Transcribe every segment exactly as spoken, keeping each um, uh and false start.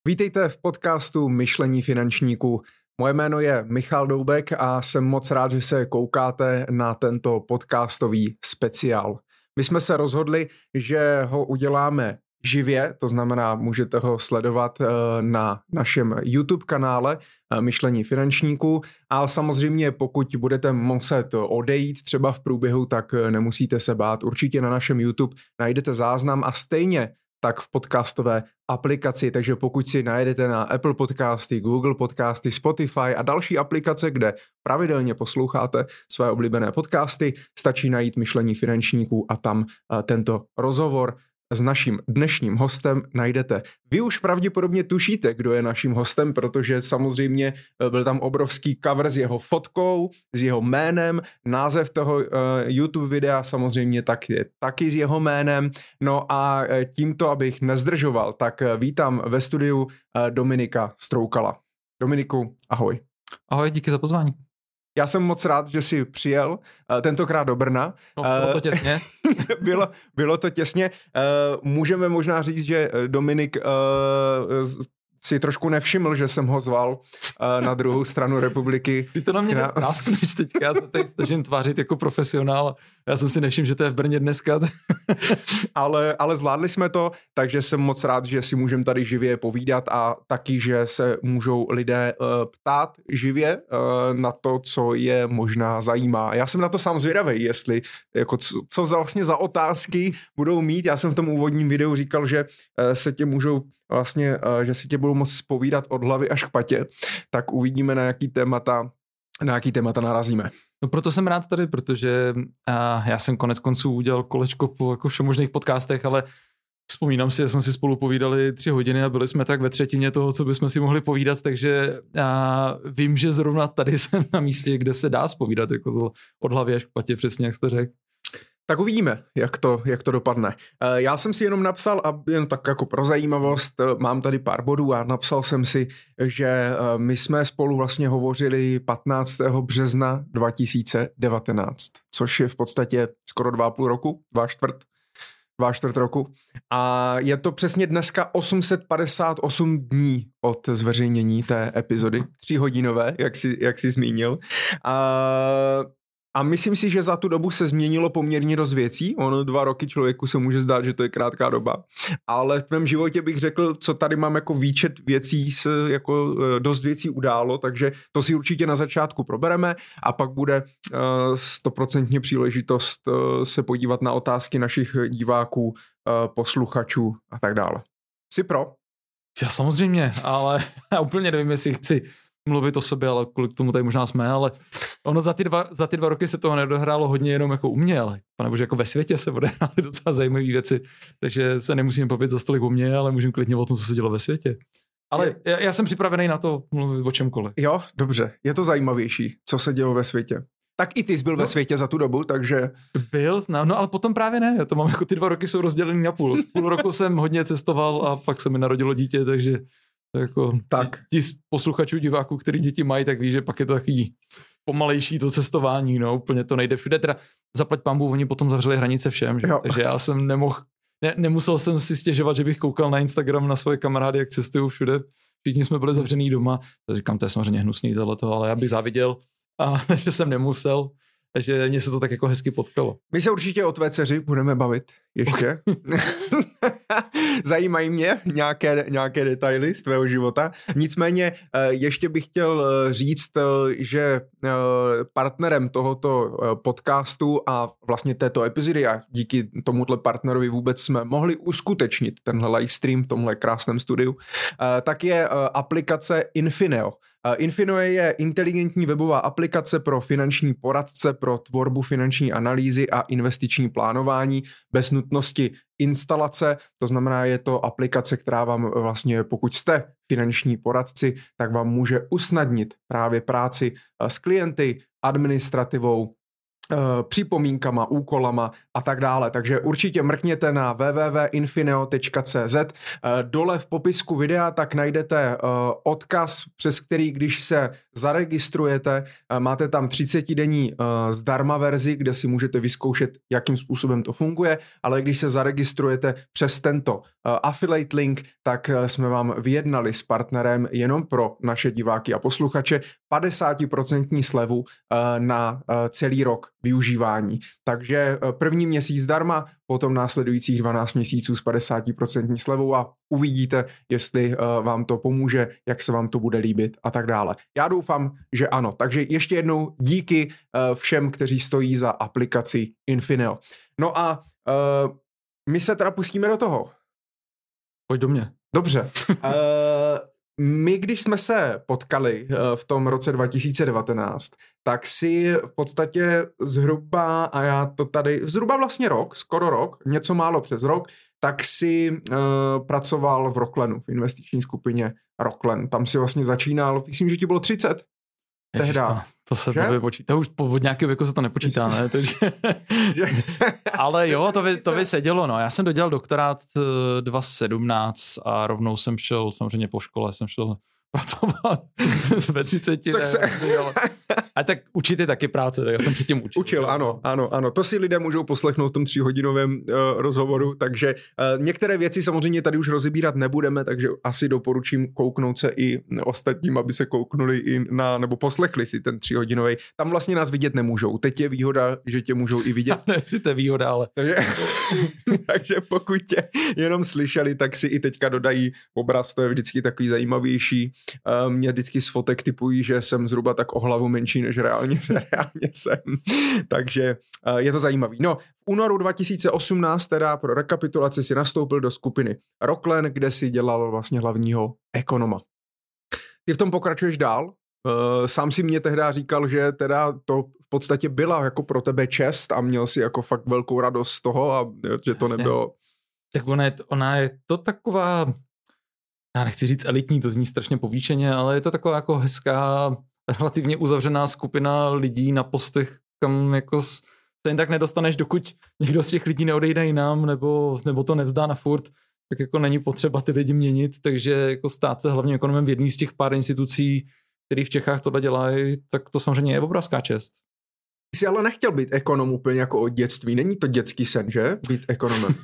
Vítejte v podcastu Myšlení finančníků. Moje jméno je Michal Doubek a jsem moc rád, že se koukáte na tento podcastový speciál. My jsme se rozhodli, že ho uděláme živě, to znamená, můžete ho sledovat na našem YouTube kanále Myšlení finančníků, ale samozřejmě pokud budete muset odejít třeba v průběhu, tak nemusíte se bát. Určitě na našem YouTube najdete záznam a stejně tak v podcastové aplikaci, takže pokud si najedete na Apple Podcasty, Google Podcasty, Spotify a další aplikace, kde pravidelně posloucháte své oblíbené podcasty, stačí najít Myšlení finančníků a tam tento rozhovor s naším dnešním hostem najdete. Vy už pravděpodobně tušíte, kdo je naším hostem, protože samozřejmě byl tam obrovský cover s jeho fotkou, s jeho jménem, název toho uh, YouTube videa samozřejmě tak je taky s jeho jménem. No a tímto, abych nezdržoval, tak vítám ve studiu uh, Dominika Stroukala. Dominiku, ahoj. Ahoj, díky za pozvání. Já jsem moc rád, že jsi přijel, uh, tentokrát do Brna. No, bylo to těsně. bylo, bylo to těsně. Uh, můžeme možná říct, že Dominik uh, si trošku nevšiml, že jsem ho zval uh, na druhou stranu republiky. Ty to na mě náskneš teďka, já se tady snažím tvářit jako profesionál. Já jsem si nevšiml, že to je v Brně dneska. ale, ale zvládli jsme to, takže jsem moc rád, že si můžeme tady živě povídat a taky, že se můžou lidé uh, ptát živě uh, na to, co je možná zajímá. Já jsem na to sám zvědavej, jestli, jako co, co za, vlastně za otázky budou mít. Já jsem v tom úvodním videu říkal, že uh, se tě můžou vlastně, uh, že si tě budou moct zpovídat od hlavy až k patě, tak uvidíme, na jaký témata, na jaký témata narazíme. No proto jsem rád tady, protože uh, já jsem konec konců udělal kolečko po jako všemožných podcastech, ale vzpomínám si, že jsme si spolu povídali tři hodiny a byli jsme tak ve třetině toho, co bychom si mohli povídat, takže uh, vím, že zrovna tady jsem na místě, kde se dá zpovídat jako od hlavy až k patě, přesně jak jste řekl. Tak uvidíme, jak to, jak to dopadne. Já jsem si jenom napsal, a jen tak jako pro zajímavost, mám tady pár bodů a napsal jsem si, že my jsme spolu vlastně hovořili patnáctého března dva tisíce devatenáct, což je v podstatě skoro dva a půl roku, dva čtvrt, dva čtvrt roku. A je to přesně dneska osm set padesát osm dní od zveřejnění té epizody, tříhodinové, jak jsi, jak jsi zmínil. A A myslím si, že za tu dobu se změnilo poměrně dost věcí. Ono dva roky člověku se může zdát, že to je krátká doba. Ale v tvém životě bych řekl, co tady mám jako výčet věcí, se jako dost věcí událo, takže to si určitě na začátku probereme a pak bude stoprocentně příležitost uh, se podívat na otázky našich diváků, uh, posluchačů a tak dále. Jsi pro? Já samozřejmě, ale já úplně nevím, jestli chci mluvit o sobě, ale kvůli tomu tady možná jsme, ale ono za ty dva, za ty dva roky se toho nedohrálo hodně jenom jako u mě, ale panebože jako ve světě se odehrály docela zajímavé věci, takže se nemusíme bavit za stolik o mě, ale můžeme klidně o tom, co se dělo ve světě. Ale já, já jsem připravený na to mluvit o čemkoliv. Jo, dobře, je to zajímavější, co se dělo ve světě. Tak i ty jsi byl no, ve světě za tu dobu, takže... Byl, no, no ale potom právě ne, já to mám jako ty dva roky jsou rozdělený na půl. Půl roku jsem hodně cestoval a pak se mi narodilo dítě, takže jako tak. Ti z posluchačů, diváků, který děti mají, tak ví, že pak je to takový pomalejší to cestování, no, úplně to nejde všude, teda zaplať pánbůh, oni potom zavřeli hranice všem, že? Takže já jsem nemohl, ne, nemusel jsem si stěžovat, že bych koukal na Instagram na svoje kamarády, jak cestují všude, všichni jsme byli zavřený doma, tak říkám, to je samozřejmě hnusný tohleto, ale já bych záviděl, a že jsem nemusel, takže mě se to tak jako hezky potkalo. My se určitě o tvé dceři budeme bavit ještě. Zajímají mě nějaké, nějaké detaily z tvého života. Nicméně ještě bych chtěl říct, že partnerem tohoto podcastu a vlastně této epizody a díky tomuhle partnerovi vůbec jsme mohli uskutečnit tenhle livestream v tomhle krásném studiu, tak je aplikace Infineo. Infineo je inteligentní webová aplikace pro finanční poradce, pro tvorbu finanční analýzy a investiční plánování bez nutnosti instalace, to znamená, je to aplikace, která vám vlastně, pokud jste finanční poradci, tak vám může usnadnit právě práci s klienty, administrativou připomínkama, úkolama a tak dále. Takže určitě mrkněte na w w w tečka infineo tečka c z. Dole v popisku videa tak najdete odkaz, přes který, když se zaregistrujete, máte tam třicetidenní zdarma verzi, kde si můžete vyzkoušet, jakým způsobem to funguje, ale když se zaregistrujete přes tento affiliate link, tak jsme vám vyjednali s partnerem jenom pro naše diváky a posluchače padesát procent slevu na celý rok využívání. Takže první měsíc zdarma, potom následujících dvanáct měsíců s padesát procent slevou a uvidíte, jestli vám to pomůže, jak se vám to bude líbit a tak dále. Já doufám, že ano. Takže ještě jednou díky všem, kteří stojí za aplikací Infineo. No a uh, my se teda pustíme do toho. Pojď do mě. Dobře. uh, My, když jsme se potkali v tom roce dva tisíce devatenáct, tak si v podstatě zhruba, a já to tady, zhruba vlastně rok, skoro rok, něco málo přes rok, tak si uh, pracoval v Rocklenu, v investiční skupině Rocklen. Tam si vlastně začínal, myslím, že ti bylo třicet. Ježiš, to, to se blbě počítá. Už od nějakého věku se to nepočítá, ne? Takže... Ale jo, to by, to by sedělo, no. Já jsem dodělal doktorát dva tisíce sedmnáct a rovnou jsem šel, samozřejmě po škole jsem šel pracovat ve třiceti. Ne, se... A tak učit je taky práce, tak já jsem předtím učil. Učil, ano, ano, ano. To si lidé můžou poslechnout v tom tříhodinovém uh, rozhovoru, takže uh, některé věci samozřejmě tady už rozebírat nebudeme, takže asi doporučím kouknout se i ostatním, aby se kouknuli i na, nebo poslechli si ten tříhodinový. Tam vlastně nás vidět nemůžou. Teď je výhoda, že tě můžou i vidět. Ne, si to je výhoda, ale... takže, takže pokud tě jenom slyšeli, tak si i teďka dodají obraz, to je vždycky takový zajímavější. Uh, mě vždycky z fotek typují, že jsem zhruba tak o hlavu menší, než reálně, reálně jsem. Takže uh, je to zajímavý. No, v únoru dva tisíce osmnáct teda pro rekapitulaci si nastoupil do skupiny Rocklen, kde si dělal vlastně hlavního ekonoma. Ty v tom pokračuješ dál? Uh, sám si mě tehdy říkal, že teda to v podstatě byla jako pro tebe čest a měl si jako fakt velkou radost z toho a že to Jasně. nebylo... Tak ona je, ona je to taková... Já nechci říct elitní, to zní strašně povýšeně, ale je to taková jako hezká, relativně uzavřená skupina lidí na postech, kam jako se jen tak nedostaneš, dokud někdo z těch lidí neodejde jinam, nebo, nebo to nevzdá na furt, tak jako není potřeba ty lidi měnit, takže jako stát se hlavně ekonomem v jedné z těch pár institucí, který v Čechách tohle dělají, tak to samozřejmě je obrovská čest. Ty jsi ale nechtěl být ekonom úplně jako od dětství, není to dětský sen, že? Být ekonomem.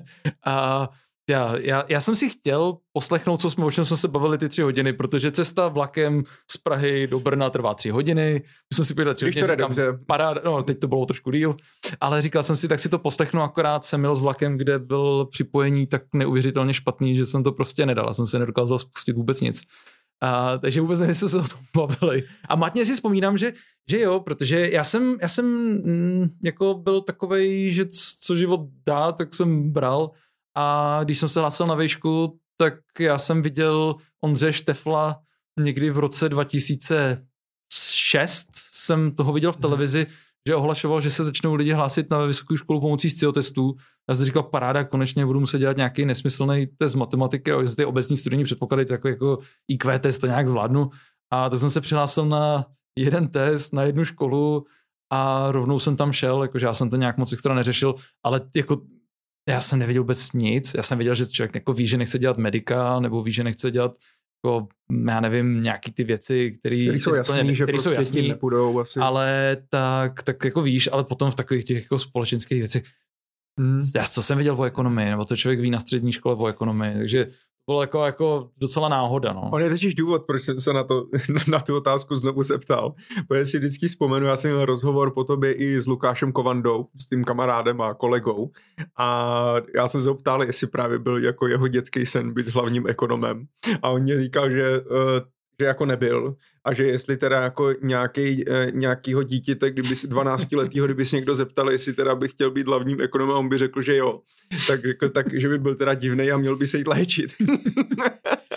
A Já, já, já jsem si chtěl poslechnout, co jsme, o čem jsme se bavili ty tři hodiny, protože cesta vlakem z Prahy do Brna trvá tři hodiny. My jsme si pěli tři hodiny, říkám, paráda, no teď to bylo trošku díl, ale říkal jsem si, tak si to poslechnu, akorát jsem měl s vlakem, kde byl připojení tak neuvěřitelně špatný, že jsem to prostě nedal, já jsem se nedokázal spustit vůbec nic. A, takže vůbec nevím, jestli se o tom bavili. A matně si vzpomínám, že, že jo, protože já jsem, já jsem mm, jako byl takovej, že co život dá, tak jsem bral. A když jsem se hlásil na výšku, tak já jsem viděl Ondřeje Štefla někdy v roce dva tisíce šest, jsem toho viděl v televizi, že ohlašoval, že se začnou lidi hlásit na vysokou školu pomocí sciotestů. Já jsem říkal, paráda, konečně budu muset dělat nějaký nesmyslný test matematiky, že ty obecní studijní předpoklady, jako, jako í kvé test, to nějak zvládnu. A tak jsem se přihlásil na jeden test, na jednu školu a rovnou jsem tam šel, jakože já jsem to nějak moc extra neřešil, ale jako já jsem nevěděl vůbec nic, já jsem věděl, že člověk jako ví, že nechce dělat medika, nebo ví, že nechce dělat jako, já nevím, nějaký ty věci, které jsou jasný, že prostě jasný, nepůjdou asi. Ale tak, tak jako víš, ale potom v takových těch jako společenských věcech, hmm. já co jsem věděl o ekonomii, nebo to člověk ví na střední škole o ekonomii, takže bylo jako, jako docela náhoda, no. On je totiž důvod, proč jsem se na, to, na, na tu otázku znovu zeptal. Protože si vždycky vzpomenu, já jsem měl rozhovor po tobě i s Lukášem Kovandou, s tím kamarádem a kolegou. A já jsem se optal, jestli právě byl jako jeho dětský sen být hlavním ekonomem. A on mě říkal, že... Uh, že jako nebyl a že jestli teda jako nějaký, nějakýho dítěte, kdyby si dvanáctiletýho, kdyby si někdo zeptal, jestli teda by chtěl být hlavním ekonomem, on by řekl, že jo. Tak řekl tak, že by byl teda divnej a měl by se jít léčit. Tak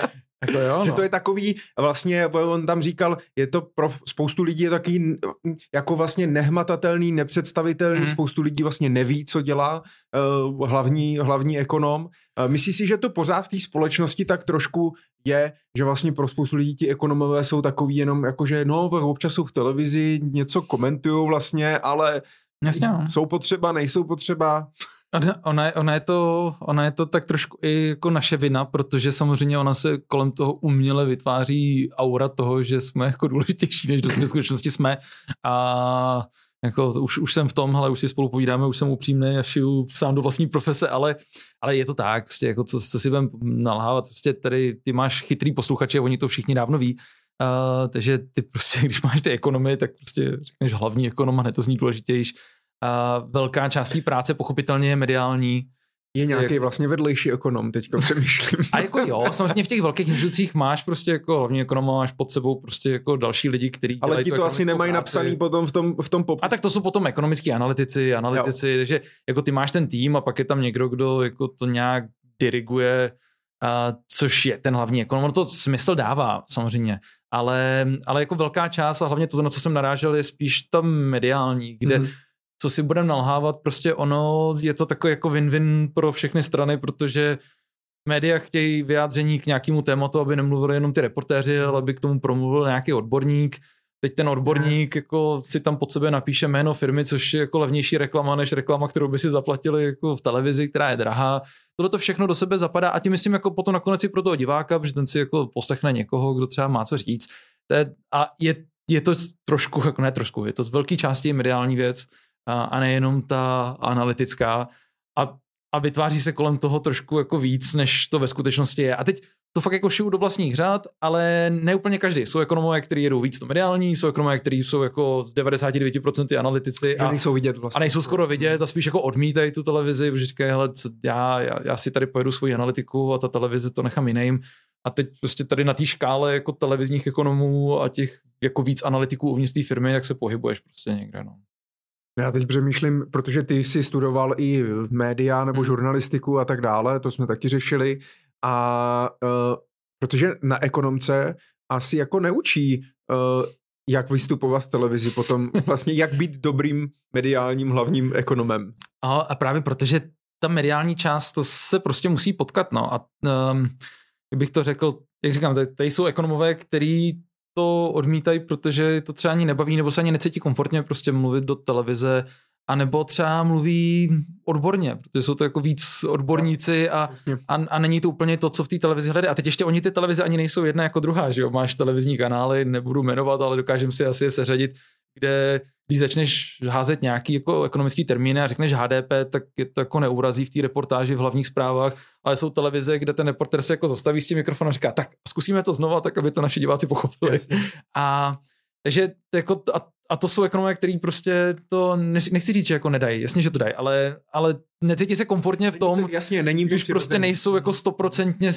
To jo, že no. to je takový, vlastně on tam říkal, je to pro spoustu lidí je takový jako vlastně nehmatatelný, nepředstavitelný, mm. spoustu lidí vlastně neví, co dělá uh, hlavní, hlavní ekonom. Uh, myslíš si, že to pořád v té společnosti tak trošku je, že vlastně pro spoustu lidí ti ekonomové jsou takový jenom jakože no, občas jsou v televizi, něco komentujou vlastně, ale Jasně, no. jsou potřeba, nejsou potřeba. Ona je, ona, je to, ona je to tak trošku i jako naše vina, protože samozřejmě ona se kolem toho uměle vytváří aura toho, že jsme jako důležitější, než do skutečnosti jsme a jako už, už jsem v tom, hele, už si spolu povídáme, už jsem upřímný a šiju sám do vlastní profese, ale, ale je to tak, prostě jako co, co si budem nalhávat, prostě tady ty máš chytrý posluchače, oni to všichni dávno ví, uh, takže ty prostě, když máš ty ekonomy, tak prostě řekneš hlavní ekonom a ne to zní důležitější. Uh, velká část té práce pochopitelně je mediální. Je nějaký jako vlastně vedlejší ekonom, teďka přemýšlím. A jako jo, samozřejmě v těch velkých institucích máš prostě jako hlavní ekonoma, máš pod sebou prostě jako další lidi, kteří dělají. Ale ti to asi nemají práci. Napsaný potom v tom, v tom popisu. A tak to jsou potom ekonomický analytici, analytici, jo. Takže jako ty máš ten tým a pak je tam někdo, kdo jako to nějak diriguje, uh, což je ten hlavní ekonom. Ono to smysl dává samozřejmě, ale, ale jako velká část a hlavně to, na co jsem narážel, je spíš ta mediální, kde mm. co si budeme nalhávat, prostě ono je to takový jako win-win pro všechny strany, protože média chtějí vyjádření k nějakému tématu, aby nemluvili jenom ty reportéři, ale aby k tomu promluvil nějaký odborník. Teď ten odborník jako si tam pod sebe napíše jméno firmy, což je jako levnější reklama, než reklama, kterou by si zaplatili jako v televizi, která je drahá. Tohle to všechno do sebe zapadá a tím myslím jako potom nakonec i pro toho diváka, protože ten si jako poslechne někoho, kdo třeba má co říct. To je, a je, je to trošku, jako ne trošku, je to z velké části mediální věc, a nejenom ta analytická a, a vytváří se kolem toho trošku jako víc, než to ve skutečnosti je. A teď to fakt jako šiju do vlastních řád, ale ne úplně každý. Jsou ekonomové, kteří jedou víc to mediální, jsou ekonomové, kteří jsou jako z devadesát devět procent analytici a nejsou vidět vlastně. A nejsou skoro vidět a spíš jako odmítají tu televizi, protože říkají, hele, co, já, já, já si tady pojedu svoji analytiku a ta televize to nechám jiným. A teď prostě tady na té škále jako televizních ekonomů a těch jako víc analytiků uvnitř té firmy, jak se pohybuješ prostě někde, no. Já teď přemýšlím, protože ty jsi studoval i média nebo žurnalistiku a tak dále, to jsme taky řešili a uh, protože na ekonomce asi jako neučí, uh, jak vystupovat v televizi potom, vlastně jak být dobrým mediálním hlavním ekonomem. A, a právě protože ta mediální část, to se prostě musí potkat, no a um, bych to řekl, jak říkám, tady, tady jsou ekonomové, který to odmítají, protože to třeba ani nebaví, nebo se ani necítí komfortně prostě mluvit do televize, anebo třeba mluví odborně, protože jsou to jako víc odborníci a, a, a není to úplně to, co v té televizi hledají. A teď ještě oni ty televize ani nejsou jedna jako druhá, že jo? Máš televizní kanály, nebudu jmenovat, ale dokážeme si asi je seřadit, kde když začneš házet nějaký jako ekonomický termíny a řekneš H D P, tak je to jako neurazí v té reportáži v hlavních zprávách, ale jsou televize, kde ten reporter se jako zastaví s tím mikrofonem a říká, tak zkusíme to znova, tak aby to naši diváci pochopili. Yes. A takže jako, a, a to jsou ekonomé, který prostě to, nechci říct, že jako nedají, jasně, že to dají, ale, ale necítí se komfortně v tom, jasně, není když prostě nejsou jako stoprocentně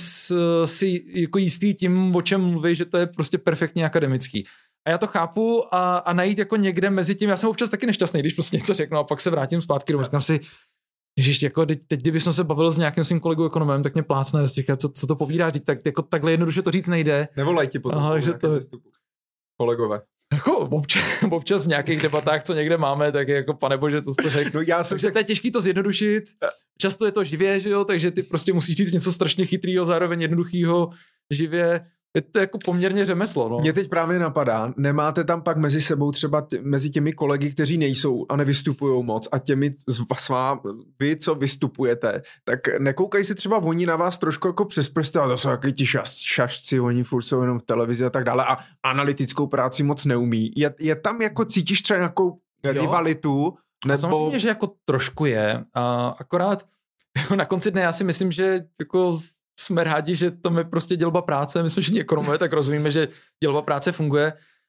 si jako jistý tím, o čem mluví, že to je prostě perfektně akademický. A já to chápu a, a najít jako někde mezi tím, já jsem občas taky nešťastný, když prostě něco řeknu a pak se vrátím zpátky domů, říkám si, ježiš, jako teď, teď kdybych se bavil s nějakým svým kolegou ekonomem, tak mě plácne, říká, co, co to povídáš, tak jako takhle jednoduše to říct nejde. Nevolaj ti potom. Aha, že to kolegové. Jako občas, občas v nějakých debatách, co někde máme, tak je jako panebože, co jsi to řekl. No já jsem se... to je těžký to zjednodušit, často je to živě, že jo, takže ty prostě musíš říct něco strašně chytrýho, zároveň jednoduchýho, živě. Je to jako poměrně řemeslo, no. Mě teď právě napadá, nemáte tam pak mezi sebou třeba t- mezi těmi kolegy, kteří nejsou a nevystupujou moc a těmi s vámi, vy, co vystupujete, tak nekoukají si třeba oni na vás trošku jako přes prsty, a to jsou taky ti šas, šašci, oni furt jsou jenom v televizi a tak dále a analytickou práci moc neumí. Je, je tam jako, cítíš třeba nějakou rivalitu? Nebo... Samozřejmě, že jako trošku je, a akorát na konci dne já si myslím, že jako jsme rádi, že to je prostě dělba práce, my jsme všichni ekonomové, tak rozumíme, že dělba práce funguje,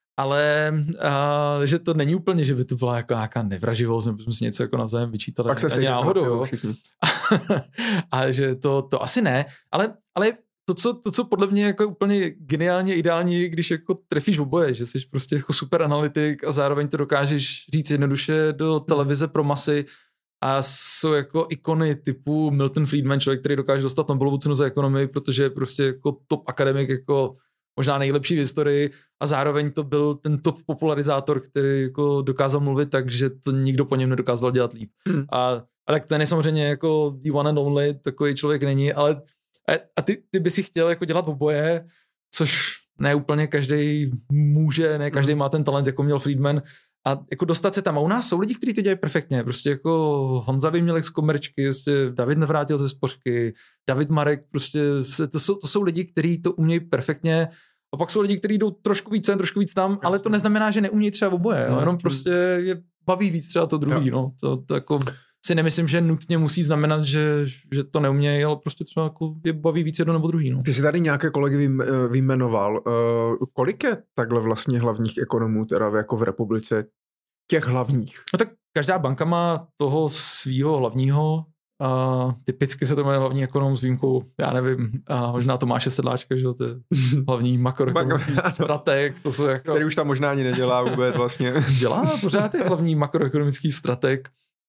ale a, že to není úplně, že by to byla jako nějaká nevraživost, nebo jsme si něco jako navzájem vyčítali. Pak se ani náhodou. A že to, to asi ne, ale, ale to, co, to, co podle mě jako úplně geniálně ideální, když jako trefíš oboje, že jsi prostě jako super analytik a zároveň to dokážeš říct jednoduše do televize pro masy a jsou jako ikony typu Milton Friedman, člověk, který dokáže dostat Nobelovu cenu za ekonomii, protože je prostě jako top akademik, jako možná nejlepší v historii a zároveň to byl ten top popularizátor, který jako dokázal mluvit tak, že to nikdo po něm nedokázal dělat líp. Hmm. A, a tak ten je samozřejmě jako the one and only, takový člověk není, ale a, a ty, ty by si chtěl jako dělat oboje, což ne úplně každý může, ne každý hmm. má ten talent, jako měl Friedman, a jako dostat se tam. A u nás jsou lidi, kteří to dělají perfektně. Prostě jako Honza Vymělek z Komerčky, prostě David Navrátil ze Spořky, David Marek, prostě se, to, jsou, to jsou lidi, kteří to umějí perfektně. A pak jsou lidi, kteří jdou trošku víc sem, trošku víc tam, Jasně. ale to neznamená, že neumějí třeba oboje. No, jenom prostě je baví víc třeba to druhý. No. To, to jako si nemyslím, že nutně musí znamenat, že, že to neumějí, ale prostě třeba jako je baví víc jedno nebo druhý. No. Ty jsi tady nějaké kolegy vyjmenoval. Uh, kolik je takhle vlastně hlavních ekonomů teda jako v republice? Těch hlavních? No tak každá banka má toho svýho hlavního. Uh, typicky se to jmenuje hlavní ekonom s výjimkou, já nevím, uh, možná Tomáše Sedláčka, že to je hlavní makroekonomický strateg. To jsou jako... Který už tam možná ani nedělá vůbec vlastně. Dělá, pořád je hlavní makroekonomický strateg.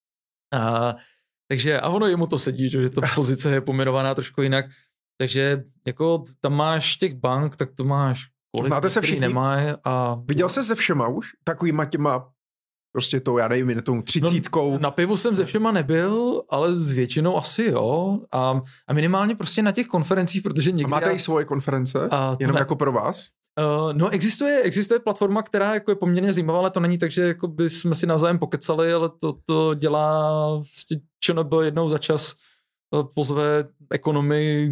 Uh, takže a ono jemu to sedí, že ta pozice je pomenovaná trošku jinak. Takže jako tam máš těch bank, tak to máš kolik, Znáte se všichni? Nemají. A... Viděl jsi se všema už? Takovýma těma prostě tou, já nevím, tou třicítkou. No, na pivu jsem ze všema nebyl, ale s většinou asi jo. A, a minimálně prostě na těch konferencích, protože někdy... A máte i svoje konference? A jenom ne... jako pro vás? Uh, no existuje, existuje platforma, která jako je poměrně zajímavá, ale to není tak, že jako by jsme si navzájem pokecali, ale to, to dělá ČNB jednou za čas pozve ekonomy,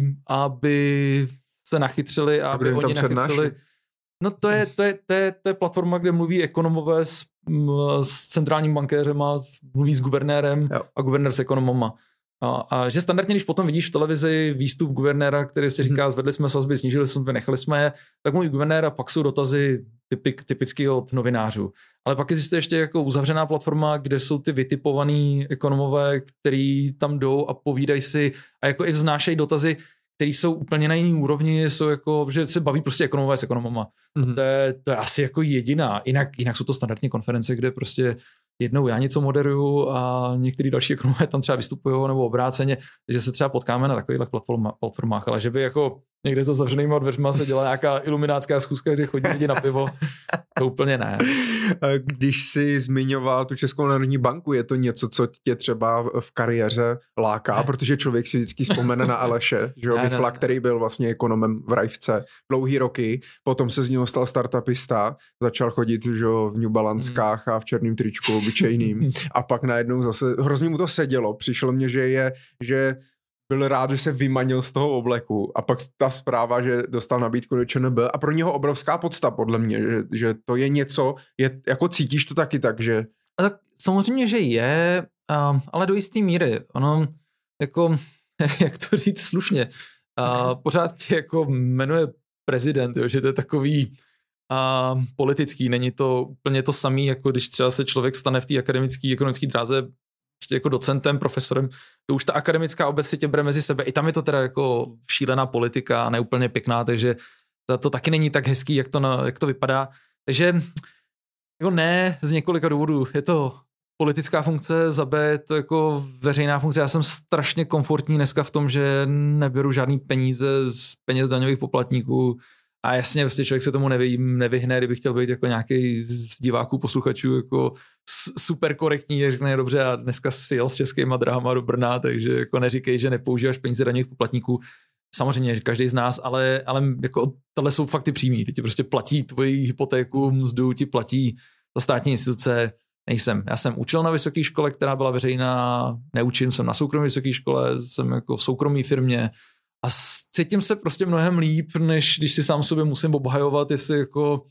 aby se nachytřili a aby oni nachytřili. No to je, to, je, to, je, to je platforma, kde mluví ekonomové s, s centrálním bankéřema, mluví s guvernérem jo. a guvernér s ekonomama. A, a že standardně, když potom vidíš v televizi výstup guvernéra, který si říká, zvedli jsme sazby, snížili jsme, nechali jsme je, tak mluví guvernér a pak jsou dotazy typik, typicky od novinářů. Ale pak existuje ještě jako uzavřená platforma, kde jsou ty vytipovaný ekonomové, který tam jdou a povídají si a jako i vznášejí dotazy, který jsou úplně na jiný úrovni, jsou jako, že se baví prostě ekonomové s ekonomama. Mm-hmm. To, je, to je asi jako jediná. Jinak, jinak jsou to standardní konference, kde prostě jednou já něco moderuju a některý další ekonomové tam třeba vystupují nebo obráceně, že se třeba potkáme na takových platformách, ale že by jako někde za zavřenýma dveřma se dělá nějaká iluminácká schůzka, kde chodí lidi na pivo, to úplně ne. Když jsi zmiňoval tu Českou národní banku, je to něco, co tě třeba v kariéře láká, ne. protože člověk si vždycky vzpomene na Aleše, že jo, Michla, který byl vlastně ekonomem v Rajvce dlouhý roky, potom se z něho stal startupista, začal chodit že jo, v New Balanckách a v černém tričku obyčejným a pak najednou zase, hrozně mu to sedělo, přišlo mně, že je, že byl rád, že se vymanil z toho obleku a pak ta zpráva, že dostal nabídku do ČNB a pro něho obrovská podsta podle mě, že, že to je něco, je, jako cítíš to taky tak, že... A tak samozřejmě, že je, um, ale do jisté míry, ono jako, jak to říct slušně, uh, pořád tě jako jmenuje prezident, jo, že to je takový uh, politický, není to úplně to samý, jako když třeba se člověk stane v té akademické ekonomické dráze jako docentem, profesorem, to už ta akademická obec si tě bere mezi sebe. I tam je to teda jako šílená politika a neúplně pěkná, takže to, to taky není tak hezký, jak to, na, jak to vypadá. Takže jako ne z několika důvodů. Je to politická funkce, za B je to jako veřejná funkce. Já jsem strašně komfortní dneska v tom, že neberu žádný peníze z peněz daňových poplatníků. A jasně, prostě člověk se tomu nevy, nevyhne, kdyby chtěl být jako nějaký z diváků, posluchačů jako super korektní, řekne dobře a dneska si jel s českýma dráhama do Brna, takže jako neříkej, že nepoužíváš peníze daňových poplatníků. Samozřejmě, každý z nás, ale, ale jako tohle jsou fakty přímý, ti prostě platí tvoji hypotéku, mzdu ti platí za státní instituce, nejsem. Já jsem učil na vysoké škole, která byla veřejná, neučím, jsem na soukromé vysoké škole, jsem jako v soukromé firmě, a cítím se prostě mnohem líp, než když si sám sobě musím obhajovat, jestli jako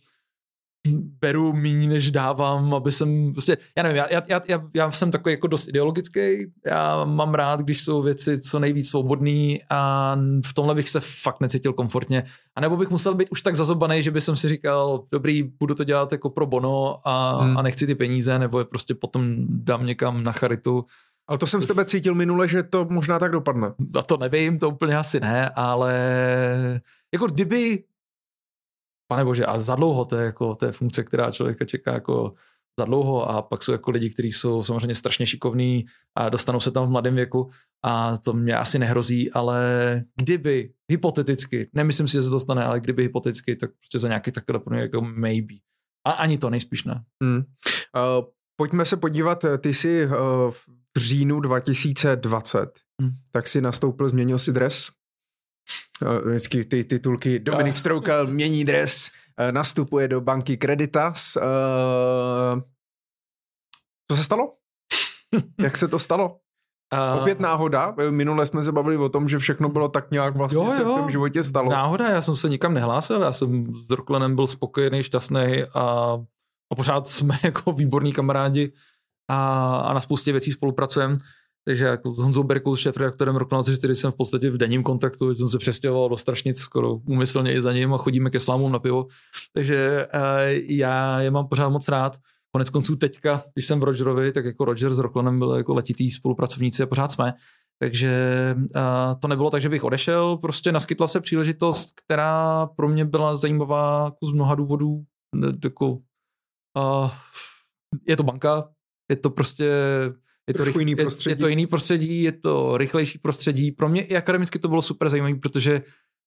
beru míň, než dávám, aby jsem prostě, já nevím, já, já, já, já jsem takový jako dost ideologický, já mám rád, když jsou věci co nejvíc svobodný a v tomhle bych se fakt necítil komfortně. A nebo bych musel být už tak zazobaný, že by jsem si říkal, dobrý, budu to dělat jako pro bono a, hmm. a nechci ty peníze, nebo je prostě potom dám někam na charitu. Ale to jsem z tebe cítil minule, že to možná tak dopadne. A to nevím, to úplně asi ne, ale jako kdyby, pane bože, a za dlouho to je, jako, to je funkce, která člověka čeká jako za dlouho a pak jsou jako lidi, kteří jsou samozřejmě strašně šikovní a dostanou se tam v mladém věku a to mě asi nehrozí, ale kdyby hypoteticky, nemyslím si, že se to stane, ale kdyby hypoteticky, tak prostě za nějaký takhle pro mě jako maybe. A ani to nejspíš ne. Hmm. Uh, pojďme se podívat, ty jsi uh, v říjnu dva tisíce dvacet, hmm. tak si nastoupil, změnil si dres. Uh, vždycky ty titulky Dominik Stroukal mění dres, uh, nastupuje do banky Creditas. Uh, co se stalo? Jak se to stalo? Uh, Opět náhoda. Minule jsme se bavili o tom, že všechno bylo tak nějak vlastně jo, se jo. v tom životě stalo. Náhoda, já jsem se nikam nehlásil, já jsem s Roklenem byl spokojený, šťastný a, a pořád jsme jako výborní kamarádi a, a na spoustě věcí spolupracujeme. Takže jako s Honzou Berkou, šéfredaktorem Roklena dvacet čtyři, jsem v podstatě v denním kontaktu, jsem se přestěhoval do Strašnic skoro úmyslně i za ním a chodíme ke slámům na pivo. Takže uh, já je mám pořád moc rád. Konec konců teďka, když jsem v Rogerovi, tak jako Roger s Roklenem byl jako letitý spolupracovníci a pořád jsme. Takže uh, to nebylo tak, že bych odešel, prostě naskytla se příležitost, která pro mě byla zajímavá jako z mnoha důvodů. Jako, uh, je to banka, je to prostě je to, rych, jiný je, je to jiný prostředí, je to rychlejší prostředí. Pro mě i akademicky to bylo super zajímavé, protože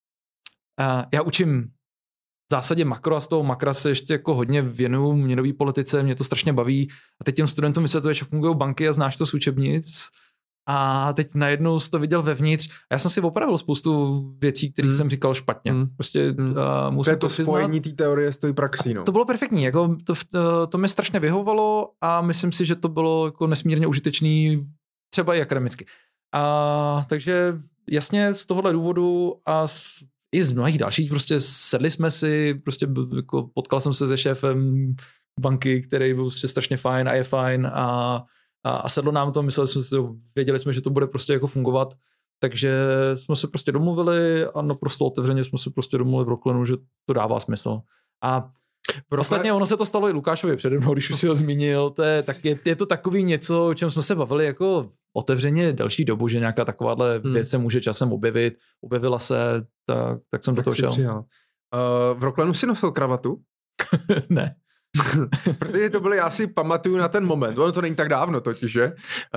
uh, já učím v zásadě makro a z toho makra se ještě jako hodně věnuju měnové politice, mě to strašně baví a teď těm studentům vysvětluješ, jak fungují banky a znáš to z učebnic a teď najednou jsi to viděl vevnitř a já jsem si opravil spoustu věcí, které hmm. jsem říkal špatně. Hmm. Prostě hmm. Uh, musím to, to spojení té teorie s tou praxí. No. To bylo perfektní, jako to, to, to mě strašně vyhovovalo a myslím si, že to bylo jako nesmírně užitečný třeba i akademicky. A takže jasně z tohohle důvodu a i z mnohých dalších, prostě sedli jsme si, prostě jako potkal jsem se se šéfem banky, který byl prostě strašně fajn a je fajn a, a, a sedlo nám to, mysleli jsme si, věděli jsme, že to bude prostě jako fungovat, takže jsme se prostě domluvili a naprosto otevřeně jsme se prostě domluvili v Roklenu, že to dává smysl. A Pro ostatně ono se to stalo i Lukášovi přede mnou, když už si ho zmínil, to je, tak je, je to takový něco, o čem jsme se bavili jako otevřeně delší dobu, že nějaká takováhle hmm. věc se může časem objevit, objevila se, tak, tak jsem tak do toho šel. Přijal. Uh, v Roklenu si nosil kravatu? Ne. Protože to byly, já si pamatuju na ten moment, ono to není tak dávno totiž, že?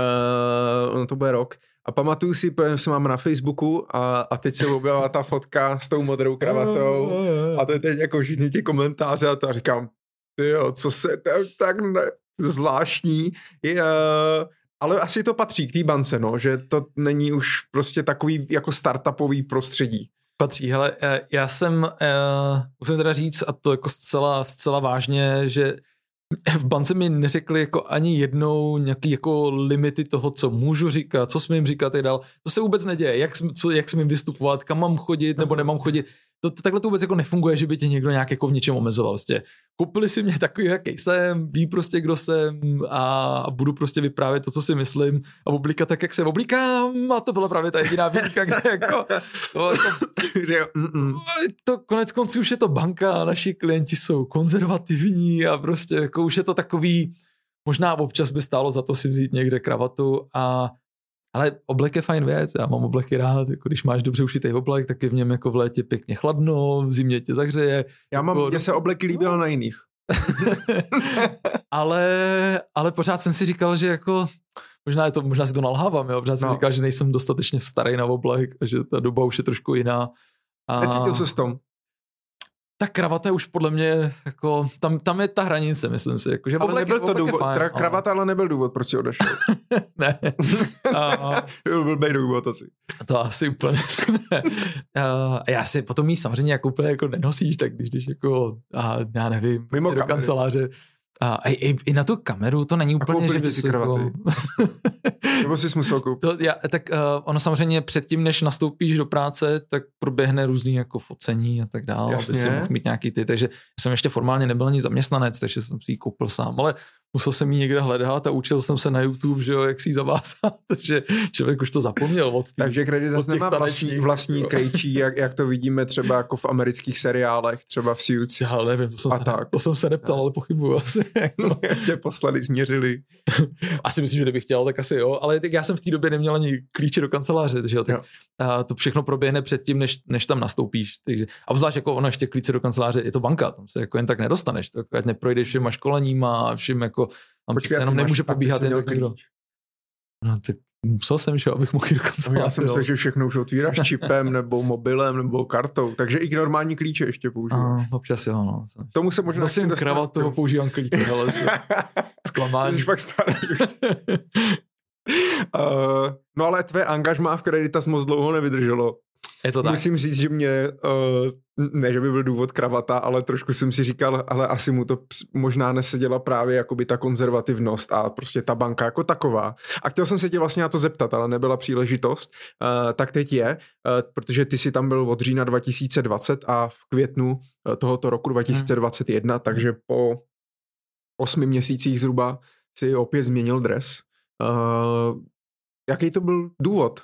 Uh, ono to bude rok. A pamatuju si, že mám na Facebooku a, a teď se objevila ta fotka s tou modrou kravatou a to je teď jako všichni ti komentáře a to a říkám, tyjo, co se tak ne, zvláštní. Je, ale asi to patří k té bance, no, že to není už prostě takový jako startupový prostředí. Patří, hele, já jsem, uh, musím teda říct, a to jako zcela, zcela vážně, že v bance mi neřekli jako ani jednou nějaký jako limity toho, co můžu říkat, co smím říkat a dál. To se vůbec neděje, jak, co, jak smím vystupovat, kam mám chodit nebo nemám chodit. To, to, takhle to vůbec jako nefunguje, že by tě někdo nějak jako v něčem omezoval. Vlastně. Koupili si mě takový, jaký jsem, ví prostě, kdo jsem a, a budu prostě vyprávět to, co si myslím a oblíkat tak, jak se oblíkám a to byla právě ta jediná výjimka, kde jako, no, jako to konec konců už je to banka a naši klienti jsou konzervativní a prostě jako už je to takový, možná občas by stálo za to si vzít někde kravatu a ale oblek je fajn věc, já mám obleky rád, jako když máš dobře ušitý oblek, tak je v něm jako v létě pěkně chladno, v zimě tě zahřeje. Já mám, jako, mně se obleky líbilo na jiných. ale, ale pořád jsem si říkal, že jako, možná, je to, možná si to nalhávám, jo? Pořád jsem no. říkal, že nejsem dostatečně starý na oblek a že ta doba už je trošku jiná. A... Necítil se s tom? Ta kravata už podle mě, jako, tam, tam je ta hranice, myslím si. Jako, že ale oblek, nebyl to důvod, fajn, tra- kravata ale nebyl důvod, proč si odešel. Ne. A, byl blbej důvod asi. To asi úplně ne. A já si potom jí samozřejmě jako úplně jako nenosíš, tak když jdeš jako, a já nevím, mimo do kanceláře. A i, i na tu kameru to není úplně, že bys jako... Nebo jsi musel koupit? To, já, tak uh, ono samozřejmě předtím, než nastoupíš do práce, tak proběhne různý jako focení a tak dále, aby si mohl mít nějaký ty, takže jsem ještě formálně nebyl ani zaměstnanec, takže jsem si ji koupil sám, ale musel jsem ji někde hledat a učil jsem se na YouTube, že jo, jak si ji zavázat, takže člověk už to zapomněl od těch, takže Creditas nemá vlastní, vlastní krejčí, jak, jak to vidíme třeba jako v amerických seriálech, třeba v Suits. Já nevím, to jsem, se, to jsem se neptal, no. ale pochybuju asi. Tě poslali, změřili. Asi myslím, že kdybych chtěl, tak asi jo, ale tak já jsem v té době neměl ani klíče do kanceláře, takže jo, tak, jo. A to všechno proběhne předtím, než, než tam nastoupíš. Takže, a obzvlášť jako ono ještě klíče do kanceláře, je to banka, tam se jako jen tak nedostaneš, tak ať neprojdeš všema školeníma a všem jako jako tam Počkej, jenom nemůže pobíhat jen tak někdo. No tak musel jsem, že abych mohl jít do kanceláře. Já jsem myslel, že všechno už otvíráš čipem nebo mobilem nebo kartou, takže i normální klíče ještě používáš. A, občas jo, no. Tomu se možná... Nosím kravatu a používám klíče, ale zklamání. Jsi fakt starý. uh, no ale tvé angažmá v Creditas moc dlouho nevydrželo. Je to tak. Musím říct, že mě, uh, ne, že by byl důvod kravata, ale trošku jsem si říkal, ale asi mu to možná neseděla právě jakoby ta konzervativnost a prostě ta banka jako taková. A chtěl jsem se tě vlastně na to zeptat, ale nebyla příležitost. Uh, tak teď je, uh, protože ty jsi tam byl od října dva tisíce dvacet a v květnu uh, tohoto roku dva tisíce dvacet jedna, hmm. takže po osmi měsících zhruba si opět změnil dres. Uh, jaký to byl důvod?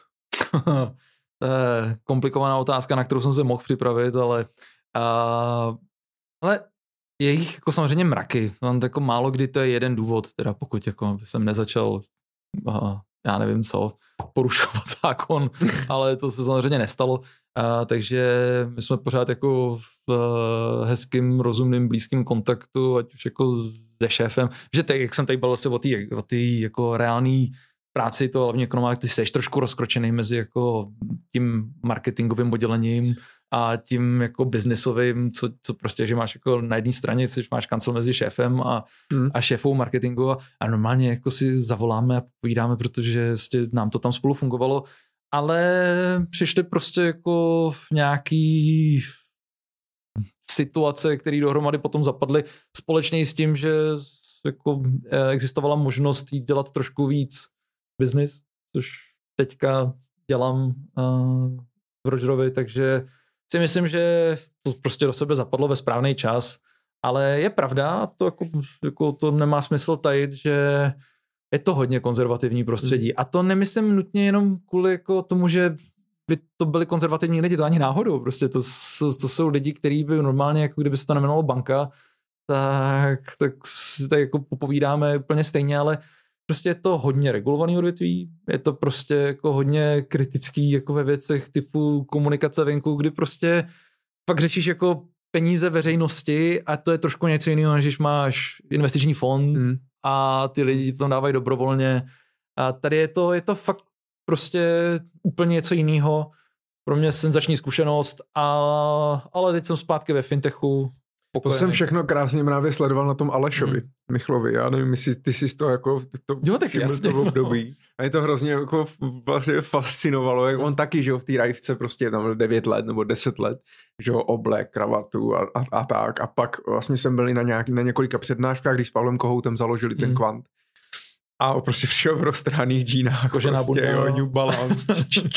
To je komplikovaná otázka, na kterou jsem se mohl připravit, ale, uh, ale je jich jako samozřejmě mraky. Mám jako málo kdy to je jeden důvod, teda pokud jako jsem nezačal, uh, já nevím co, porušovat zákon, ale to se samozřejmě nestalo. Uh, takže my jsme pořád jako v uh, hezkým, rozumným, blízkým kontaktu, ať už jako se šéfem, že teď, jak jsem tady bavil se o té o té jako reální práci, to hlavně ekonomák, ty jsi trošku rozkročený mezi jako tím marketingovým oddělením a tím jako biznisovým, co, co prostě, že máš jako na jedné straně, což máš kancel mezi šéfem a, hmm. a šéfou marketingu a, a normálně jako si zavoláme a povídáme, protože prostě nám to tam spolu fungovalo, ale přišly prostě jako nějaký situace, které dohromady potom zapadly společně s tím, že jako existovala možnost jít dělat trošku víc business, což teďka dělám uh, v Rogerovi, takže si myslím, že to prostě do sebe zapadlo ve správný čas, ale je pravda, to, jako, jako, to nemá smysl tajit, že je to hodně konzervativní prostředí. A to nemyslím nutně jenom kvůli jako tomu, že by to byli konzervativní lidi, to ani náhodou. Prostě to, to jsou lidi, kteří by normálně, jako kdyby se to nemenovalo banka, tak, tak si tak jako popovídáme úplně stejně, ale prostě je to hodně regulovaný odvětví, je to prostě jako hodně kritický jako ve věcech typu komunikace venku, kdy prostě fakt řešíš jako peníze veřejnosti a to je trošku něco jiného, než když máš investiční fond hmm. a ty lidi to tam dávají dobrovolně. A tady je to, je to fakt prostě úplně něco jiného. Pro mě senzační zkušenost, a, ale teď jsem zpátky ve fintechu. To jsem všechno krásně mravě sledoval na tom Alešovi, hmm. Michlovi. Já nevím, jestli ty jsi to jako to, jo, tak jasně, to období. No. A je to hrozně jako vlastně fascinovalo, jak on taky, že v té rajvce prostě tam byl devět let nebo deset let, že ho oblek, kravatu a, a, a tak. A pak vlastně jsem byl i na, nějak, na několika přednáškách, když s Pavlem Kohoutem založili hmm. ten Kvant. A prostě přišel v roztrhaných džínách. Kožená prostě, bunda. Jo, New Balance.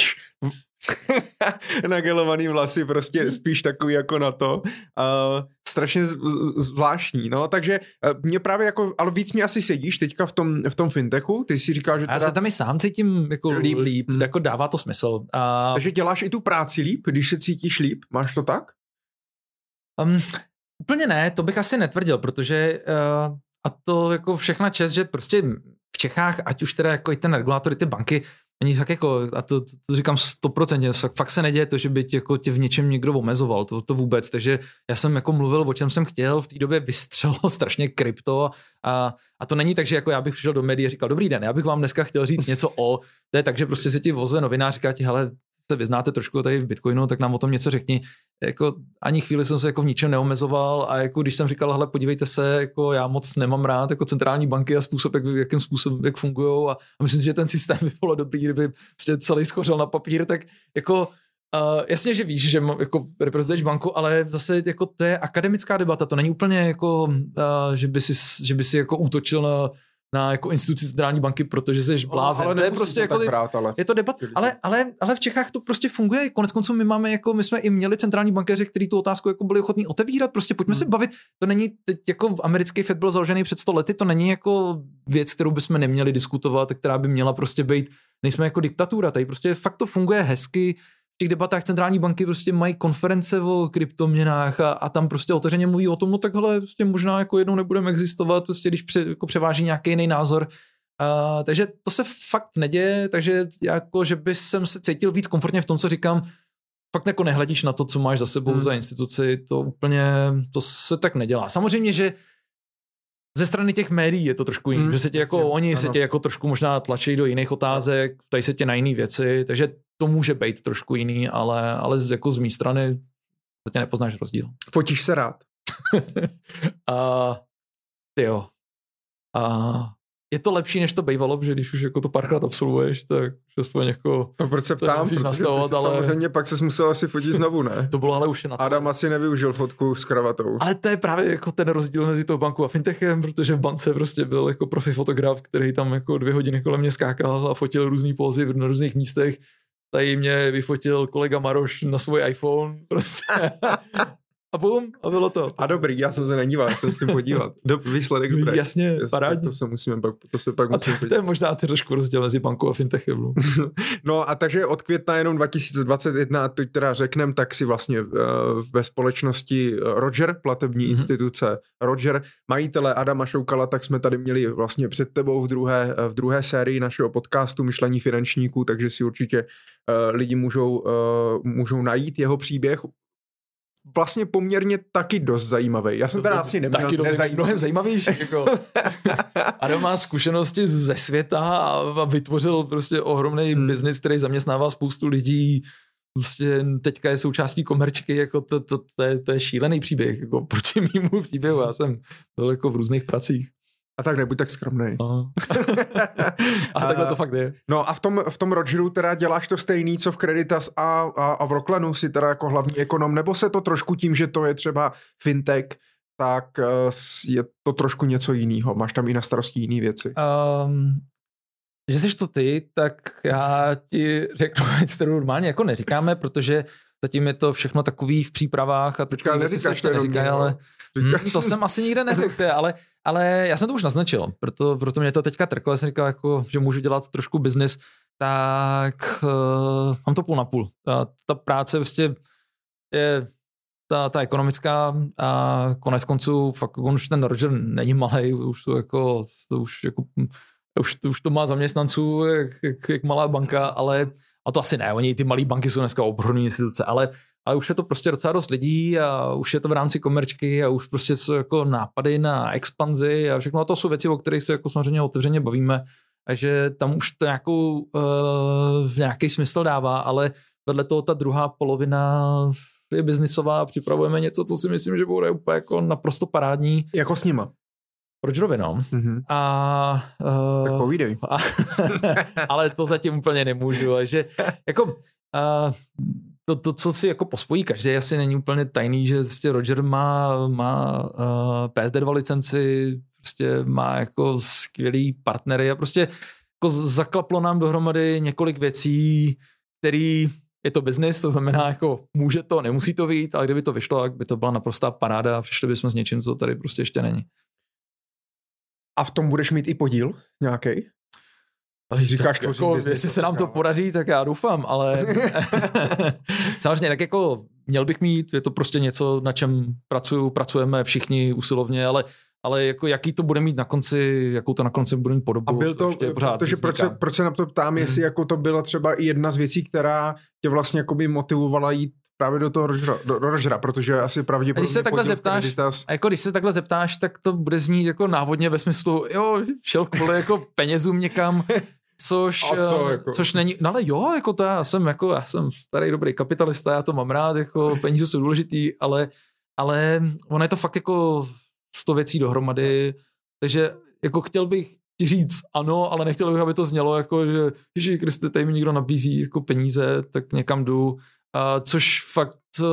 Nagelovaný vlasy, prostě spíš takový jako na to. Uh, strašně z, z, zvláštní, no, takže uh, mě právě jako, ale víc mě asi sedíš teďka v tom, v tom fintechu, ty si říkáš, že teda... Já se tam i sám cítím jako líp, líp hmm. jako dává to smysl. Uh... Takže děláš i tu práci líp, když se cítíš líp, máš to tak? Um, úplně ne, to bych asi netvrdil, protože uh, a to jako všechna čest, že prostě v Čechách, ať už teda jako i ten regulátor, i ty banky, oni tak jako, a to, to, to říkám stoprocentně, fakt se neděje to, že by tě, jako tě v něčem někdo omezoval, to, to vůbec, takže já jsem jako mluvil, o čem jsem chtěl, v té době vystřelilo strašně krypto a, a to není tak, že jako já bych přišel do médií a říkal, dobrý den, já bych vám dneska chtěl říct něco o, to je tak, že prostě se ti vozve novinář, říká ti, hele, se vyznáte trošku tady v Bitcoinu, tak nám o tom něco řekni. Jako ani chvíli jsem se jako v ničem neomezoval a jako když jsem říkal, hele, podívejte se, jako já moc nemám rád jako centrální banky a způsob, jak, jakým způsobem, jak fungujou a, a myslím, že ten systém by bylo dobrý, kdyby prostě celý schořel na papír, tak jako uh, jasně, že víš, že jako reprezentuješ banku, ale zase jako to je akademická debata, to není úplně jako, uh, že by si, že by si jako útočil na na jako instituci centrální banky, protože jsi blázen. Ale to je prostě jako brát, ale... je to debat, ale, ale, ale v Čechách to prostě funguje. Konec konců my máme jako, my jsme i měli centrální bankéři, kteří tu otázku jako byli ochotní otevírat, prostě pojďme hmm. se bavit. To není teď jako americký Fed byl založený před sto lety, to není jako věc, kterou bychom neměli diskutovat, která by měla prostě být, nejsme jako diktatura, tady prostě fakt to funguje hezky. V těch debatách centrální banky prostě mají konference o kryptoměnách a, a tam prostě otevřeně mluví o tom, no takhle prostě možná jako jednou nebudeme existovat, prostě když pře, jako převáží nějaký jiný názor. Uh, takže to se fakt neděje, takže jako, že by jsem se cítil víc komfortně v tom, co říkám, fakt jako nehledíš na to, co máš za sebou hmm. za instituci, to úplně, to se tak nedělá. Samozřejmě, že ze strany těch médií je to trošku jiný, hmm, že se tě jako jasně, oni ano. se tě jako trošku možná tlačí do jiných otázek, ptají se tě na jiné věci, takže to může být trošku jiný, ale, ale z, jako z mé strany to tě nepoznáš rozdíl. Fotíš se rád? uh, tyjo. Uh, je to lepší, než to bývalo, že když už jako to párkrát absolvuješ, tak aspoň jako... No proč se ptám, protože nastavovat, ale... samozřejmě pak se musel asi fotit znovu, ne? To bylo ale už na to. Adam asi nevyužil fotku s kravatou. Ale to je právě jako ten rozdíl mezi tou bankou a fintechem, protože v bance prostě byl jako profi fotograf, který tam jako dvě hodiny kolem mě skákal a fotil různý pózy na různých místech. Tady mě vyfotil kolega Maroš na svůj iPhone, prostě. A bum, a bylo to. A dobrý, já jsem se nedíval, jsem si podívat. Do, výsledek dobrý. Jasně, Jasně, parádní. To se musíme pak, to se pak a to, to je možná ty trošku rozdíl mezi bankou a fintechem. No a takže od května jenom dva tisíce dvacet jedna, a teď teda řeknem, tak si vlastně uh, ve společnosti Roger, platební mm-hmm. instituce Roger, majitele Adama Šoukala, tak jsme tady měli vlastně před tebou v druhé, v druhé sérii našeho podcastu Myšlení finančníků, takže si určitě uh, lidi můžou, uh, můžou najít jeho příběh. Vlastně poměrně taky dost zajímavý. Já jsem teda to, asi neměl nezajímavý. Mnohem zajímavější. Jako. Adam má zkušenosti ze světa a vytvořil prostě ohromný hmm. biznis, který zaměstnává spoustu lidí. Prostě teďka je součástí komerčky, jako to, to, to, je, to je šílený příběh. Jako proti mýmu příběhu. Já jsem byl jako v různých pracích. A tak nebuď tak skromnej. A takhle to fakt je. No a v tom, v tom Rogeru teda děláš to stejný, co v Creditas a, a, a v Rocklanu si teda jako hlavní ekonom, nebo se to trošku tím, že to je třeba fintech, tak je to trošku něco jiného? Máš tam i na starosti jiné věci? Um, že jsi to ty, tak já ti řeknu věc, kterou normálně jako neříkáme, protože zatím je to všechno takový v přípravách a Počká, neříkáš to neříkají, ale hm, to jsem asi nikde neřekl, ale, ale já jsem to už naznačil, proto, proto mě to teďka trklo, já jsem říkal, jako, že můžu dělat trošku biznis, tak uh, mám to půl na půl. Ta, ta práce prostě je ta, ta ekonomická a konec konců fakt on už ten Roger není malej, už to jako, to už jako už, už to má zaměstnanců jak, jak, jak malá banka, ale a to asi ne, oni ty malé banky jsou dneska obrovní instituce, ale, ale už je to prostě docela dost lidí a už je to v rámci komerčky a už prostě jsou jako nápady na expanzi a všechno a to jsou věci, o kterých se jako samozřejmě otevřeně bavíme, takže tam už to nějakou, uh, nějaký smysl dává, ale vedle toho ta druhá polovina je biznisová a připravujeme něco, co si myslím, že bude úplně jako naprosto parádní. Jako s nima. Rogerovi, no. Mm-hmm. A, uh, tak povídej. A, ale to zatím úplně nemůžu. Že, jako, uh, to, to, co si jako pospojí každý, asi není úplně tajný, že prostě Roger má, má uh, P S D dva licenci, prostě má jako skvělý partnery a prostě jako zaklaplo nám dohromady několik věcí, který je to biznis, to znamená, jako může to, nemusí to vyjít, ale kdyby to vyšlo, tak by to byla naprostá paráda a přišli bychom s něčím, co tady prostě ještě není. A v tom budeš mít i podíl nějaký? Říkáš to, jako, jestli se nám to podaří, tak já doufám, ale samozřejmě tak jako měl bych mít, je to prostě něco, na čem pracuju, pracujeme všichni usilovně, ale ale jako jaký to bude mít na konci, jakou to na konci bude mít podobu. A byl to, to pořád protože proč se, proč se na to ptám, hmm. jestli jako to byla třeba i jedna z věcí, která tě vlastně jakoby motivovala jít právě do toho Rogera, do Rogera, protože asi pravděpodobně... A když se takhle zeptáš, Creditas... a jako když se takhle zeptáš, tak to bude znít jako návodně ve smyslu, jo, šel kvůli jako penězům někam, což, co, jako? což není, no ale jo, jako to já jsem jako, já jsem starý dobrý kapitalista, já to mám rád, jako peníze jsou důležitý, ale, ale ono je to fakt jako sto věcí dohromady, takže jako chtěl bych ti říct ano, ale nechtěl bych, aby to znělo jako, že Ježiši Kriste, tady mi někdo nabízí jako peníze, tak někam jdu, a což fakt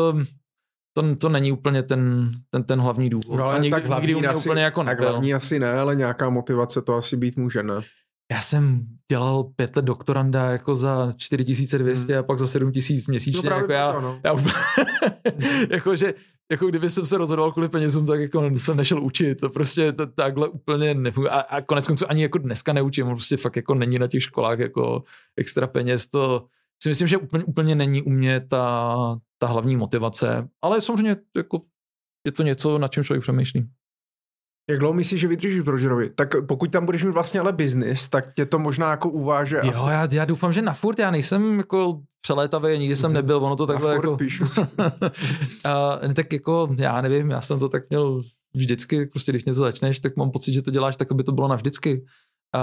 to, to není úplně ten, ten, ten hlavní důvod. No ale nikdy, tak hlavní nikdy asi, úplně jako tak hlavní asi ne, ale nějaká motivace to asi být může, ne? Já jsem dělal pět let doktoranda jako za čtyři tisíce dvě stě hmm. a pak za sedm tisíc měsíčně. No jako já, to, no. já jako, že, jako kdyby jsem se rozhodoval kvůli penězům, tak jako jsem nešel učit. To prostě to, takhle úplně nefunguje. A, a konec konců ani jako dneska neučím. Prostě fakt jako není na těch školách jako extra peněz. To si myslím, že úplně, úplně není u mě ta, ta hlavní motivace. Ale samozřejmě jako je to něco, na čem člověk přemýšlí. Jak dlouho myslíš, že vydržíš v Rogerovi? Tak pokud tam budeš mít vlastně ale biznis, tak tě to možná jako uváže. Jo, asi. Já, já doufám, že na furt, já nejsem jako přelétavý, nikdy jsem nebyl, ono to takhle na jako... píšu a, tak jako, já nevím, já jsem to tak měl vždycky, prostě když něco začneš, tak mám pocit, že to děláš tak, aby to bylo navždycky. A,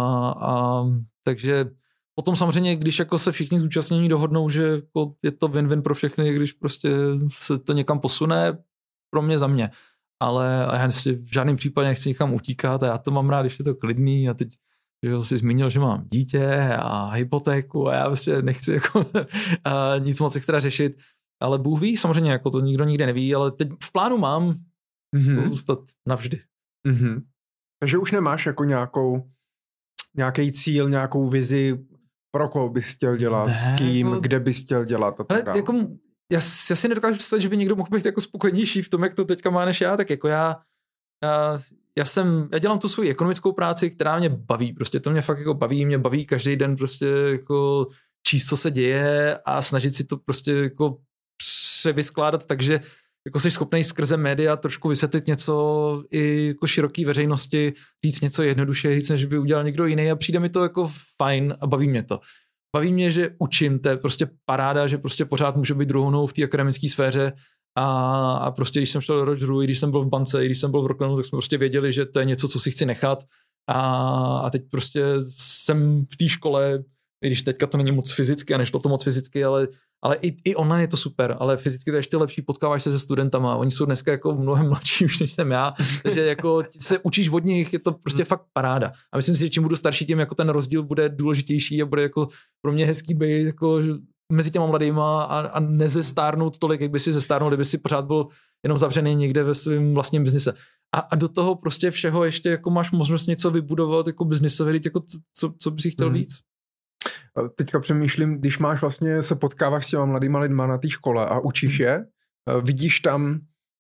a, takže potom samozřejmě, když jako se všichni zúčastnění dohodnou, že jako je to win-win pro všechny, když prostě se to někam posune, pro mě za mě. Ale já si v žádném případě nechci někam utíkat a já to mám rád, když je to klidný a teď že jsi zmínil, že mám dítě a hypotéku a já vlastně nechci jako nic moc extra řešit, ale Bůh ví, samozřejmě jako to nikdo nikde neví, ale teď v plánu mám mm-hmm. zůstat navždy. Mm-hmm. Takže už nemáš jako nějakou nějaký cíl, nějakou vizi, pro koho bys chtěl dělat, ne, s kým, jako, kde bys chtěl dělat a tak dále. Jako, já, já si nedokážu představit, že by někdo mohl být jako spokojenější v tom, jak to teďka má než já, tak jako já, já, já jsem, já dělám tu svou ekonomickou práci, která mě baví, prostě to mě fakt jako baví, mě baví každý den prostě jako číst, co se děje a snažit si to prostě jako převyskládat, takže jako jsi schopnej skrze média trošku vysvětlit něco i jako široký veřejnosti, říct něco jednoduše, říct, než by udělal někdo jiný a přijde mi to jako fajn a baví mě to. Baví mě, že učím, to je prostě paráda, že prostě pořád může být druhou v té akademické sféře a, a prostě když jsem šel do Rogeru, i když jsem byl v bance, i když jsem byl v Rocklanu, tak jsme prostě věděli, že to je něco, co si chci nechat a, a teď prostě jsem v té škole, i když teďka to není moc fyzicky a nešlo to moc fyzicky, ale Ale i, i online je to super, ale fyzicky to je ještě lepší, potkáváš se se studentama, oni jsou dneska jako mnohem mladší už než jsem já, takže jako se učíš od nich, je to prostě hmm. fakt paráda. A myslím si, že čím budu starší, tím jako ten rozdíl bude důležitější a bude jako pro mě hezký být jako mezi těma mladýma a, a nezestárnout tolik, jak by si zestárnul, kdyby si pořád byl jenom zavřený někde ve svém vlastním biznise. A, a do toho prostě všeho ještě jako máš možnost něco vybudovat jako biznisově, jako co, co bys chtěl hmm. víc. Teďka přemýšlím, když máš vlastně, se potkáváš s těma mladýma lidma na té škole a učíš je, vidíš tam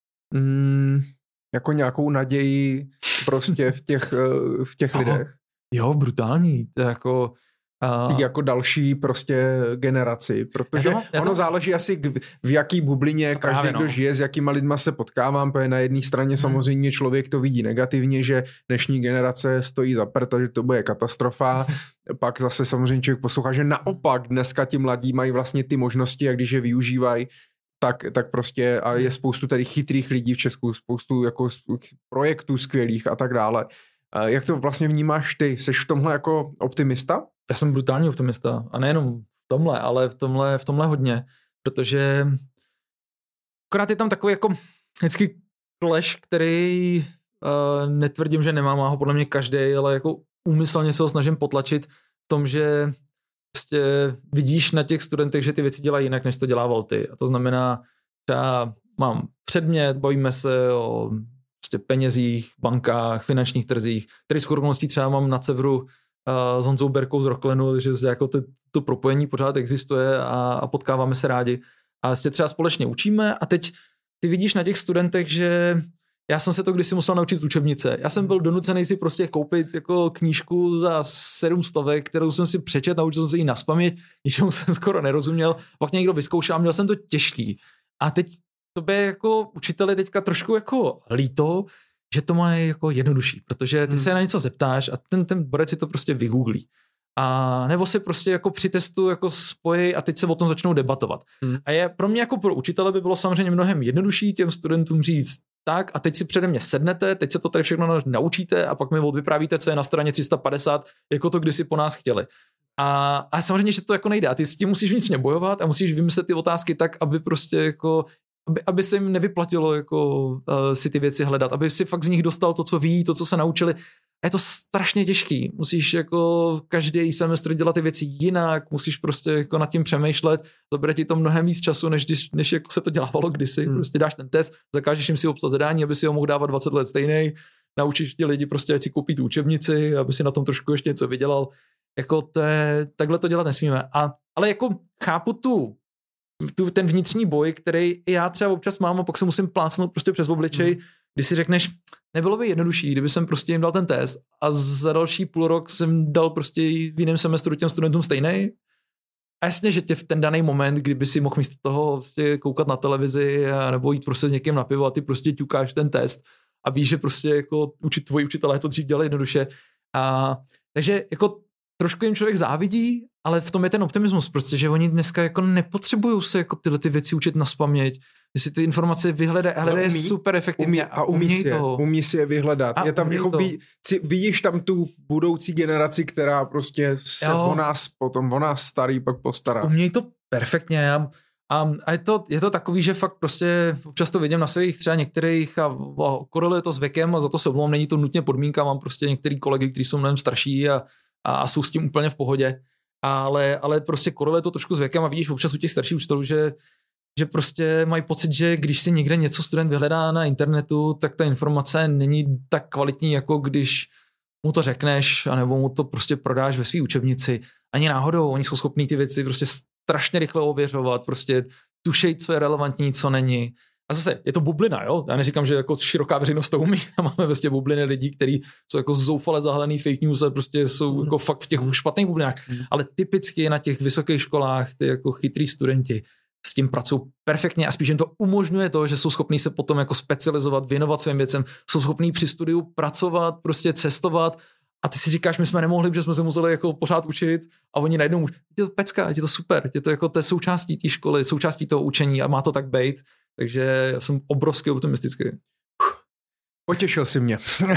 mm, jako nějakou naději prostě v těch, v těch lidech? Jo, brutální. To jako, uh... jako další prostě generaci, protože já to, já to... ono záleží asi v jaký bublině každý, právě, no. kdo žije, s jakýma lidma se potkávám, protože na jedné straně hmm. samozřejmě člověk to vidí negativně, že dnešní generace stojí za prd, že to bude katastrofa. Pak zase samozřejmě člověk poslouchá, že naopak dneska ti mladí mají vlastně ty možnosti a když je využívají, tak, tak prostě a je spoustu tady chytrých lidí v Česku, spoustu jako projektů skvělých a tak dále. Jak to vlastně vnímáš ty? Jseš v tomhle jako optimista? Já jsem brutální optimista a nejenom v tomhle, ale v tomhle, v tomhle hodně, protože akorát je tam takový jako vždycky clash, který uh, netvrdím, že nemá, má ho podle mě každý, ale jako úmyslně se ho snažím potlačit v tom, že prostě vidíš na těch studentech, že ty věci dělají jinak, než to dělával ty. A to znamená, třeba mám předmět, bavíme se o prostě penězích, bankách, finančních trzích, který s okolností třeba mám na Cevru uh, s Honzou Berkou z Rocklanu, takže jako to, to propojení pořád existuje a, a potkáváme se rádi. A vlastně třeba společně učíme a teď ty vidíš na těch studentech, že já jsem se to kdysi musel naučit z učebnice. Já jsem byl donucený si prostě koupit jako knížku za sedm stovek, kterou jsem si přečet, naučil jsem se ji naspamět, ničemu jsem skoro nerozuměl, pak někdo vyzkoušel a měl jsem to těžký. A teď to je jako učiteli teďka trošku jako líto, že to má jako jednodušší, protože ty hmm. se na něco zeptáš a ten, ten borec si to prostě vygooglí. A nebo si prostě jako při testu jako spojí a teď se o tom začnou debatovat. Hmm. A je pro mě jako pro učitele by bylo samozřejmě mnohem jednodušší těm studentům říct tak a teď si přede mě sednete, teď se to tady všechno naučíte a pak mi odvyprávíte, co je na straně tři sta padesát, jako to kdysi po nás chtěli. A, a samozřejmě, že to jako nejde. A ty s tím musíš vnitřně bojovat a musíš vymyslet ty otázky tak, aby prostě jako Aby, aby se jim nevyplatilo jako uh, si ty věci hledat, aby si fakt z nich dostal to, co ví, to, co se naučili. A je to strašně těžký. Musíš jako každý semestr dělat ty věci jinak, musíš prostě jako nad tím přemýšlet, zabere ti to mnohem víc času, než, když, než jako se to dělávalo kdysi. Hmm. Prostě dáš ten test, zakážeš jim si obstat zadání, aby si ho mohl dávat dvacet let stejnej, naučíš ti lidi prostě, ať si koupí tu učebnici, aby si na tom trošku ještě něco vydělal. Jako to je, takhle to dělat nesmíme. A, ale jako chápu tu Tu, ten vnitřní boj, který já třeba občas mám a pak se musím plácnout prostě přes obličej, mm. když si řekneš, nebylo by jednodušší, kdyby jsem prostě jim dal ten test a za další půl rok jsem dal prostě v jiném semestru těm studentům stejnej. A jasně, že tě v ten daný moment, kdyby si mohl místo toho prostě koukat na televizi a nebo jít prostě s někým na pivo a ty prostě ťukáš ten test a víš, že prostě jako učit, tvoji učitelé to dřív dělali jednoduše. A, takže jako trošku jim člověk závidí, ale v tom je ten optimismus, protože oni dneska jako nepotřebují se jako tyhle ty věci učit naspaměť. že si ty informace vyhledají, hledají super efektivně umí, a umí si, je, umí si je vyhledat. A je tam jako ví, vidíš tam tu budoucí generaci, která prostě se jo. o nás potom, o nás starý pak postará. Umějí to perfektně a, a, a je, to, je to takový, že fakt prostě občas to vidím na svých třeba některých a, a koreluje to s věkem a za to se omlouvám, není to nutně podmínka, mám prostě některý kolegy, kteří jsou mnohem starší a, a, a jsou s tím úplně v pohodě, ale, ale prostě koreluje to trošku s věkem a vidíš občas u těch starších učitelů, že že prostě mají pocit, že když si někde něco student vyhledá na internetu, tak ta informace není tak kvalitní, jako když mu to řekneš, anebo mu to prostě prodáš ve své učebnici. Ani náhodou, oni jsou schopní ty věci prostě strašně rychle ověřovat, prostě tušej, co je relevantní, co není. A zase, je to bublina, jo? Já neříkám, že jako široká veřejnost to umí, máme prostě bubliny lidí, kteří jsou jako zoufale zahalený fake news a prostě jsou jako fakt v těch špatných bublinách. Ale typicky na těch vysokých školách ty jako chytrý studenti s tím pracují perfektně a spíš jim to umožňuje to, že jsou schopní se potom jako specializovat, věnovat svým věcem, jsou schopní při studiu pracovat, prostě cestovat a ty si říkáš, my jsme nemohli, protože jsme se museli jako pořád učit a oni najednou, je to pecka, je to super, je to jako té součástí té školy, součástí toho učení a má to tak být, takže já jsem obrovsky optimistický. Potěšil jsi mě. uh,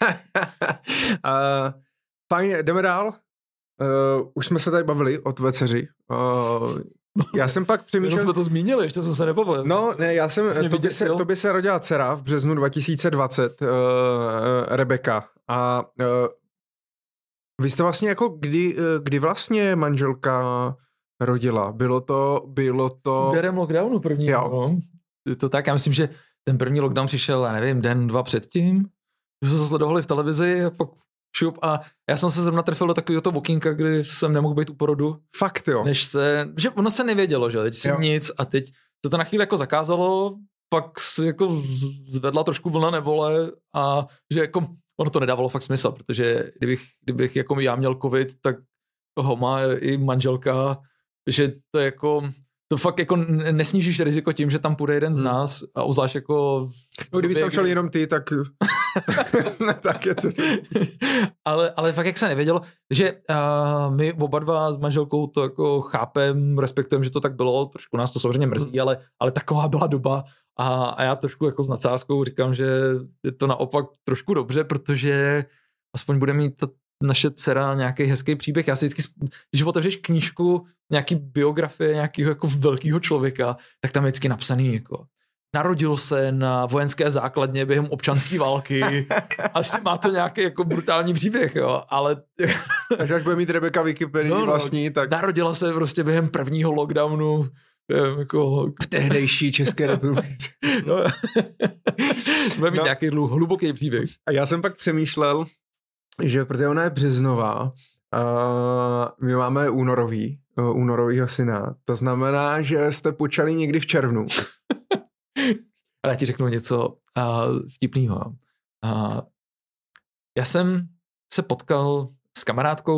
fajn, jdeme dál. Uh, už jsme se tady bavili o tvé dceři. Uh, Já jsem pak přemýšlel... jsme to zmínili, ještě jsme se nebavili. No, ne, já jsem... To by, se, to by se rodila dcera v březnu dva tisíce dvacet, uh, Rebeka. A uh, vy jste vlastně jako, kdy, kdy vlastně manželka rodila? Bylo to... Bylo to... Běrem lockdownu první. Jo. No. Je to tak, já myslím, že ten první lockdown přišel, já nevím, den, dva předtím. My jsme se sledovali v televizi a pak šup a já jsem se zrovna trefil do takového toho okýnka, kdy jsem nemohl být u porodu. Fakt jo. Než se, že ono se nevědělo, že teď jsem nic a teď se to na chvíli jako zakázalo, pak se jako zvedla trošku vlna nevole a že jako ono to nedávalo fakt smysl, protože kdybych, kdybych jako já měl covid, tak toho má i manželka, že to jako to fakt jako nesnížíš riziko tím, že tam půjde jeden z nás a uzláš jako... No kdybys tam šel jenom ty, tak... tak je to... ale, ale fakt jak se nevědělo, že uh, my oba dva s manželkou to jako chápem, respektujeme, že to tak bylo, trošku nás to samozřejmě mrzí, ale, ale taková byla doba a, a já trošku jako s nadsázkou říkám, že je to naopak trošku dobře, protože aspoň bude mít ta naše dcera nějaký hezký příběh. Já si vždycky, když otevřeš knížku, nějaký biografie nějakého jako velkého člověka, tak tam je vždycky napsaný jako narodil se na vojenské základně během občanské války a s tím má to nějaký jako brutální příběh, jo, ale... Až až bude mít Rebeka Wikipedii no, no, vlastní, tak... Narodila se prostě během prvního lockdownu jako... v tehdejší České republice. No. Bude mít no. nějaký hluboký příběh. A já jsem pak přemýšlel, že protože ona je březnová, Uh, my máme únorový, uh, únorovýho syna. To znamená, že jste počali někdy v červnu. Ale já ti řeknu něco uh, vtipného. Uh, já jsem se potkal s kamarádkou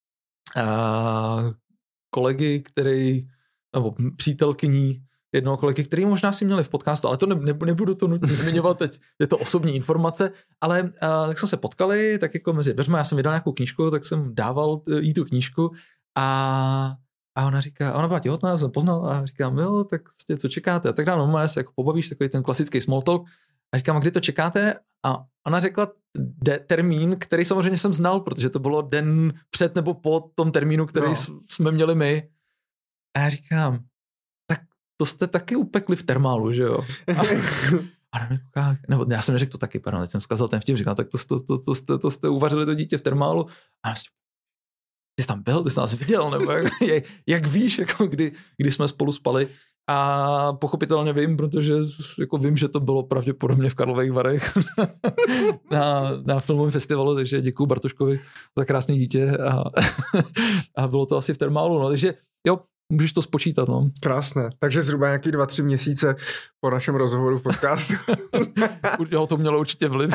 uh, kolegy, který, nebo přítelkyní jednoho kolegy, který možná si měli v podcastu, ale to ne, ne, nebudu to nutně zmiňovat, teď je to osobní informace, ale uh, tak jsme se potkali, tak jako mezi dveřma, já jsem vydal nějakou knížku, tak jsem dával jí tu knížku a, a ona říká, ona byla těhotná, jsem poznal a říkám, jo, tak prostě co čekáte a tak dále, no, já se jako pobavíš, takový ten klasický small talk a říkám, a kdy to čekáte? A ona řekla de, termín, který samozřejmě jsem znal, protože to bylo den před nebo po tom termínu, který no. jsme měli my. A já říkám, to jste taky upekli v termálu, že jo? A, a nevím, nebo já jsem neřekl to taky, pardon, teď jsem zkazal ten vtip, říkal, tak to, to, to, to, jste, to jste uvařili to dítě v termálu. A já jsem, ty jsi tam byl, ty jsi nás viděl, nebo jak, jak, jak víš, jako kdy, kdy jsme spolu spali. A pochopitelně vím, protože jako vím, že to bylo pravděpodobně v Karlových Varech na, na filmovém festivalu, takže děkuju Bartoškovi za krásné dítě a, a bylo to asi v termálu, no, takže jo, můžeš to spočítat, no. Krásné. Takže zhruba nějaký dva, tři měsíce po našem rozhovoru v podcastu. Jo, to mělo určitě vliv.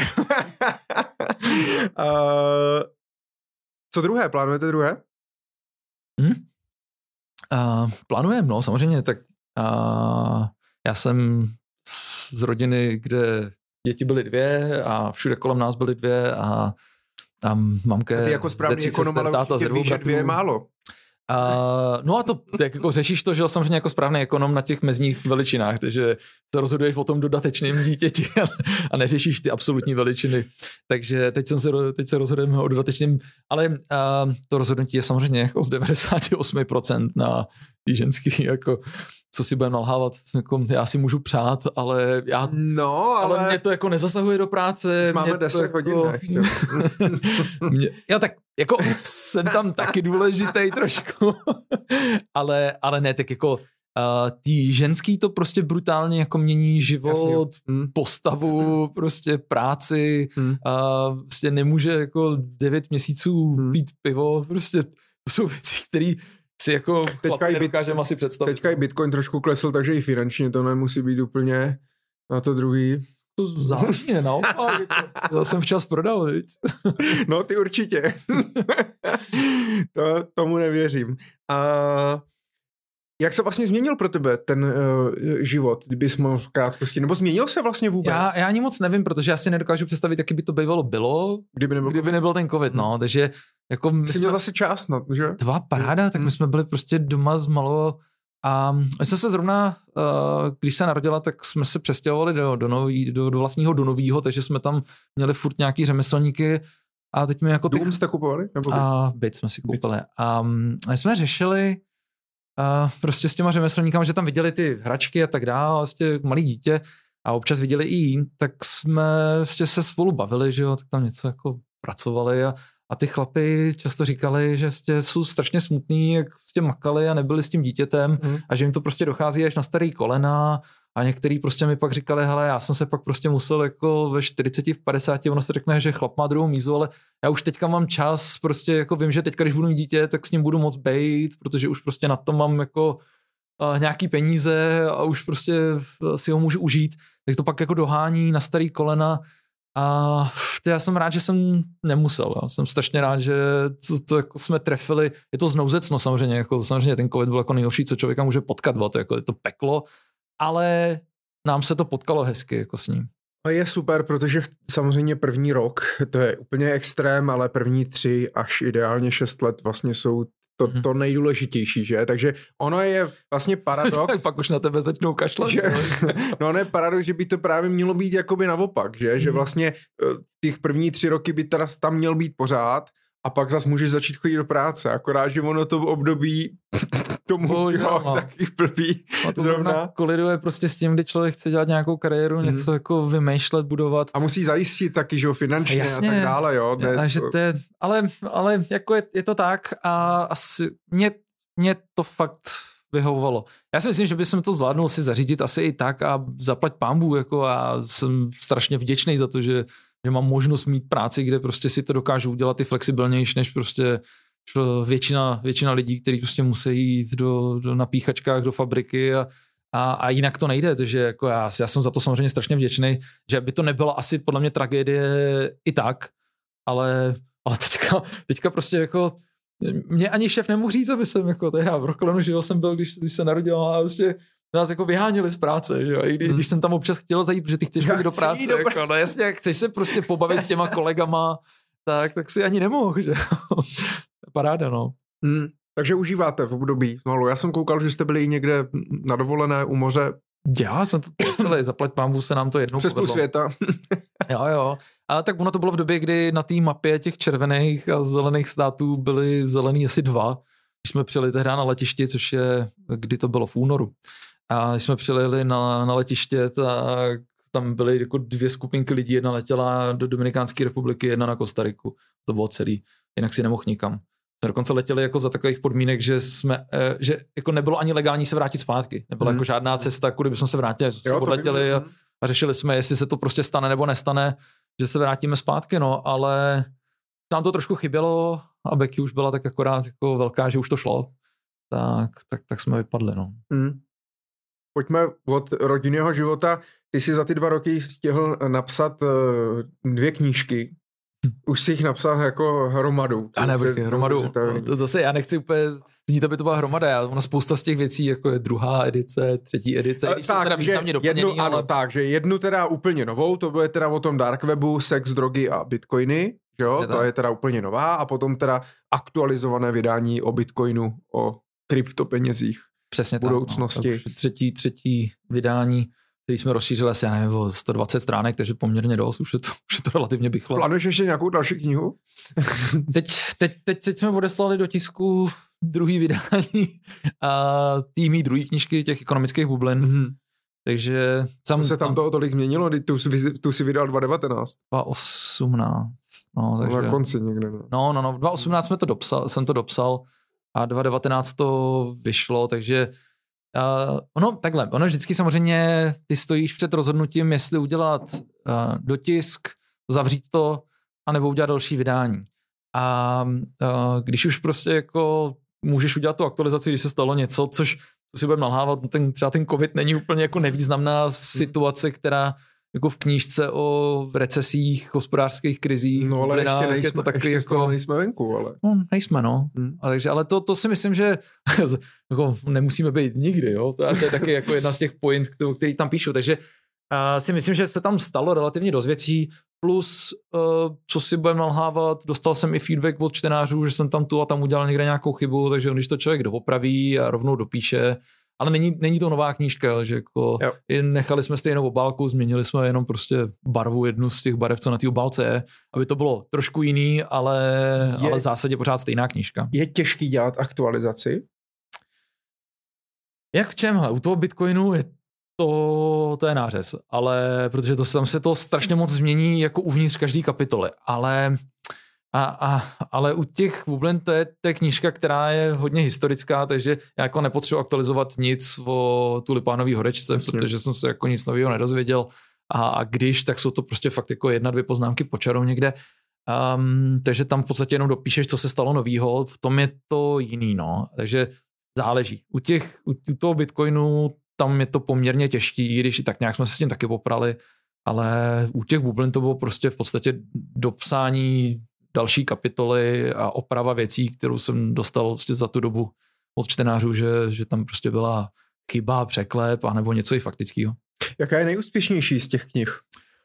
uh, co druhé? Plánujete druhé? Hmm? Uh, plánujeme, no, samozřejmě. Tak uh, já jsem z, z rodiny, kde děti byly dvě a všude kolem nás byly dvě a, a mamka ty jako správný ekonom, ale určitě víš, že dvě je málo. Uh, no a to tak jako řešíš to, že samozřejmě jako správný ekonom na těch mezních veličinách, takže se rozhoduješ o tom dodatečném dítěti a neřešíš ty absolutní veličiny. Takže teď, jsem se, teď se rozhodujeme o dodatečném, ale uh, to rozhodnutí je samozřejmě jako z devadesát osm procent na ty ženský, jako co si budeme nalhávat, jako já si můžu přát, ale já, no, ale... ale mě to jako nezasahuje do práce. Máme deset hodin jako... ještě. mě, já tak jako jsem tam taky důležitý trošku, ale, ale ne, tak jako uh, tí ženský to prostě brutálně jako mění život, hmm. postavu, prostě práci, hmm. uh, prostě nemůže jako devět měsíců hmm. pít pivo, prostě to jsou věci, které si jako chlapy nedokážeme asi představit. Teďka i Bitcoin trošku klesl, takže i finančně to nemusí být úplně na to druhý. To záleží, ne? Naopak, já jsem včas prodal, viď? No, ty určitě. to, tomu nevěřím. A jak se vlastně změnil pro tebe ten uh, život, kdybys mohl v krátkosti, nebo změnil se vlastně vůbec? Já, já ani moc nevím, protože já si nedokážu představit, jaký by to bývalo bylo, kdyby nebyl, kdyby nebyl ten covid, no, takže jako my jsi jsme, měl zase čas, no, že? Dva paráda, tak my jsme byli prostě doma s malou a my jsme se zrovna, uh, když se narodila, tak jsme se přestěhovali do, do, nový, do, do vlastního Donovýho, takže jsme tam měli furt nějaký řemeslníky a teď mi jako... Dům těch... jste kupovali? Nebo a byt jsme si koupili. A, a jsme řešili uh, prostě s těma řemeslníkama, že tam viděli ty hračky a tak dále, vlastně malý dítě a občas viděli i jí, tak jsme vlastně se spolu bavili, že jo, tak tam něco jako pracovali a A ty chlapi často říkali, že jsou strašně smutný, jak prostě makali a nebyli s tím dítětem mm. a že jim to prostě dochází až na starý kolena a některý prostě mi pak říkali, hele, já jsem se pak prostě musel jako ve čtyřiceti, v padesáti, ono se řekne, že chlap má druhou mízu, ale já už teďka mám čas, prostě jako vím, že teďka, když budu mít dítě, tak s ním budu moc bejt, protože už prostě na to mám jako uh, nějaký peníze a už prostě si ho můžu užít, tak to pak jako dohání na starý kolena. A já jsem rád, že jsem nemusel. Já jsem strašně rád, že to, to jako jsme trefili. Je to znouzecno samozřejmě. Jako, samozřejmě ten covid byl jako nejhorší, co člověka může potkat. To, jako, je to peklo. Ale nám se to potkalo hezky jako s ním. A je super, protože samozřejmě první rok, to je úplně extrém, ale první tři až ideálně šest let vlastně jsou to, to nejdůležitější, že? Takže ono je vlastně paradox. Tak pak už na tebe začnou kašlat. Že, no ono je paradox, že by to právě mělo být jakoby naopak, že? Že vlastně těch první tři roky by teda tam měl být pořád a pak zas můžeš začít chodit do práce. Akorát, že ono to období tomu Bože, jo, no. taky blbý. A to zrovna koliduje prostě s tím, kdy člověk chce dělat nějakou kariéru, hmm. něco jako vymýšlet, budovat. A musí zajistit taky, že jo, finančně Jasně, a tak dále, jo. Ne, takže to je, ale, ale jako je, je to tak a asi mě, mě to fakt vyhovovalo. Já si myslím, že bychom to zvládnul si zařídit asi i tak a zaplať pánbů, jako a jsem strašně vděčný za to, že, že mám možnost mít práci, kde prostě si to dokážu udělat i flexibilnější, než prostě většina, většina lidí, kteří prostě musí jít do, do napíchačkách, do fabriky a, a, a jinak to nejde, takže jako já, já jsem za to samozřejmě strašně vděčný, že by to nebyla asi podle mě tragédie i tak, ale, ale teďka, teďka prostě jako mě ani šéf nemohl říct, aby jsem jako tehdy v Rocklanu, že jsem byl, když, když se narodil a vlastně nás jako vyháněli z práce, že jo, i když, hmm. když jsem tam občas chtěl zajít, protože ty chceš chodit do práce, do jako, no jasně, chceš se prostě pobavit s těma kolegama, tak, tak si ani nemohl, že paráda, no. Hmm. Takže užíváte v období. No, já jsem koukal, že jste byli někde na dovolené u moře. Já jsem to trefili, zaplať pánbůh se nám to jednou přes půl světa. jo, jo. A tak ono to bylo v době, kdy na té mapě těch červených a zelených států byly zelený asi dva. Když jsme přijeli tehdy na letišti, což je, kdy to bylo v únoru. A když jsme přijeli na, na letiště, tak tam byly jako dvě skupinky lidí, jedna letěla do Dominikánské republiky, jedna na Kostariku. To bylo celý, jinak si nemohl nikam. Jsme dokonce letěli jako za takových podmínek, že jsme, že jako nebylo ani legální se vrátit zpátky. Nebyla mm. jako žádná cesta, kudy bychom se vrátili. Jsme odletěli a, a řešili jsme, jestli se to prostě stane nebo nestane, že se vrátíme zpátky, no, ale nám to trošku chybělo a Becky už byla tak akorát jako velká, že už to šlo. Tak, tak, tak jsme vypadli, no. Mm. Pojďme od rodinného života. Ty jsi za ty dva roky stihl napsat uh, dvě knížky. Už jsi jich napsal jako hromadu. A ne, počkej, hromadu. To zase já nechci úplně znít, aby to byla hromada. Já, ona spousta z těch věcí, jako je druhá edice, třetí edice, když jsou teda významně doplněný. Jednu, ale... Ano, tak, že jednu teda úplně novou, to bude teda o tom dark webu, sex, drogy a bitcoiny, jo, to je teda úplně nová a potom teda aktualizované vydání o Bitcoinu, o kryptopenězích. Přesně budoucnosti. Tak, no. třetí, třetí vydání, který jsme rozšířili asi, já nevím, o sto dvacet stránek, takže poměrně dost, už je to, už je to relativně bychle. Plánuješ ještě nějakou další knihu? teď, teď, teď, teď jsme odeslali do tisku druhý vydání a tý druhý knížky těch ekonomických bublin. Mm-hmm. Takže sam, se tam, tam toho tolik změnilo, tu, tu si vydal dva tisíce devatenáct. dva tisíce osmnáct. No, takže, na konci někde. Ne? No, no, no, dva tisíce osmnáct jsme to dopsal, jsem to dopsal a dva tisíce devatenáct to vyšlo, takže uh, ono takhle, ono vždycky samozřejmě ty stojíš před rozhodnutím, jestli udělat uh, dotisk, zavřít to, anebo udělat další vydání. A uh, když už prostě jako můžeš udělat tu aktualizaci, když se stalo něco, což si budeme nalhávat, ten, třeba ten covid není úplně jako nevýznamná situace, která jako v knížce o recesích, hospodářských krizích, no ale ještě nejsme, je to takový ještě jako, nejsme venku, ale. No, nejsme, no. Hmm. A takže, ale to, to si myslím, že jako nemusíme být nikdy, jo. To, to je taky jako jedna z těch point, který tam píšu, takže uh, si myslím, že se tam stalo relativně dost věcí, plus, uh, co si budeme nalhávat, dostal jsem i feedback od čtenářů, že jsem tam tu a tam udělal někde nějakou chybu, takže když to člověk doopraví a rovnou dopíše, ale není, není to nová knížka, že jako nechali jsme stejnou obálku, změnili jsme jenom prostě barvu, jednu z těch barev, co na té obálce je, aby to bylo trošku jiný, ale, je, ale v zásadě pořád stejná knížka. Je těžký dělat aktualizaci? Jak v čemhle? U toho Bitcoinu je to, to je nářez, ale protože to tam se to strašně moc změní jako uvnitř každé kapitoly, ale A, a, ale u těch bublin to je, to je knížka, která je hodně historická, takže já jako nepotřebuji aktualizovat nic o tulipánový horečce, Myslím. protože jsem se jako nic nového nedozvěděl a, a když, tak jsou to prostě fakt jako jedna, dvě poznámky pod čarou někde. Um, takže tam v podstatě jenom dopíšeš, co se stalo novýho, v tom je to jiný, no. Takže záleží. U, těch, u toho Bitcoinu tam je to poměrně těžký, když i tak nějak jsme se s tím taky poprali, ale u těch bublin to bylo prostě v podstatě dopsání další kapitoly a oprava věcí, kterou jsem dostal vlastně za tu dobu od čtenářů, že, že tam prostě byla chyba, překlep a nebo něco i faktického. Jaká je nejúspěšnější z těch knih?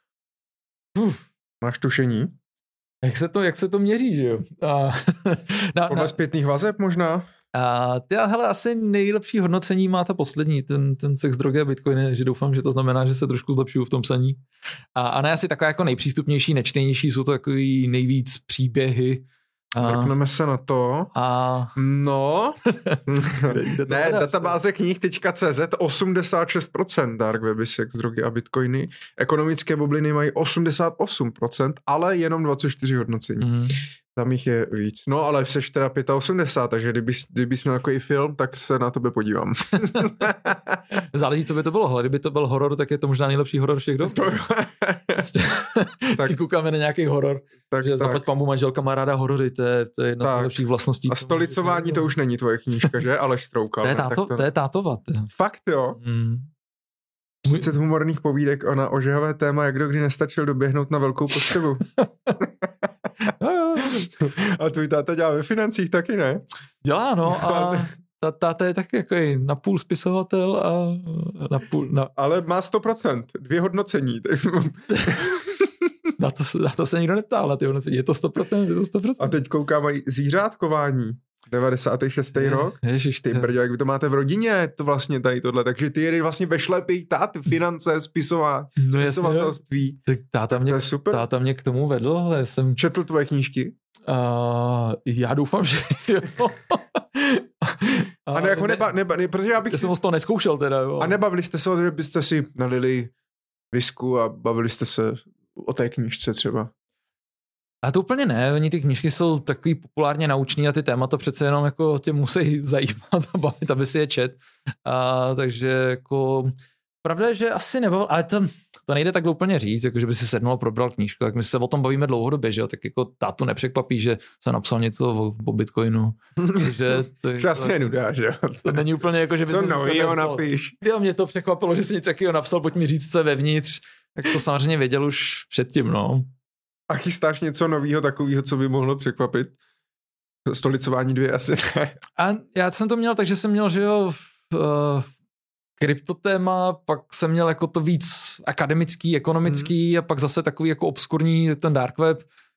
Uf. Máš tušení? Jak se to, jak se to měří, že jo? A, na, Podle na, zpětných vazeb možná? A ty, hele, asi nejlepší hodnocení má ta poslední, ten, ten sex, drogy a bitcoiny, že doufám, že to znamená, že se trošku zlepšuju v tom psaní. A, a ne asi taková jako nejpřístupnější, nečtenější, jsou to takový nejvíc příběhy. Vrkneme se na to. A... No. Ne, databáze knih tečka cé zet osmdesát šest procent dark weby, sex, drogy a bitcoiny. Ekonomické bubliny mají osmdesát osm procent, ale jenom dvacet čtyři hodnocení. Mm. Tam jich je víc. No, ale seš teda osmdesát pět, takže kdyby, kdybys měl takový film, tak se na tebe podívám. Záleží, co by to bylo. Hele, kdyby to byl horor, tak je to možná nejlepší horor všech dob. Tak koukáme na nějaký horor. Tak, že zaplať pambu manželka má ráda horory, to je, to je jedna tak. z nejlepších vlastností. A stolicování to už není tvoje knížka, že? Aleš Stroukal. To je, táto, to... to je tátovat. Fakt jo? Hmm. třicet humorných povídek na ožehavé téma, jak kdo kdy nestačil doběhnout na velkou potřebu. A tvůj táta dělá ve financích taky, ne? Dělá, no. A ta, táta je taky jako napůl spisovatel a napůl... Na... Ale má sto procent. Dvě hodnocení. na, to, na to se nikdo neptal, na ty hodnocení. Je to sto procent, je to sto procent. A teď koukávají zvířátkování. devadesátý šestý Je, rok. Ježiš, ty brďo, jak vy to máte v rodině, to vlastně tady tohle. Takže ty jedeš vlastně ve šlepích, táty, finance, spisová, no spisovatelství. Tak táta mě, táta mě k tomu vedl, ale jsem... Četl tvoje knížky? Uh, já doufám, že jo. A ne, jako neba, neba, ne, protože já bych... Já jsem si... to neskoušel teda, jo. A nebavili jste se, že byste si nalili visku a bavili jste se o té knížce třeba? A to úplně ne, oni ty knížky jsou takový populárně naučný a ty témata přece jenom jako tě musí zajímat a bavit, aby si je čet. A, takže jako pravda je, že asi nebavil, ale to, to nejde tak úplně říct, jako že by si sednul a probral knížku, jak my se o tom bavíme dlouhodobě, že jo, tak jako tátu nepřekvapí, že jsem napsal něco o, o Bitcoinu. Takže to je asi je nuda, že jo. To není úplně jako, že by co novýho napíš. Jo, mě to překvapilo, že si něco takového napsal, pojď mi říct, co je vevnitř. Tak to samozřejmě věděl už předtím, no. A chystáš něco nového takového, co by mohlo překvapit? Stolicování dvě asi ne. A já jsem to měl tak, že jsem měl, že jo, uh, kryptotéma, pak jsem měl jako to víc akademický, ekonomický hmm. a pak zase takový jako obskurní ten dark web,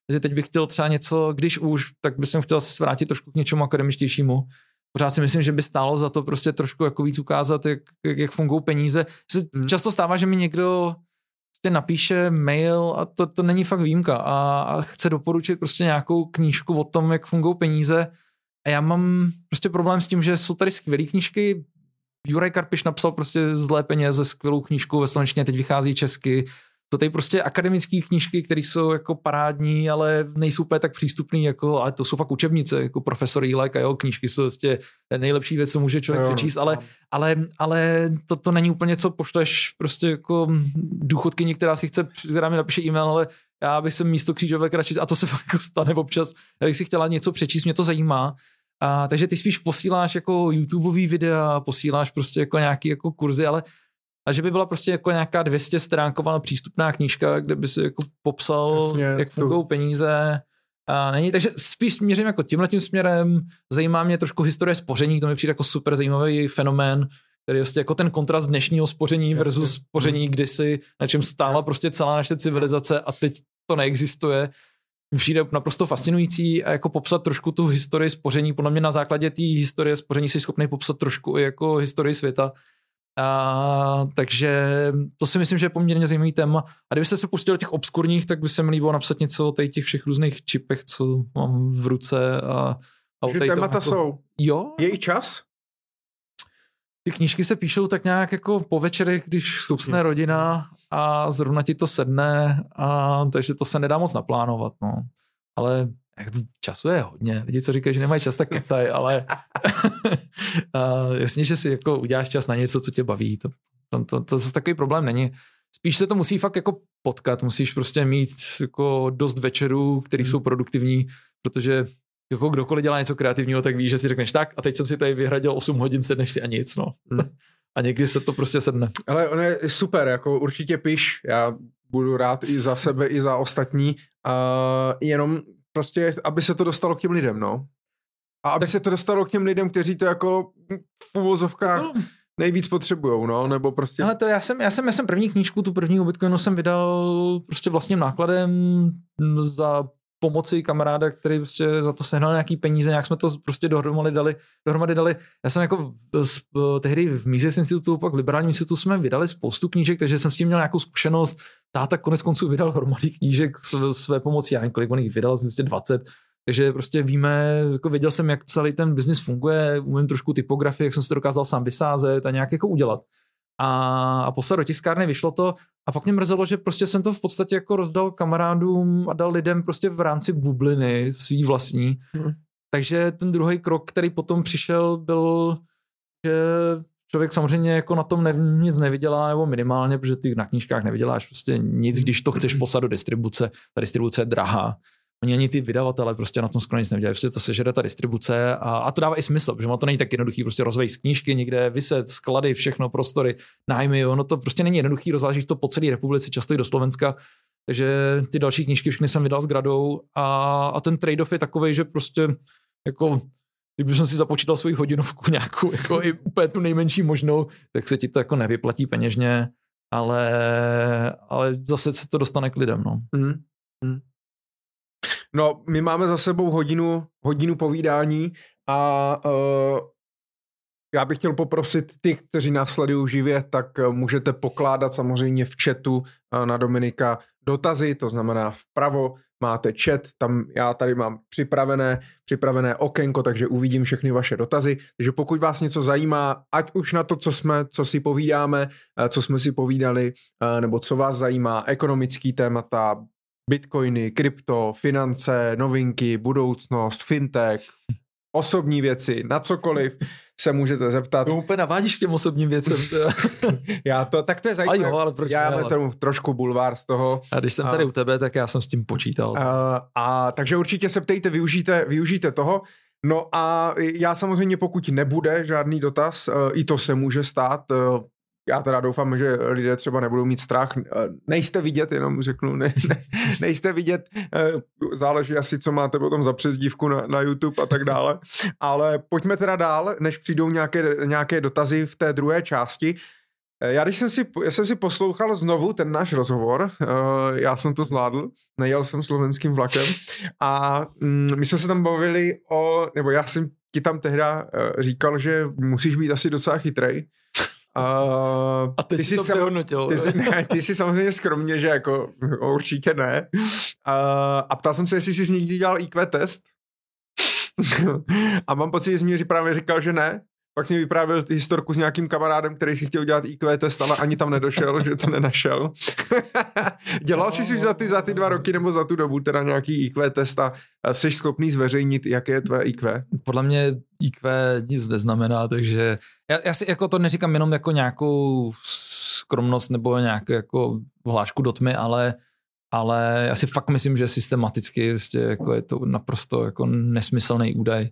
Takže teď bych chtěl třeba něco, když už, tak bych chtěl se vrátit trošku k něčemu akademičtějšímu. Pořád si myslím, že by stálo za to prostě trošku jako víc ukázat, jak, jak, jak fungují peníze. Se často stává, že mi někdo prostě napíše mail a to, to není fakt výjimka a, a chce doporučit prostě nějakou knížku o tom, jak fungují peníze. A já mám prostě problém s tím, že jsou tady skvělé knížky. Juraj Karpiš napsal prostě Zlé peníze, skvělou knížku, ve slovenštině teď vychází česky. To tady prostě akademické knížky, které jsou jako parádní, ale nejsou úplně tak přístupný, jako, ale to jsou fakt učebnice, jako profesor Jílek a jeho knížky jsou prostě nejlepší věc, co může člověk jo, přečíst, ale, ale, ale to, to není úplně, co pošleš prostě jako důchodkyni, která si chce, která mi napíše e-mail, ale já bych se místo křížovek radši, a to se fakt jako stane občas, já bych si chtěla něco přečíst, mě to zajímá. A, takže ty spíš posíláš jako YouTubeový videa, posíláš prostě jako nějaký jako kurzy, ale a že by byla prostě jako nějaká dvě stě stránková přístupná knížka, kde by si jako popsal, Jasně, jak fungují peníze. A není, takže spíš měřím jako tímhletím směrem. Zajímá mě trošku historie spoření, to mi přijde jako super zajímavý fenomén, který je vlastně jako ten kontrast dnešního spoření Jasně. versus spoření kdysi, na čem stála prostě celá naše civilizace a teď to neexistuje. Mi přijde naprosto fascinující a jako popsat trošku tu historii spoření. Podle mě na základě té historie spoření jsi schopný popsat trošku i jako historii světa. A, takže to si myslím, že je poměrně zajímavý téma. A kdybyste se pustil do těch obskurních, tak by se mi líbilo napsat něco o těch všech různých čipech, co mám v ruce. A, a že témata jako... jsou. Jo? Je i čas? Ty knížky se píšou tak nějak jako po večerech, když chlupsne rodina a zrovna ti to sedne, a, takže to se nedá moc naplánovat. No. Ale času je hodně. Lidi, co říkají, že nemají čas, tak kecaj, ale a jasně, že si jako uděláš čas na něco, co tě baví. To, to, to, to zase takový problém není. Spíš se to musí fakt jako potkat. Musíš prostě mít jako dost večerů, který hmm. jsou produktivní, protože jako kdokoliv dělá něco kreativního, tak víš, že si řekneš tak a teď jsem si tady vyhradil osm hodin, sedneš si a nic, no. Hmm. A někdy se to prostě sedne. Ale ono je super, jako určitě piš. Já budu rád i za sebe, i za ostatní. Uh, jenom prostě, aby se to dostalo k těm lidem, no. A aby se to dostalo k těm lidem, kteří to jako v uvozovkách no. nejvíc potřebujou, no, nebo prostě... Ale to já jsem, já jsem, já jsem první knížku, tu první o Bitcoinu jsem vydal prostě vlastním nákladem za pomoci kamaráda, který prostě za to sehnal nějaký peníze, nějak jsme to prostě dohromady dali, dohromady dali. Já jsem jako z, tehdy v Mises institutu, pak v Liberálním institutu jsme vydali spoustu knížek, takže jsem s tím měl nějakou zkušenost. Táta konec konců vydal hromady knížek své pomocí, já nevím, kolik on jich vydal, vlastně dvacet. Takže prostě víme, jako věděl jsem, jak celý ten biznis funguje, umím trošku typografii, jak jsem se to dokázal sám vysázet a nějak jako udělat. A, a poslat do tiskárny, vyšlo to a pak mě mrzelo, že prostě jsem to v podstatě jako rozdal kamarádům a dal lidem prostě v rámci bubliny svý vlastní. Hmm. Takže ten druhý krok, který potom přišel, byl, že člověk samozřejmě jako na tom ne, nic nevydělá, nebo minimálně, protože ty na knížkách nevyděláš prostě nic, když to chceš poslat do distribuce. Ta distribuce je drahá. Oni ani ty vydavatele prostě na tom skoro nic nevydělají, prostě to sežere ta distribuce a, a to dává i smysl, protože ono to není tak jednoduchý, prostě rozvej z knížky někde, vyset, sklady, všechno, prostory, nájmy, ono to prostě není jednoduchý, rozvážíš to po celé republice, často i do Slovenska, takže ty další knížky všechny jsem vydal s Gradou a, a ten trade-off je takovej, že prostě jako kdyby jsem si započítal svoji hodinovku nějakou, jako i úplně tu nejmenší možnou, tak se ti to jako nevyplatí peněžně, ale, ale zase se to dostane k lidem, no. Mm. Mm. No, my máme za sebou hodinu, hodinu povídání a uh, já bych chtěl poprosit ty, kteří nás sledují živě, tak můžete pokládat samozřejmě v chatu uh, na Dominika dotazy, to znamená vpravo máte chat, tam já tady mám připravené, připravené okénko, takže uvidím všechny vaše dotazy, takže pokud vás něco zajímá, ať už na to, co jsme, co si povídáme, uh, co jsme si povídali, uh, nebo co vás zajímá, ekonomický témata, bitcoiny, krypto, finance, novinky, budoucnost, fintech, osobní věci, na cokoliv se můžete zeptat. To úplně navádíš k těm osobním věcem. já to, tak to je zajímavé. Jo, ale proč já mám tomu trošku bulvár z toho. A když jsem tady a, u tebe, tak já jsem s tím počítal. A, a takže určitě se ptejte, využijte, využijte toho. No a já samozřejmě, pokud nebude žádný dotaz, i to se může stát, já teda doufám, že lidé třeba nebudou mít strach. Nejste vidět, jenom řeknu, ne, ne, nejste vidět, záleží asi, co máte potom za přezdívku na, na YouTube a tak dále. Ale pojďme teda dál, než přijdou nějaké, nějaké dotazy v té druhé části. Já když jsem si, já jsem si poslouchal znovu ten náš rozhovor, já jsem to zvládl, nejel jsem slovenským vlakem a my jsme se tam bavili o, nebo já jsem ti tam tehda říkal, že musíš být asi docela chytrej. Uh, a teď ty jsi to přehodnotil. Ty jsi, ne, ty jsi samozřejmě skromně, že jako určitě ne. Uh, a ptal jsem se, jestli jsi někdy dělal í kvé test. A mám pocit, že jsi mi právě říkal, že ne. Pak jsi mi vyprávěl historku s nějakým kamarádem, který si chtěl dělat í kvé test, ale ani tam nedošel, že to nenašel. Dělal jsi už za ty, za ty dva roky nebo za tu dobu teda nějaký í kvé test a jsi schopný zveřejnit, jaké je tvé í kvé? Podle mě í kvé nic neznamená, takže já, já si jako to neříkám jenom jako nějakou skromnost nebo nějakou jako hlášku do tmy, ale ale já si fakt myslím, že systematicky vlastně jako je to naprosto jako nesmyslný údaj.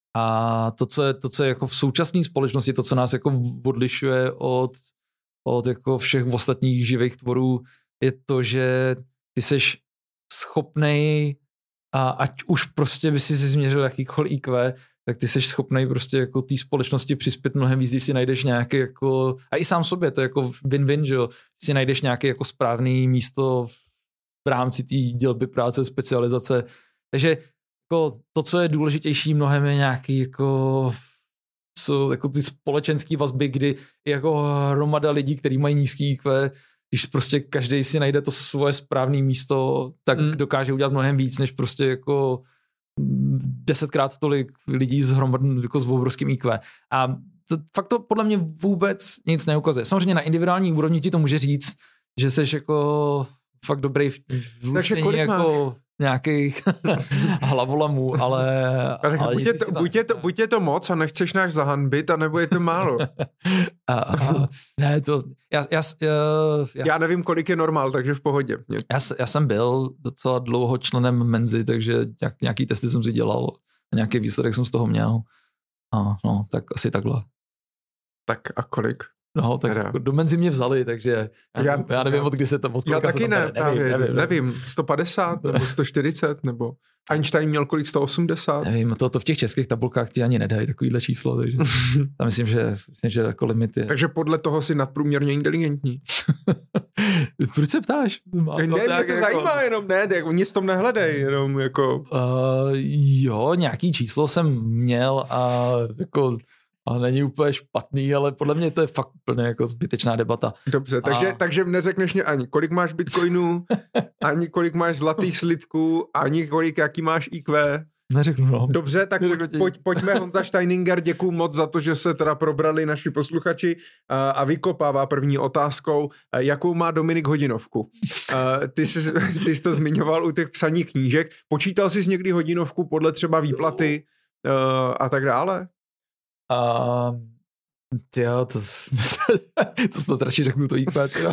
A to, co je, to, co je jako v současné společnosti, to, co nás jako odlišuje od, od jako všech ostatních živých tvorů, je to, že ty seš schopnej, a ať už prostě by si změřil jakýkoliv í kvé, tak ty seš schopnej prostě jako té společnosti přispět mnohem víc, když si najdeš nějaké jako, a i sám sobě, to je jako win-win, že jo, když si najdeš nějaké jako správný místo v rámci té dělby práce, specializace. Takže jako to, co je důležitější mnohem je nějaký jako, co, jako ty společenský vazby, kdy jako hromada lidí, kteří mají nízký í kvé, když prostě každý si najde to svoje správné místo, tak mm. dokáže udělat mnohem víc, než prostě jako desetkrát tolik lidí s hromadným, jako s obrovským í kvé. A to, fakt to podle mě vůbec nic neukazuje. Samozřejmě na individuální úrovni ti to může říct, že seš jako fakt dobrý v luštění jako nějakých hlavolamů, ale... ale, ale buď, je to, buď, je to, buď je to moc a nechceš náš zahanbit, anebo je to málo. a, a, ne, to... Já, já, já, já nevím, kolik je normál, takže v pohodě. Já, já jsem byl docela dlouho členem Menzy, takže nějak, nějaký testy jsem si dělal a nějaký výsledek jsem z toho měl. A no, tak asi takhle. Tak a kolik? No, tak Hra. do Menzy mě vzali, takže já, já, já nevím, od kdy se to od Já taky ne, nevím, právě, nevím, nevím, nevím, sto padesát nebo sto čtyřicet, nebo Einstein měl kolik, sto osmdesát? Nevím, to, to v těch českých tabulkách ti ani nedají takovýhle číslo, takže tam myslím, že, myslím, že jako limit je. Takže podle toho jsi nadprůměrně inteligentní. Proč se ptáš? Má ne, mě to jako... zajímá jenom, ne, jako nic v tom nehledej, jenom jako... Uh, jo, nějaký číslo jsem měl a jako... A není úplně špatný, ale podle mě to je fakt úplně jako zbytečná debata. Dobře, takže, a... takže neřekneš mě ani kolik máš bitcoinů, ani kolik máš zlatých slitků, ani kolik, jaký máš í kvé. Neřeknu, no. Dobře, tak pojď, pojď, pojďme, Honza Steininger, děkuju moc za to, že se teda probrali naši posluchači a, a vykopává první otázkou, jakou má Dominik hodinovku. A, ty, jsi, ty jsi to zmiňoval u těch psaní knížek. Počítal jsi někdy hodinovku podle třeba výplaty a, a tak dále? Uh, tyjo, to, to snad radši řeknu to í kvé, tyjo.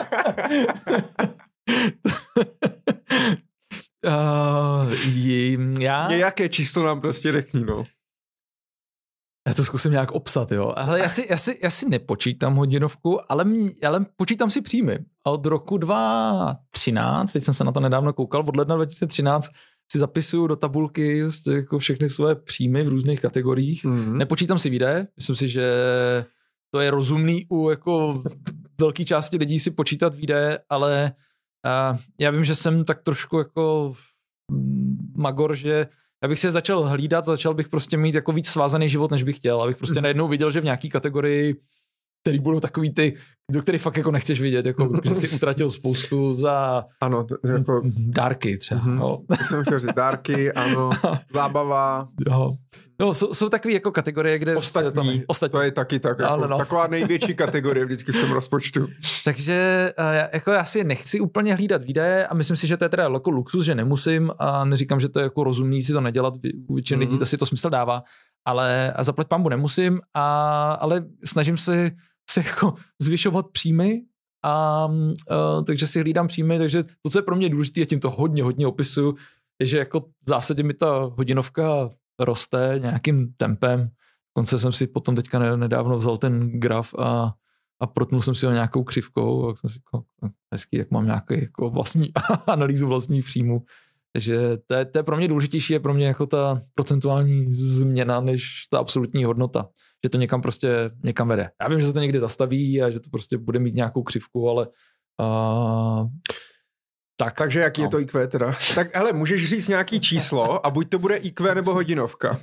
uh, já... Nějaké číslo nám prostě řekni, no. Já to zkusím nějak obsat, jo. Ale já si, já si, já si nepočítám hodinovku, ale, ale počítám si příjmy. A od roku dva tisíce třináct, teď jsem se na to nedávno koukal, od ledna dva tisíce třináct si zapisuju do tabulky jako všechny své příjmy v různých kategoriích. Mm-hmm. Nepočítám si výdaje, myslím si, že to je rozumný u jako velké části lidí si počítat výdaje, ale uh, já vím, že jsem tak trošku jako magor, že já bych si je začal hlídat, začal bych prostě mít jako víc svázaný život, než bych chtěl, abych prostě najednou viděl, že v nějaký kategorii, který budou takový ty, do kterých fakt jako nechceš vidět, jako že si utratil spoustu za ano, jako dárky třeba. Mm-hmm. No. To jsem chtěl říct, dárky, ano, zábava. Jo. No, jsou, jsou takové jako kategorie, kde... Ostatní, to, ne, ostatní. To je taky tak, jako, ano, no. Taková největší kategorie vždycky v tom rozpočtu. Takže jako já si nechci úplně hlídat výdaje a myslím si, že to je teda jako luxus, že nemusím a neříkám, že to je jako rozumný si to nedělat, u většiny mm-hmm. lidí to si to smysl dává, ale a zaplať pambu nemusím, a, ale snažím se se jako zvyšovat příjmy a, a takže si hlídám příjmy, takže to, co je pro mě důležité, a tím to hodně, hodně opisuju, je, že jako v zásadě mi ta hodinovka roste nějakým tempem. Dokonce jsem si potom teďka nedávno vzal ten graf a, a protnul jsem si ho nějakou křivkou a jsem si jako hezký, jak mám nějaký jako vlastní analýzu vlastních příjmů. Takže to je, to je pro mě důležitější, je pro mě jako ta procentuální změna, než ta absolutní hodnota. Že to někam prostě někam vede. Já vím, že se to někdy zastaví a že to prostě bude mít nějakou křivku, ale uh, tak. Takže jaký no. je to í kvé teda? Tak hele, můžeš říct nějaký číslo a buď to bude í kvé nebo hodinovka.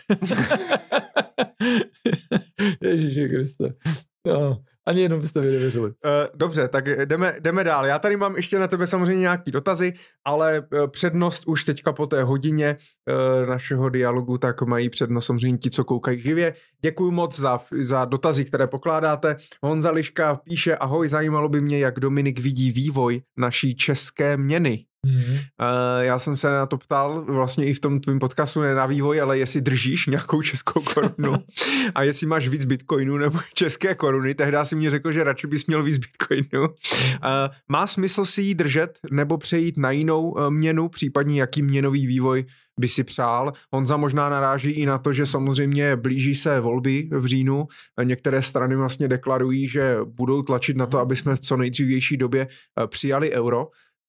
Ježiši Kriste. No. Ani jenom byste mi nevěřili. Uh, dobře, tak jdeme, jdeme dál. Já tady mám ještě na tebe samozřejmě nějaký dotazy, ale uh, přednost už teďka po té hodině uh, našeho dialogu, tak mají přednost samozřejmě ti, co koukají živě. Děkuju moc za, za dotazy, které pokládáte. Honza Liška píše, ahoj, zajímalo by mě, jak Dominik vidí vývoj naší české měny. Mm-hmm. Uh, já jsem se na to ptal vlastně i v tom tvým podcastu, ne na vývoj, ale jestli držíš nějakou českou korunu a jestli máš víc bitcoinů nebo české koruny, tehdy si mě řekl, že radši bys měl víc bitcoinů. Uh, má smysl si ji držet nebo přejít na jinou uh, měnu, případně jaký měnový vývoj by si přál? Honza možná naráží i na to, že samozřejmě blíží se volby v říjnu. Některé strany vlastně deklarují, že budou tlačit na to, aby jsme v co nejdřívější době uh, přijali euro.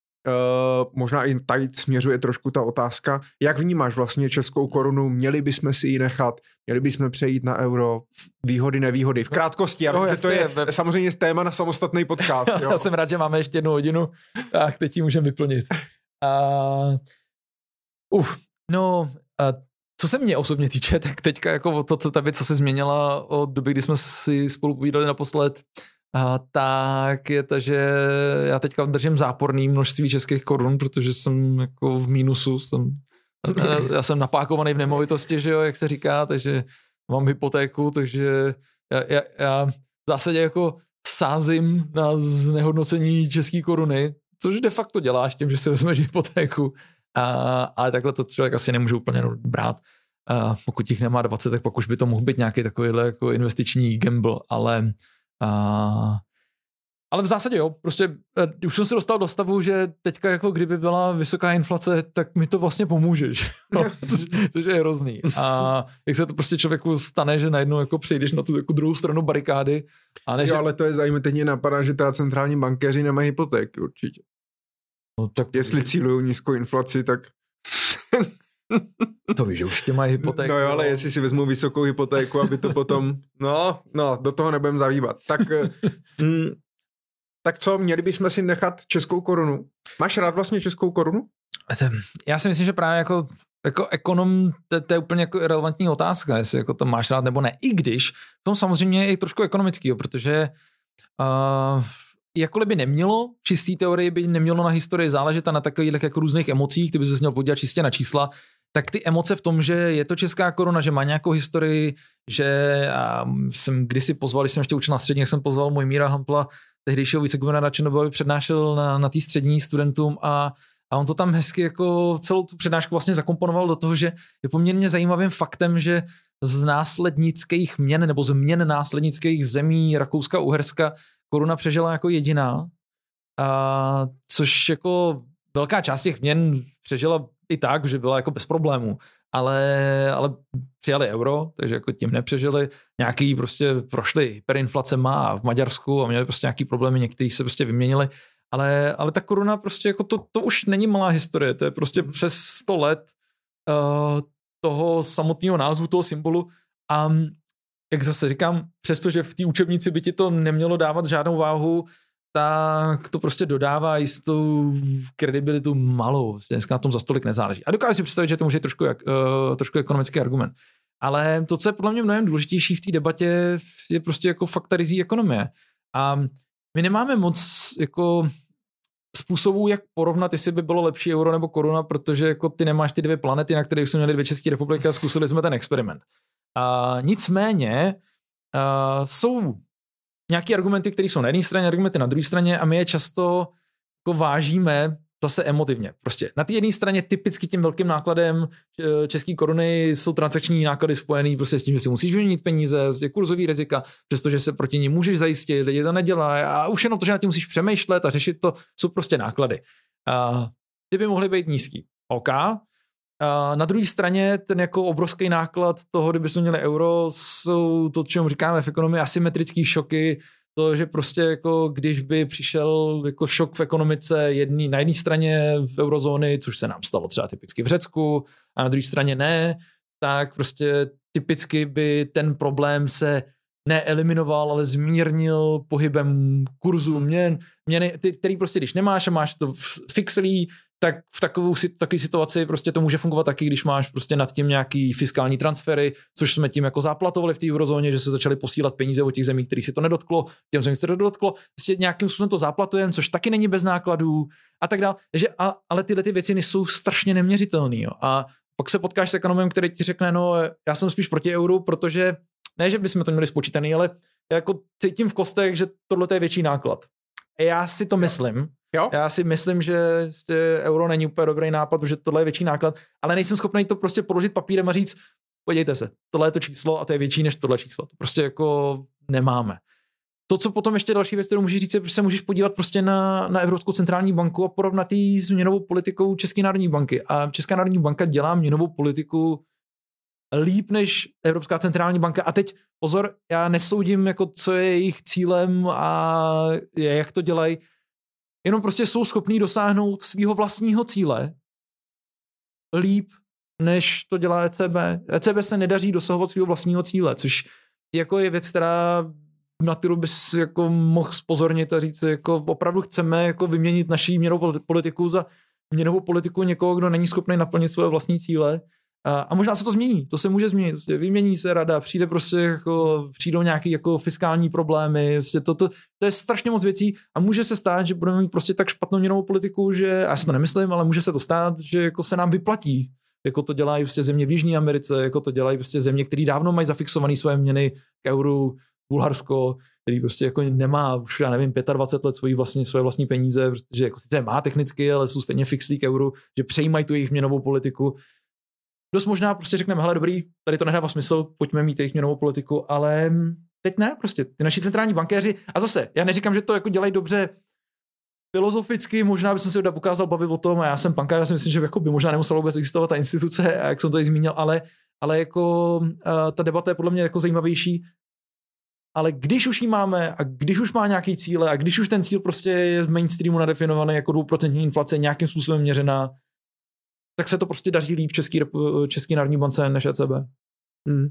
Uh, možná i tady směřuje trošku ta otázka, jak vnímáš vlastně českou korunu, měli bychom si ji nechat, měli bychom přejít na euro, výhody, nevýhody, v krátkosti, já no, vím, že to je ve... samozřejmě téma na samostatný podcast. Jo. Já jsem rád, že máme ještě jednu hodinu, tak teď ji můžeme vyplnit. Uh, uf, no, uh, co se mě osobně týče, tak teďka jako to, co ta věc, co se změnila od doby, kdy jsme si spolu povídali naposled, A, tak je to, že já teďka držím záporný množství českých korun, protože jsem jako v mínusu, jsem, já jsem napákovaný v nemovitosti, že jo, jak se říká, takže mám hypotéku, takže já, já, já v zásadě jako sázím na znehodnocení české koruny, což de facto děláš tím, že si vezmeš hypotéku, a, ale takhle to člověk asi nemůže úplně brát. A pokud jich nemá dvacet, tak pak už by to mohl být nějaký takovýhle jako investiční gamble, ale Uh, ale v zásadě jo, prostě uh, už jsem se dostal do stavu, že teďka jako kdyby byla vysoká inflace, tak mi to vlastně pomůžeš, no, což, což je hrozný. A jak se to prostě člověku stane, že najednou jako přejdeš na tu jako druhou stranu barikády. A ne, jo, že... ale to je zajímavé, teď mě napadá, že teda centrální bankéři nemají hypotéky určitě. No, tak to jestli cílují nízkou inflaci, tak... To víš, že už tě mají hypotéku. No jo, ale jestli si vezmou vysokou hypotéku, aby to potom, no, no, do toho nebudem zavíbat. Tak, mm, tak co, měli bychom si nechat českou korunu? Máš rád vlastně českou korunu? Já si myslím, že právě jako, jako ekonom, to, to je úplně jako relevantní otázka, jestli jako to máš rád nebo ne. I když v tom samozřejmě je i trošku ekonomický, protože uh, jakkoliv by nemělo, čistý teorie by nemělo na historii záležet a na takových jako různých emocích, kdyby se měl podívat čistě na čísla, tak ty emoce v tom, že je to česká koruna, že má nějakou historii, že a jsem kdysi pozval, když jsem ještě učil na střední, jak jsem pozval Mojmíra Hampla, tehdejšího viceguvernéra ČNB, aby přednášel na, na té střední studentům a, a on to tam hezky jako celou tu přednášku vlastně zakomponoval do toho, že je poměrně zajímavým faktem, že z následnických měn nebo z měn následnických zemí Rakouska, Uherska koruna přežila jako jediná, a, což jako velká část těch měn přežila i tak, že byla jako bez problémů, ale, ale přijali euro, takže jako tím nepřežili, nějaký prostě prošli hyperinflacema v Maďarsku a měli prostě nějaký problémy, někteří se prostě vyměnili, ale, ale ta koruna prostě jako to, to už není malá historie, to je prostě přes sto let uh, toho samotného názvu, toho symbolu a jak zase říkám, přestože v té učebnici by ti to nemělo dávat žádnou váhu, tak to prostě dodává jistou kredibilitu malou. Dneska na tom za stolik nezáleží. A dokážu si představit, že to může být trošku, uh, trošku ekonomický argument. Ale to, co je podle mě mnohem důležitější v té debatě, je prostě jako fakta rizí ekonomie. A my nemáme moc jako způsobů, jak porovnat, jestli by bylo lepší euro nebo koruna, protože jako ty nemáš ty dvě planety, na kterých jsme měli dvě České republiky a zkusili jsme ten experiment. A nicméně uh, jsou nějaké argumenty, které jsou na jedné straně, argumenty na druhé straně a my je často jako vážíme zase emotivně. Prostě na té jedné straně typicky tím velkým nákladem české koruny jsou transakční náklady spojený prostě s tím, že si musíš vyměnit peníze, z kurzový rizika, přestože se proti ní můžeš zajistit, lidi to nedělají a už jenom to, že na tím musíš přemýšlet a řešit to, jsou prostě náklady. A ty by mohly být nízký. OK. A na druhé straně ten jako obrovský náklad toho, kdybychom měli euro, jsou to, čemu říkáme v ekonomii, asymetrické šoky, to, že prostě jako když by přišel jako šok v ekonomice jedný, na jedné straně v eurozóny, což se nám stalo třeba typicky v Řecku, a na druhé straně ne, tak prostě typicky by ten problém se neeliminoval, ale zmírnil pohybem kurzu měn, měny, ty, který prostě když nemáš a máš to fixlý, tak v takovou takové situaci prostě to může fungovat taky, když máš prostě nad tím nějaký fiskální transfery, což jsme tím jako záplatovali v té eurozóně, že se začaly posílat peníze od těch zemí, kterých si to nedotklo, těm zemím se to dotklo, prostě nějakým způsobem to záplatujeme, což taky není bez nákladů a tak dále. Takže, a, ale tyhle ty věci jsou strašně neměřitelný. Jo. A pak se potkáš s ekonomem, který ti řekne, no já jsem spíš proti euru, protože ne, že bychom to měli spočítaný, ale jako cítím v kostech, že tohle je větší náklad. A já si to myslím. Jo? Já si myslím, že euro není úplně dobrý nápad, protože tohle je větší náklad, ale nejsem schopný to prostě položit papírem a říct, podívejte se, tohle je to číslo a to je větší než tohle číslo. To prostě jako nemáme. To, co potom ještě další věc, kterou můžeš říct, je, že se můžeš podívat prostě na, na Evropskou centrální banku a porovnat ji s měnovou politikou České národní banky. A Česká národní banka dělá měnovou politiku líp než Evropská centrální banka. A teď pozor, já nesoudím, jako, co je jejich cílem a jak to dělají. Jenom prostě jsou schopní dosáhnout svého vlastního cíle líp, než to dělá E C B. E C B se nedaří dosahovat svého vlastního cíle, což jako je věc, která na kterou bys jako mohl spozornit a říct, jako opravdu chceme jako vyměnit naši měnovou politiku za měnovou politiku někoho, kdo není schopný naplnit svoje vlastní cíle. A, a možná se to změní, to se může změnit. Prostě vymění se rada, přijde prostě jako, přijdou nějaké jako fiskální problémy, prostě to, to, to je strašně moc věcí a může se stát, že budeme mít prostě tak špatnou měnovou politiku, že, já si to nemyslím, ale může se to stát, že jako se nám vyplatí, jako to dělají prostě země v Jižní Americe, jako to dělají prostě země, které dávno mají zafixované své měny k euru, Bulharsko, který prostě jako nemá už, já nevím, dvacet pět let svoji vlastní, své vlastní peníze, protože jako sice má technicky, ale jsou stejně fixlí k euru, že přejímají tu jejich měnovou politiku. Dost možná prostě řekneme, hele dobrý, tady to nedává smysl, pojďme mít jejich měnovou politiku, ale teď ne, prostě ty naši centrální bankéři, a zase, já neříkám, že to jako dělají dobře filozoficky, možná bych se dokázal bavit o tom, a já jsem bankéř, já si myslím, že jako by možná nemusela vůbec existovat ta instituce, a jak jsem to i zmínil, ale, ale jako uh, ta debata je podle mě jako zajímavější. Ale když už ji máme a když už má nějaký cíle a když už ten cíl prostě je v mainstreamu nadefinovaný jako dvouprocentní inflace nějakým způsobem měřená, tak se to prostě daří líp Český, Český národní bance než E C B. Hmm.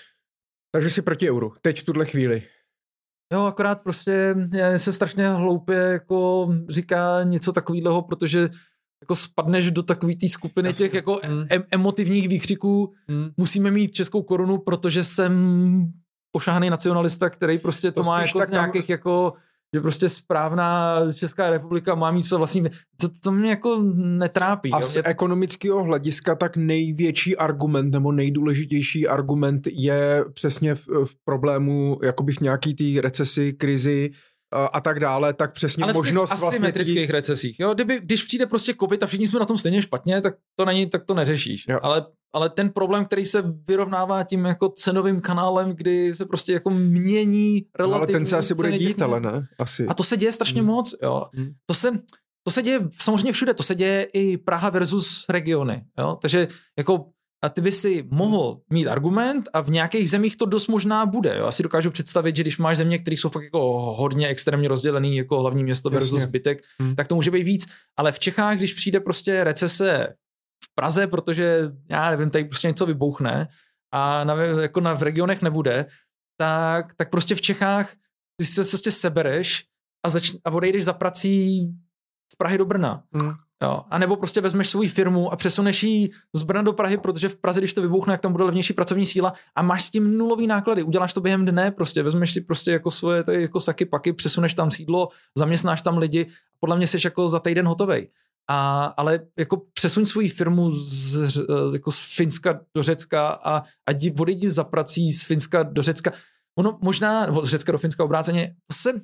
Takže si proti euru, teď v tuhle chvíli. Jo, akorát prostě se strašně hloupě jako říká něco takového, protože jako spadneš do takové té skupiny Jasně. těch jako hmm. em- emotivních výkřiků, hmm. musíme mít českou korunu, protože jsem pošahaný nacionalista, který prostě to, to má jako z nějakých tam... jako, že prostě správná Česká republika má mít své vlastní, to, to mě jako netrápí. A jo? z Je... ekonomického hlediska tak největší argument nebo nejdůležitější argument je přesně v, v problému, jakoby v nějaký té recesi, krizi a tak dále, tak přesně ale možnost vlastně asymetrických tý... recesích. Jo? Kdyby, když přijde prostě covid a všichni jsme na tom stejně špatně, tak to není, tak to neřešíš. Ale, ale ten problém, který se vyrovnává tím jako cenovým kanálem, kdy se prostě jako mění relativně. No, ale ten se asi bude dít, ale ne? Asi. A to se děje strašně hmm. moc. Jo? Hmm. To se... To se děje samozřejmě všude, to se děje i Praha versus regiony. Jo? Takže jako a ty by si mohl mít argument a v nějakých zemích to dost možná bude. Jo? Asi dokážu představit, že když máš země, které jsou fakt jako hodně extrémně rozdělený, jako hlavní město versus Jasně. zbytek, hmm. tak to může být víc. Ale v Čechách, když přijde prostě recese v Praze, protože já nevím, tady prostě něco vybouchne a na, jako na, v regionech nebude, tak, tak prostě v Čechách ty se prostě sebereš a, zač- a odejdeš za prací z Prahy do Brna. Hmm. Jo. A nebo prostě vezmeš svou firmu a přesuneš ji z Brna do Prahy, protože v Praze, když to vybouchne, jak tam bude levnější pracovní síla a máš s tím nulový náklady. Uděláš to během dne, prostě vezmeš si prostě jako svoje tady jako saky paky, přesuneš tam sídlo, zaměstnáš tam lidi, podle mě jsi jako za týden hotovej. A, ale jako přesuň svou firmu z, jako z Finska do Řecka a, a jdi, odejdi za prací z Finska do Řecka. Ono možná, nebo z Řecka do Finska obráceně, to se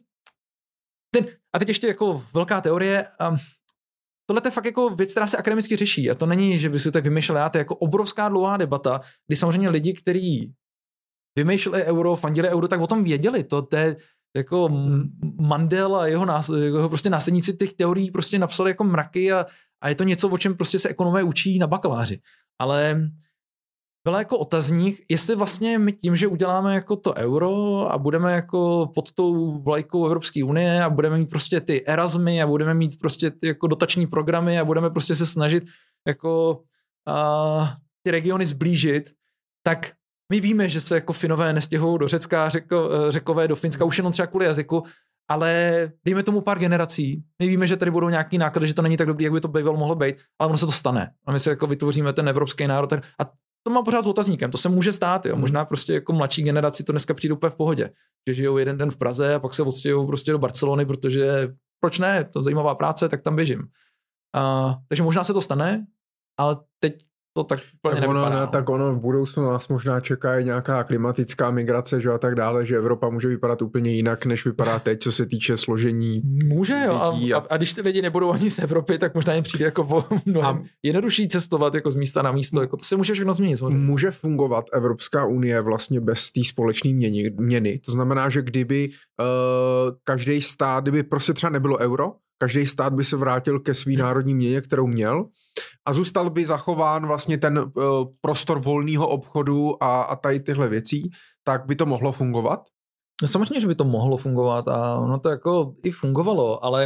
ten, a teď ještě jako velká teorie, um, tohle je fakt jako věc, která se akademicky řeší a to není, že by si tak vymýšlel já, to je jako obrovská dlouhá debata, kdy samozřejmě lidi, kteří vymýšleli euro, fandili euro, tak o tom věděli, to, to je jako Mandela a jeho, nás, jeho prostě následníci těch teorií prostě napsali jako mraky a, a je to něco, o čem prostě se ekonomé učí na bakaláři, ale byla jako otazník, jestli vlastně my tím, že uděláme jako to euro a budeme jako pod tou vlajkou Evropské unie a budeme mít prostě ty Erasmy a budeme mít prostě ty jako dotační programy a budeme prostě se snažit jako uh, ty regiony zblížit, tak my víme, že se jako Finové nestěhují do Řecka, Řeko, Řekové do Finska už jenom třeba kvůli jazyku, ale dejme tomu pár generací. My víme, že tady budou nějaký náklady, že to není tak dobrý, jak by to bývalo mohlo být, ale ono se to stane. A my se jako vytvoříme ten evropský národ. A to mám pořád s otazníkem, to se může stát. Jo. Možná prostě jako mladší generaci to dneska přijde úplně v pohodě. Že žijou jeden den v Praze a pak se odstěhují prostě do Barcelony, protože proč ne, to je zajímavá práce, tak tam běžím. A, takže možná se to stane, ale teď to tak úplně tak ono, nevypadá. Ne, tak ono v budoucnu nás možná čeká i nějaká klimatická migrace, že a tak dále, že Evropa může vypadat úplně jinak, než vypadá teď, co se týče složení Může, jo. lidí. A, a, a když ty lidi nebudou ani z Evropy, tak možná jim přijde jako mnohem a jednodušší cestovat jako z místa na místo. Jako to se může všechno změnit. Samozřejmě. Může fungovat Evropská unie vlastně bez té společné měny, měny. To znamená, že kdyby uh, každý stát, kdyby prostě třeba nebylo euro, každý stát by se vrátil ke svý národní měně, kterou měl, a zůstal by zachován vlastně ten uh, prostor volného obchodu a, a tady tyhle věcí, tak by to mohlo fungovat? No samozřejmě, že by to mohlo fungovat a ono to jako i fungovalo, ale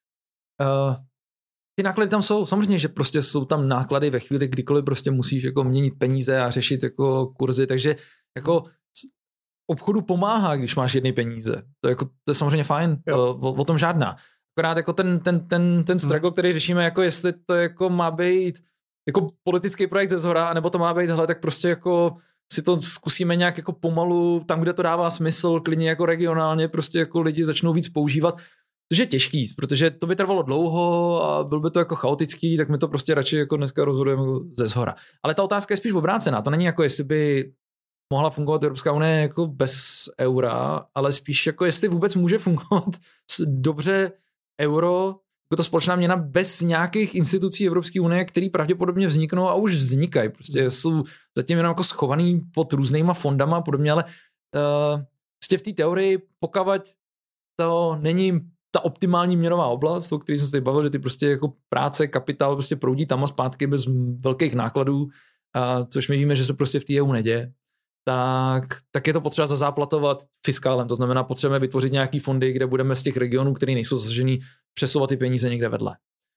uh, ty náklady tam jsou. Samozřejmě, že prostě jsou tam náklady ve chvíli, kdykoliv prostě musíš jako měnit peníze a řešit jako kurzy, takže jako obchodu pomáhá, když máš jedny peníze. To je, jako, to je samozřejmě fajn, to, o, o tom žádná. Akorát jako ten, ten, ten, ten struggle, který řešíme, jako jestli to jako má být jako politický projekt ze zhora, nebo to má být, hele, tak prostě jako si to zkusíme nějak jako pomalu, tam, kde to dává smysl, klidně jako regionálně, prostě jako lidi začnou víc používat, což je těžký, protože to by trvalo dlouho a byl by to jako chaotický, tak my to prostě radši jako dneska rozhodujeme ze zhora. Ale ta otázka je spíš obrácená, to není jako jestli by mohla fungovat Evropská unie jako bez eura, ale spíš jako jestli vůbec může fungovat dobře euro, jako to společná měna bez nějakých institucí Evropské unie, které pravděpodobně vzniknou a už vznikají. Prostě jsou zatím jenom jako schovaný pod různýma fondama a podobně, ale uh, prostě v té teorii, pokud to není ta optimální měnová oblast, o které jsem se tady bavil, že ty prostě jako práce, kapitál prostě proudí tam a zpátky bez velkých nákladů, uh, což my víme, že se prostě v té E U neděje, tak, tak je to potřeba zazáplatovat fiskálem. To znamená, potřebujeme vytvořit nějaký fondy, kde budeme z těch regionů, které nejsou zasažený, přesouvat ty peníze někde vedle.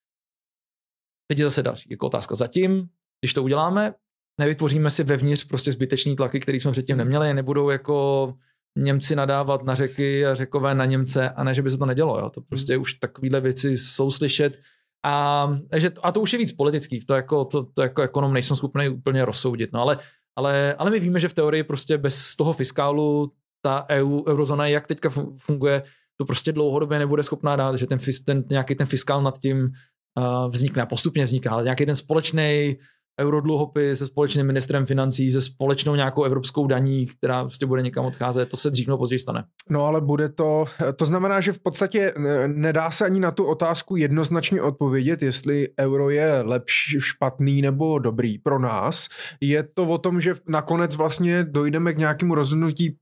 Teď je zase další jako otázka. Zatím, když to uděláme, nevytvoříme si vevnitř prostě zbytečný tlaky, který jsme předtím neměli, nebudou jako Němci nadávat na Řeky a Řekové na Němce, a ne, že by se to nedělo. Jo. To prostě už takovýhle věci jsou slyšet. A, že, a to už je víc politický. To jako, to, to jako ekonom nejsem schopný úplně rozsoudit. No, ale Ale, ale my víme, že v teorii prostě bez toho fiskálu ta E U, eurozóna, jak teďka funguje, to prostě dlouhodobě nebude schopná dát, že ten, ten nějaký ten fiskál nad tím uh, vznikne a postupně vzniká, ale nějaký ten společný eurodluhopis se společným ministrem financí, se společnou nějakou evropskou daní, která prostě bude někam odcházet, to se dřív nebo později stane. No ale bude to, to znamená, že v podstatě nedá se ani na tu otázku jednoznačně odpovědět, jestli euro je lepší, špatný nebo dobrý pro nás. Je to o tom, že nakonec vlastně dojdeme k nějakému rozhodnutí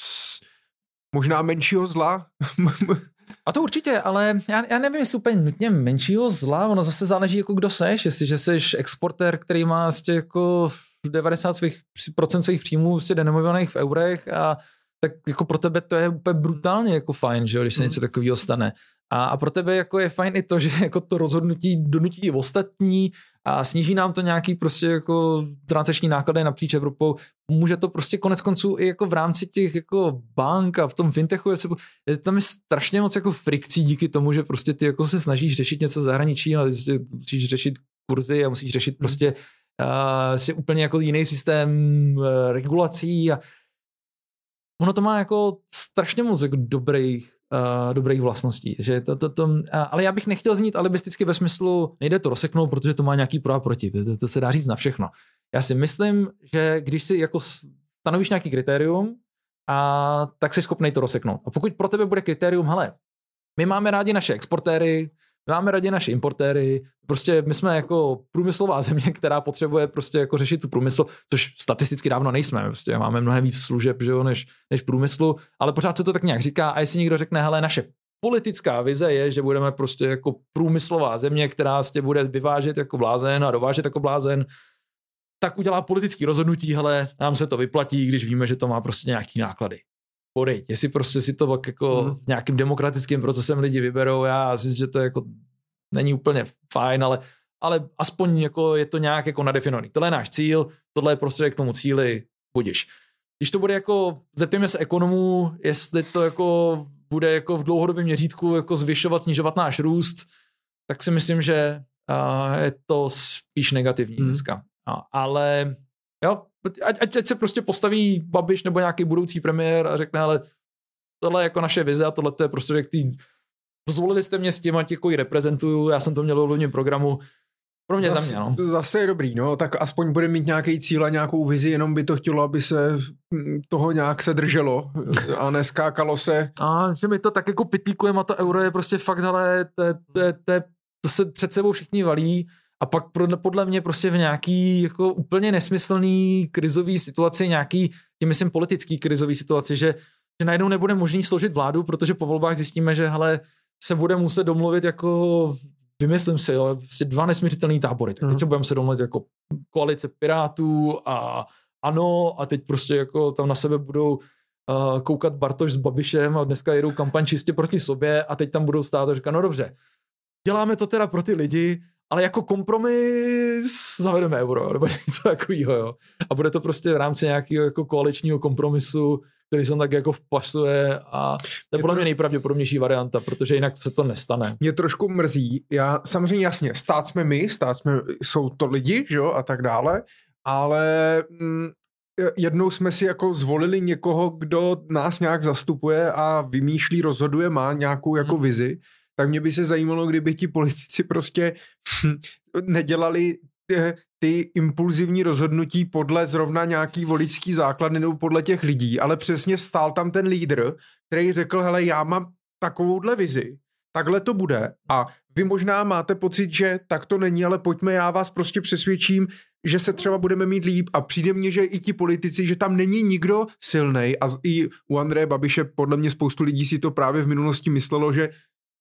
možná menšího zla. A to určitě, ale já, já nevím, jestli úplně nutně menšího zla, ono zase záleží, jako kdo seš, jestliže seš exportér, který má vlastně jako devadesát procent svých příjmů vlastně denomovaných v eurech, a tak jako pro tebe to je úplně brutálně jako fajn, že jo, když se něco takového stane. A, a pro tebe jako je fajn i to, že jako to rozhodnutí donutí ostatní a sníží nám to nějaký prostě jako transakční náklady napříč Evropou. Může to prostě konec konců i jako v rámci těch jako bank a v tom fintechu je, se, je tam je strašně moc jako frikcí díky tomu, že prostě ty jako se snažíš řešit něco v zahraničí, ale musíš řešit kurzy a musíš řešit prostě uh, si úplně jako jiný systém uh, regulací a ono to má jako strašně moc jako dobrých Uh, dobrých vlastností. Že to, to, to, uh, ale já bych nechtěl znít alibisticky ve smyslu, nejde to rozseknout, protože to má nějaký pro a proti. To, to, to se dá říct na všechno. Já si myslím, že když si jako stanovíš nějaký kritérium, a tak jsi schopnej to rozseknout. A pokud pro tebe bude kritérium, hele, my máme rádi naše exportéry, my máme rádi naše importéry, prostě my jsme jako průmyslová země, která potřebuje prostě jako řešit tu průmysl, což statisticky dávno nejsme, prostě máme mnohem víc služeb, že jo, než, než průmyslu, ale pořád se to tak nějak říká, a jestli někdo řekne, hele, naše politická vize je, že budeme prostě jako průmyslová země, která prostě bude vyvážet jako blázen a dovážet jako blázen, tak udělá politický rozhodnutí, hele, nám se to vyplatí, když víme, že to má prostě nějaký náklady. Podejď, jestli prostě si to jako hmm. nějakým demokratickým procesem lidi vyberou, já myslím, že to jako není úplně fajn, ale, ale aspoň jako je to nějak jako nadefinovaný. Tohle je náš cíl, tohle je prostě k tomu cíli, budiš. Když to bude jako, zeptejme se ekonomů, jestli to jako bude jako v dlouhodobém měřítku jako zvyšovat, snižovat náš růst, tak si myslím, že uh, je to spíš negativní hmm. dneska. No, ale jo, ať, ať, ať se prostě postaví Babiš nebo nějaký budoucí premiér a řekne, ale tohle je jako naše vize a tohle to je prostě, který zvolili jste mě s tím, ať jako ji reprezentuju, já jsem to měl v hlavním programu. Pro mě Zas, za mě, no. Zase je dobrý, no, tak aspoň bude mít nějaký cíl a nějakou vizi, jenom by to chtělo, aby se toho nějak se drželo a neskákalo se. A že my to tak jako pitlíkujeme a to euro je prostě fakt, hele, to, to, to, to se před sebou všichni valí a pak podle mě prostě v nějaký jako úplně nesmyslný krizový situaci, nějaký, tím myslím politický krizový situaci, že, že najednou nebude možný složit vládu, protože po volbách zjistíme, že hele, se bude muset domluvit jako vymyslím si, jo, prostě dva nesměřitelný tábory. Tak teď se budeme se domluvit jako koalice Pirátů a ANO a teď prostě jako tam na sebe budou uh, koukat Bartoš s Babišem a dneska jedou kampaň čistě proti sobě a teď tam budou stát a říkat, no dobře, děláme to teda pro ty lidi, ale jako kompromis zavedeme euro, nebo něco takového, jo. A bude to prostě v rámci nějakého jako koaličního kompromisu, který se tak jako vpasuje a to je podle mě nejpravděpodobnější varianta, protože jinak se to nestane. Mě trošku mrzí, já samozřejmě jasně, stát jsme my, stát jsme, jsou to lidi, že jo, a tak dále, ale mm, jednou jsme si jako zvolili někoho, kdo nás nějak zastupuje a vymýšlí, rozhoduje, má nějakou jako hmm. vizi, tak mě by se zajímalo, kdyby ti politici prostě nedělali ty impulzivní rozhodnutí podle zrovna nějaký voličský základny nebo podle těch lidí, ale přesně stál tam ten lídr, který řekl, hele, já mám takovouhle vizi, takhle to bude a vy možná máte pocit, že tak to není, ale pojďme, já vás prostě přesvědčím, že se třeba budeme mít líp a přijde mně, že i ti politici, že tam není nikdo silnej a i u Andreje Babiše podle mě spoustu lidí si to právě v minulosti myslelo, že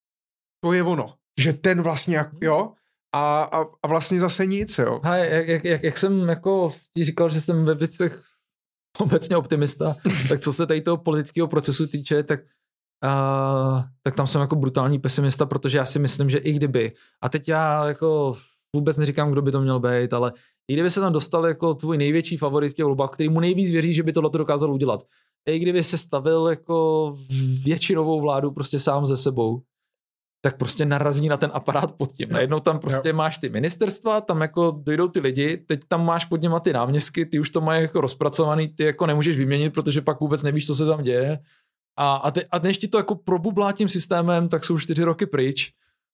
to je ono, že ten vlastně, jo, A, a, a vlastně zase nic, jo. Hele, jak, jak, jak jsem jako ti říkal, že jsem ve věcech obecně optimista, tak co se tady toho politického procesu týče, tak, uh, tak tam jsem jako brutální pesimista, protože já si myslím, že i kdyby, a teď já jako vůbec neříkám, kdo by to měl být, ale i kdyby se tam dostal jako tvůj největší favorit v těch volbách, který mu nejvíc věří, že by tohle dokázal udělat, i kdyby se stavil jako většinovou vládu prostě sám ze sebou, tak prostě narazí na ten aparát pod tím. Najednou tam prostě jo. máš ty ministerstva, tam jako dojdou ty lidi, teď tam máš pod něma ty náměstky, ty už to mají jako rozpracovaný, ty jako nemůžeš vyměnit, protože pak vůbec nevíš, co se tam děje. A, a, te, a než ti to jako probublá tím systémem, tak jsou čtyři roky pryč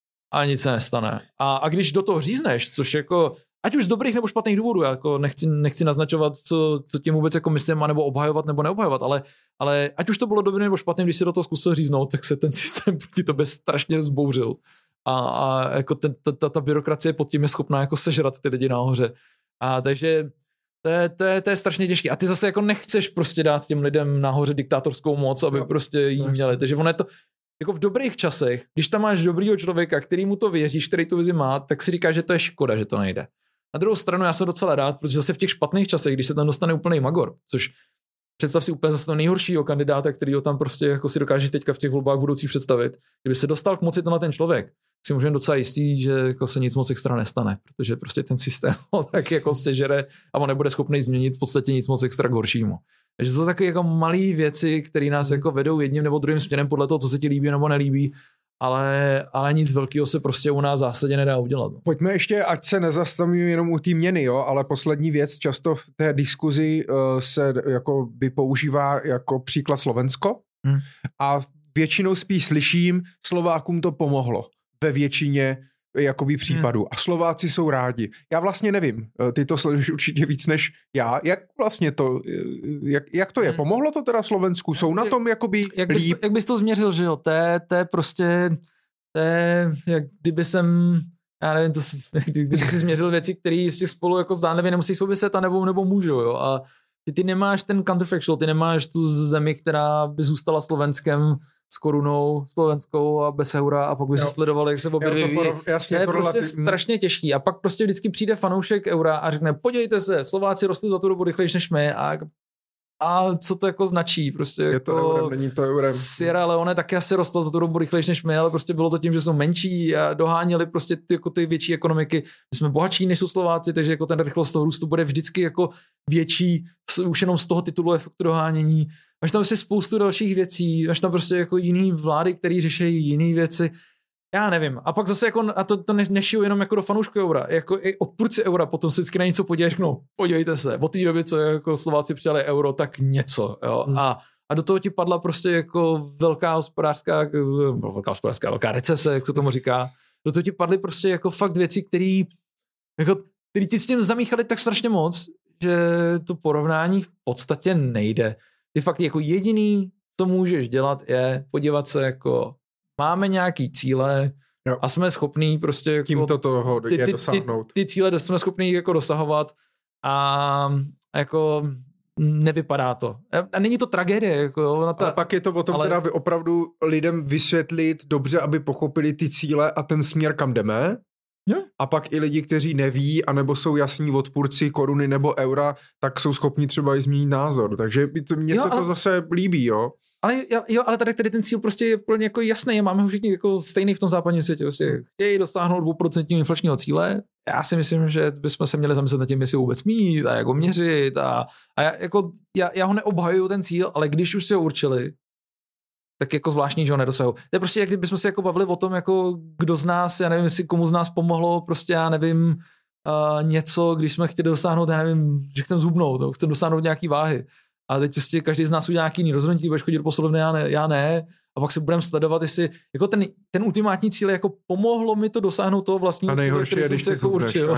a nic se nestane. A, a když do toho řízneš, což jako, ať už z dobrých nebo špatných důvodů, já jako nechci, nechci naznačovat, co, co tím vůbec jako myslím, nebo obhajovat nebo neobhajovat, ale, ale ať už to bylo dobré nebo špatné, když si do toho zkusil říznout, tak se ten systém proti tobě strašně zbouřil. A, a jako ten, ta, ta byrokracie pod tím je schopná jako sežrat ty lidi nahoře. A takže to je, to, je, to je strašně těžké. A ty zase jako nechceš prostě dát těm lidem nahoře diktátorskou moc, aby no, prostě jí měli. Takže ono je to jako v dobrých časech, když tam máš dobrýho člověka, který mu to věříš, který tu vizi má, tak si říkáš, že to je škoda, že to nejde. Na druhou stranu já jsem docela rád, protože zase v těch špatných časech, když se tam dostane úplný magor, což představ si úplně zase toho nejhoršího kandidáta, který ho tam prostě jako si dokážeš teďka v těch volbách budoucích představit, kdyby se dostal k moci tenhle ten člověk, si můžeme docela jistý, že jako se nic moc extra nestane, protože prostě ten systém ho tak jako sežere a on nebude schopný změnit v podstatě nic moc extra k horšímu. Takže to jsou takové jako malé věci, které nás jako vedou jedním nebo druhým směrem podle toho, co se ti líbí nebo nelíbí. Ale, ale nic velkého se prostě u nás v zásadě nedá udělat. Pojďme ještě, ať se nezastavíme jenom u té měny, jo, ale poslední věc, často v té diskuzi uh, se jako by používá jako příklad Slovensko hmm. a většinou spíš slyším, Slovákům to pomohlo ve většině jakoby případů. Hmm. A Slováci jsou rádi. Já vlastně nevím, ty to sleduješ určitě víc než já. Jak vlastně to, jak, jak to je? Pomohlo to teda Slovensku? Jsou na tom jakoby jak bys, líp? Jak bys to změřil, že jo? To je, to je prostě, to je, jak kdyby jsem, já nevím, to, kdyby si změřil věci, které z těch spolu jako zdánlivě nemusí souviset a nebo, nebo můžou, jo? A ty, ty nemáš ten counterfactual, ty nemáš tu zemi, která by zůstala Slovenskem s korunou slovenskou a bez eura a pak by se sledovali, jak se obě dvě vyvíjí. Jasně, je prostě strašně těžký. A pak prostě vždycky přijde fanoušek eura a řekne, podívejte se, Slováci rostli za tu dobu rychlejš než my a A co to jako značí? Prostě je jako to eurem, není to eurem. Sierra Leone taky asi rostla za tu dobu rychlejší než my, ale prostě bylo to tím, že jsou menší a doháněli prostě ty, jako ty větší ekonomiky. My jsme bohatší než jsou Slováci, takže jako ten rychlost toho růstu bude vždycky jako větší, už jenom z toho titulu efektu dohánění. Máš tam prostě spoustu dalších věcí, máš tam prostě jako jiný vlády, které řeší jiné věci. Já nevím. A pak zase jako, a to, to ne, nešiju jenom jako do fanoušku eura, jako i odpůrci eura, potom si vždycky na něco podíváš, no podívejte se, od té doby, co jako Slováci přijali euro, tak něco, jo. Hmm. A, a do toho ti padla prostě jako velká hospodářská, velká hospodářská, velká recese, jak se tomu říká. Do toho ti padly prostě jako fakt věci, které jako, který ti s tím zamíchali tak strašně moc, že to porovnání v podstatě nejde. Ty fakt jako jediný, co můžeš dělat, je podívat se jako máme nějaký cíle jo. a jsme schopní prostě jako tímto toho ty, je ty, dosáhnout. Ty, ty cíle jsme schopní jako dosahovat a jako nevypadá to. A není to tragédie. Jako na ta, ale pak je to o tom ale... teda opravdu lidem vysvětlit dobře, aby pochopili ty cíle a ten směr, kam jdeme. Jo. A pak i lidi, kteří neví, anebo jsou jasní odpůrci koruny nebo eura, tak jsou schopni třeba i změnit názor. Takže to, mně jo, se ale... to zase líbí, jo. Ale, jo, ale tady, tady ten cíl prostě je plně jako jasný. Máme ho všichni jako stejný v tom západním světě. Prostě chtějí dosáhnout dvě procenta inflačního cíle. Já si myslím, že bychom se měli zamyslet nad tím, jestli ho vůbec mít a jak ho měřit. A, a já, jako, já, já ho neobhajuju ten cíl, ale když už si ho určili, tak jako zvláštní, že ho nedosahují. To je prostě, jak kdybychom se jako bavili o tom, jako kdo z nás, já nevím, jestli komu z nás pomohlo, prostě já nevím, uh, něco, když jsme chtěli dosáhnout, já nevím, že chcem zhubnout, no, chcem dosáhnout nějaký váhy. A teď prostě každý z nás udělá nějaký jiný rozhodnutí, budeš chodit do posilovny, já ne, já ne. A pak se budeme sledovat, jestli jako ten, ten ultimátní cíl jako pomohlo mi to dosáhnout toho vlastního cíle, který jsem si jako určil.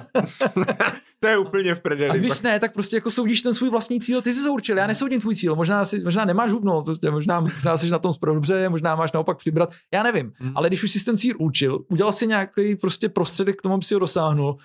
To je úplně v prdeli. A když ne, tak prostě jako soudíš ten svůj vlastní cíl, ty jsi se určil, já nesoudím tvůj cíl, možná, si, možná nemáš hubnout, prostě, možná, možná jsi na tom správně dobře, možná máš naopak přibrat, já nevím. Hmm. Ale když už jsi ten cíl určil, udělal si nějaký prostě prostředek k tomu, aby si ho dosáhnul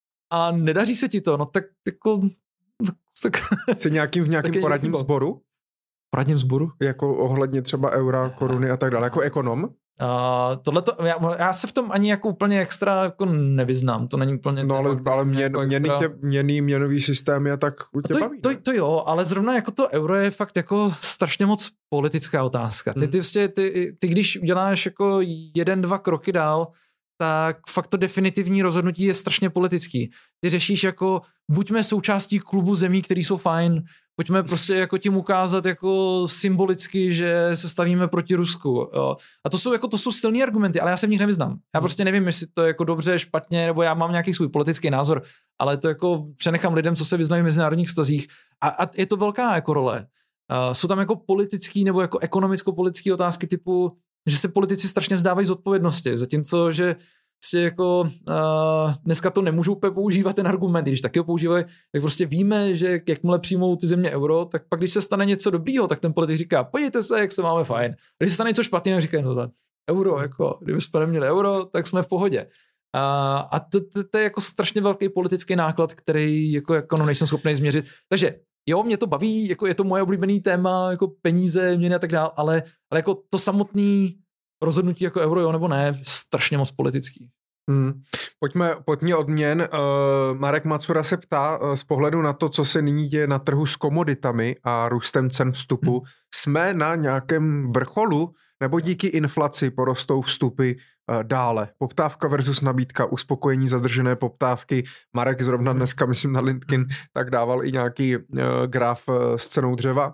a nedaří se ti to, no tak jako tak, jsi nějakým v nějakém poradním chyba. Sboru? Poradním sboru? Jako ohledně třeba eura, koruny a tak dále, jako ekonom? Uh, tohleto, já, já se v tom ani jako úplně extra jako nevyznám, to není úplně... No ale, ale měn, jako měny tě, měný, měnový systém je tak tě to, baví, to, to jo, ale zrovna jako to euro je fakt jako strašně moc politická otázka. Ty, hmm. ty, ty, ty, ty když uděláš jako jeden, dva kroky dál, tak fakt to definitivní rozhodnutí je strašně politický. Ty řešíš jako, buďme součástí klubu zemí, který jsou fajn, pojďme prostě jako tím ukázat jako symbolicky, že se stavíme proti Rusku. Jo. A to jsou jako, to jsou silný argumenty, ale já se v nich nevyznám. Já prostě nevím, jestli to je jako dobře, špatně, nebo já mám nějaký svůj politický názor, ale to jako přenechám lidem, co se vyznají v mezinárodních vztazích. A, a je to velká jako role. Uh, jsou tam jako politický nebo jako ekonomicko-politické otázky typu, že se politici strašně vzdávají z odpovědnosti, zatímco, že prostě jako uh, dneska to nemůžu úplně používat ten argument, když taky ho používají, tak prostě víme, že jakmile přijmou ty země euro, tak pak když se stane něco dobrýho, tak ten politik říká, podívejte se, jak se máme fajn. A když se stane něco špatného, říká, no tak euro, jako, kdyby jsme neměli euro, tak jsme v pohodě. A, a to, to, to je jako strašně velký politický náklad, který jako, jako no, nejsem schopný změřit. Takže jo, mě to baví, jako je to moje oblíbený téma, jako peníze, měny a tak dál, ale, ale jako to samotný rozhodnutí jako euro, jo nebo ne, strašně moc politický. Hmm. Pojďme, pojďme od měn. Uh, Marek Macura se ptá uh, z pohledu na to, co se nyní děje na trhu s komoditami a růstem cen vstupu. Hmm. Jsme na nějakém vrcholu, nebo díky inflaci porostou vstupy uh, dále? Poptávka versus nabídka, uspokojení zadržené poptávky. Marek zrovna dneska, myslím na LinkedIn, tak dával i nějaký uh, graf uh, s cenou dřeva.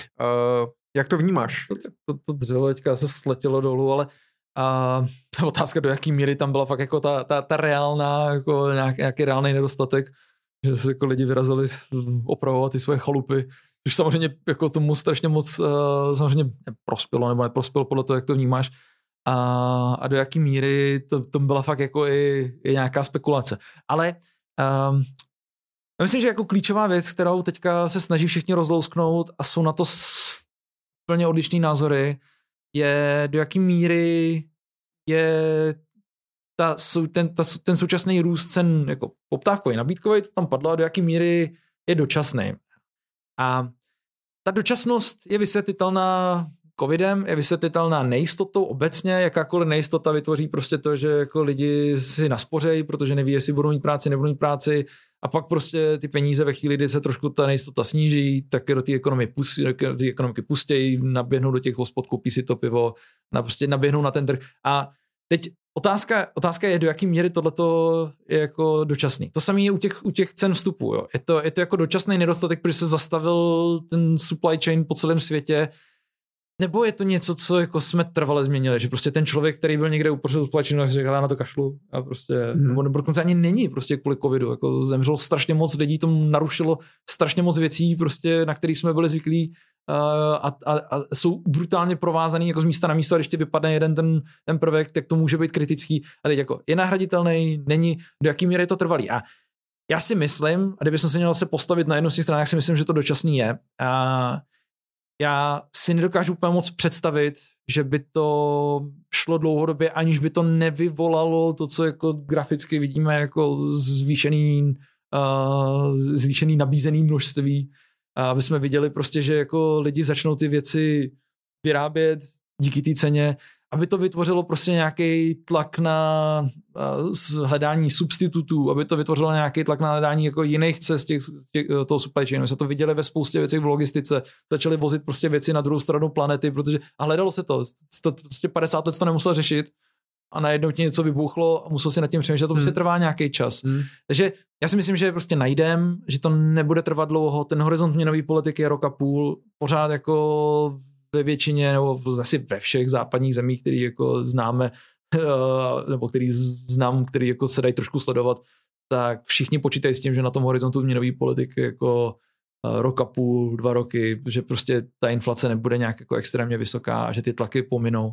Uh, jak to vnímáš? To, to, to dřevo teďka se sletělo dolů, ale a ta otázka, do jaký míry tam byla fakt jako ta, ta, ta reálná, jako nějak, nějaký reálný nedostatek, že se jako lidi vyrazili opravovat ty svoje chalupy, což samozřejmě jako tomu strašně moc uh, samozřejmě prospělo nebo neprospělo podle toho, jak to vnímáš. A, a do jaký míry to, to byla fakt jako i, i nějaká spekulace. Ale um, já myslím, že jako klíčová věc, kterou teďka se snaží všichni rozlousknout a jsou na to plně odlišný názory, je do jaký míry je ta, ten, ta, ten současný růst cen jako poptávkový, nabídkový, to tam padlo, a do jaký míry je dočasný. A ta dočasnost je vysvětlitelná covidem je vysvětlitelná nejistotou obecně, jakákoliv nejistota vytvoří prostě to, že jako lidi si naspořejí, protože neví, jestli budou mít práci, nebudou mít práci a pak prostě ty peníze ve chvíli, kdy se trošku ta nejistota sníží, tak do té ekonomiky, pustí, do té ekonomiky pustějí, naběhnou do těch hospod, koupí si to pivo, na, prostě naběhnou na ten trh. A teď otázka, otázka je, do jaký míry tohleto je jako dočasný. To samé je u těch, u těch cen vstupu. Jo. Je, to, je to jako dočasný nedostatek, protože se zastavil ten supply chain po celém světě, nebo je to něco, co jako jsme trvale změnili, že prostě ten člověk, který byl někde uprostřed supply chainu, řekl, já na to kašlu a prostě, hmm. nebo dokonce ani není prostě kvůli covidu, jako zemřelo strašně moc lidí, to narušilo strašně moc věcí, prostě, na kterých jsme byli zvyklí a, a, a jsou brutálně provázaný jako z místa na místo a když ti vypadne jeden ten, ten prvek, tak to může být kritický a teď jako je nahraditelný, není, do jaký míry je to trvalý a já si myslím, a kdyby jsem se měl se postavit na jednu z těch stran, já si myslím, že to dočasný je a já si nedokážu úplně moc představit, že by to šlo dlouhodobě, aniž by to nevyvolalo to, co jako graficky vidíme jako zvýšený, uh, zvýšený nabízený množství. A aby jsme viděli prostě, že jako lidi začnou ty věci vyrábět díky té ceně, aby to vytvořilo prostě nějaký tlak na uh, hledání substitutů, aby to vytvořilo nějaký tlak na hledání jako jiných cest těch, těch, toho supply chainu. My jsme to viděli ve spoustě věcí v logistice, začali vozit prostě věci na druhou stranu planety, protože a hledalo se to. to prostě padesát let to nemuselo řešit a najednou ti něco vybuchlo a musel si nad tím přemýšlet, to prostě hmm. trvá nějaký čas. Hmm. Takže já si myslím, že prostě najdem, že to nebude trvat dlouho, ten horizont měnový politiky je rok a půl, pořád jako ve většině, nebo asi ve všech západních zemích, který jako známe, nebo který znám, který jako se dají trošku sledovat, tak všichni počítají s tím, že na tom horizontu měnové politiky jako rok a půl, dva roky, že prostě ta inflace nebude nějak jako extrémně vysoká, že ty tlaky pominou.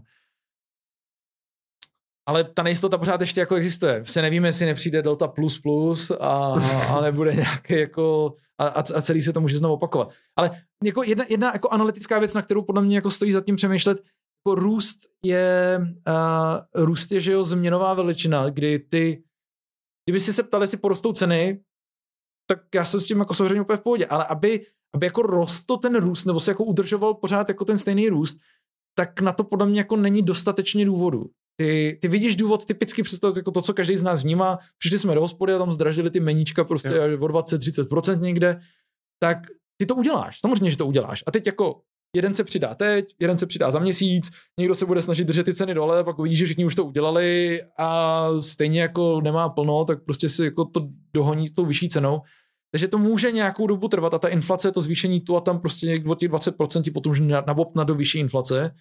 Ale ta nejistota pořád ještě jako existuje. Se nevíme, jestli nepřijde delta plus plus a, a nebude nějaký jako a, a celý se to může znovu opakovat. Ale jako jedna, jedna jako analytická věc, na kterou podle mě jako stojí za tím přemýšlet, jako růst je uh, růst je, že jo, změnová veličina, kdy ty, kdyby si se ptali, jestli porostou ceny, tak já jsem s tím jako samozřejmě úplně v pohodě, ale aby, aby jako rostl ten růst, nebo se jako udržoval pořád jako ten stejný růst, tak na to podle mě jako není dostatečně důvodu. Ty, ty vidíš důvod typicky představit jako to, co každý z nás vnímá. Přišli jsme do hospody a tam zdražili ty meníčka prostě jo. o dvacet až třicet procent někde, tak ty to uděláš. Samozřejmě, že to uděláš. A teď jako jeden se přidá teď, jeden se přidá za měsíc, někdo se bude snažit držet ty ceny dole, pak uvidíš, že všichni už to udělali a stejně jako nemá plno, tak prostě si jako to dohoní tou vyšší cenou. Takže to může nějakou dobu trvat a ta inflace, to zvýšení tu a tam prostě někdo těch dvacet procent potom už nabobtná do vyšší inflace,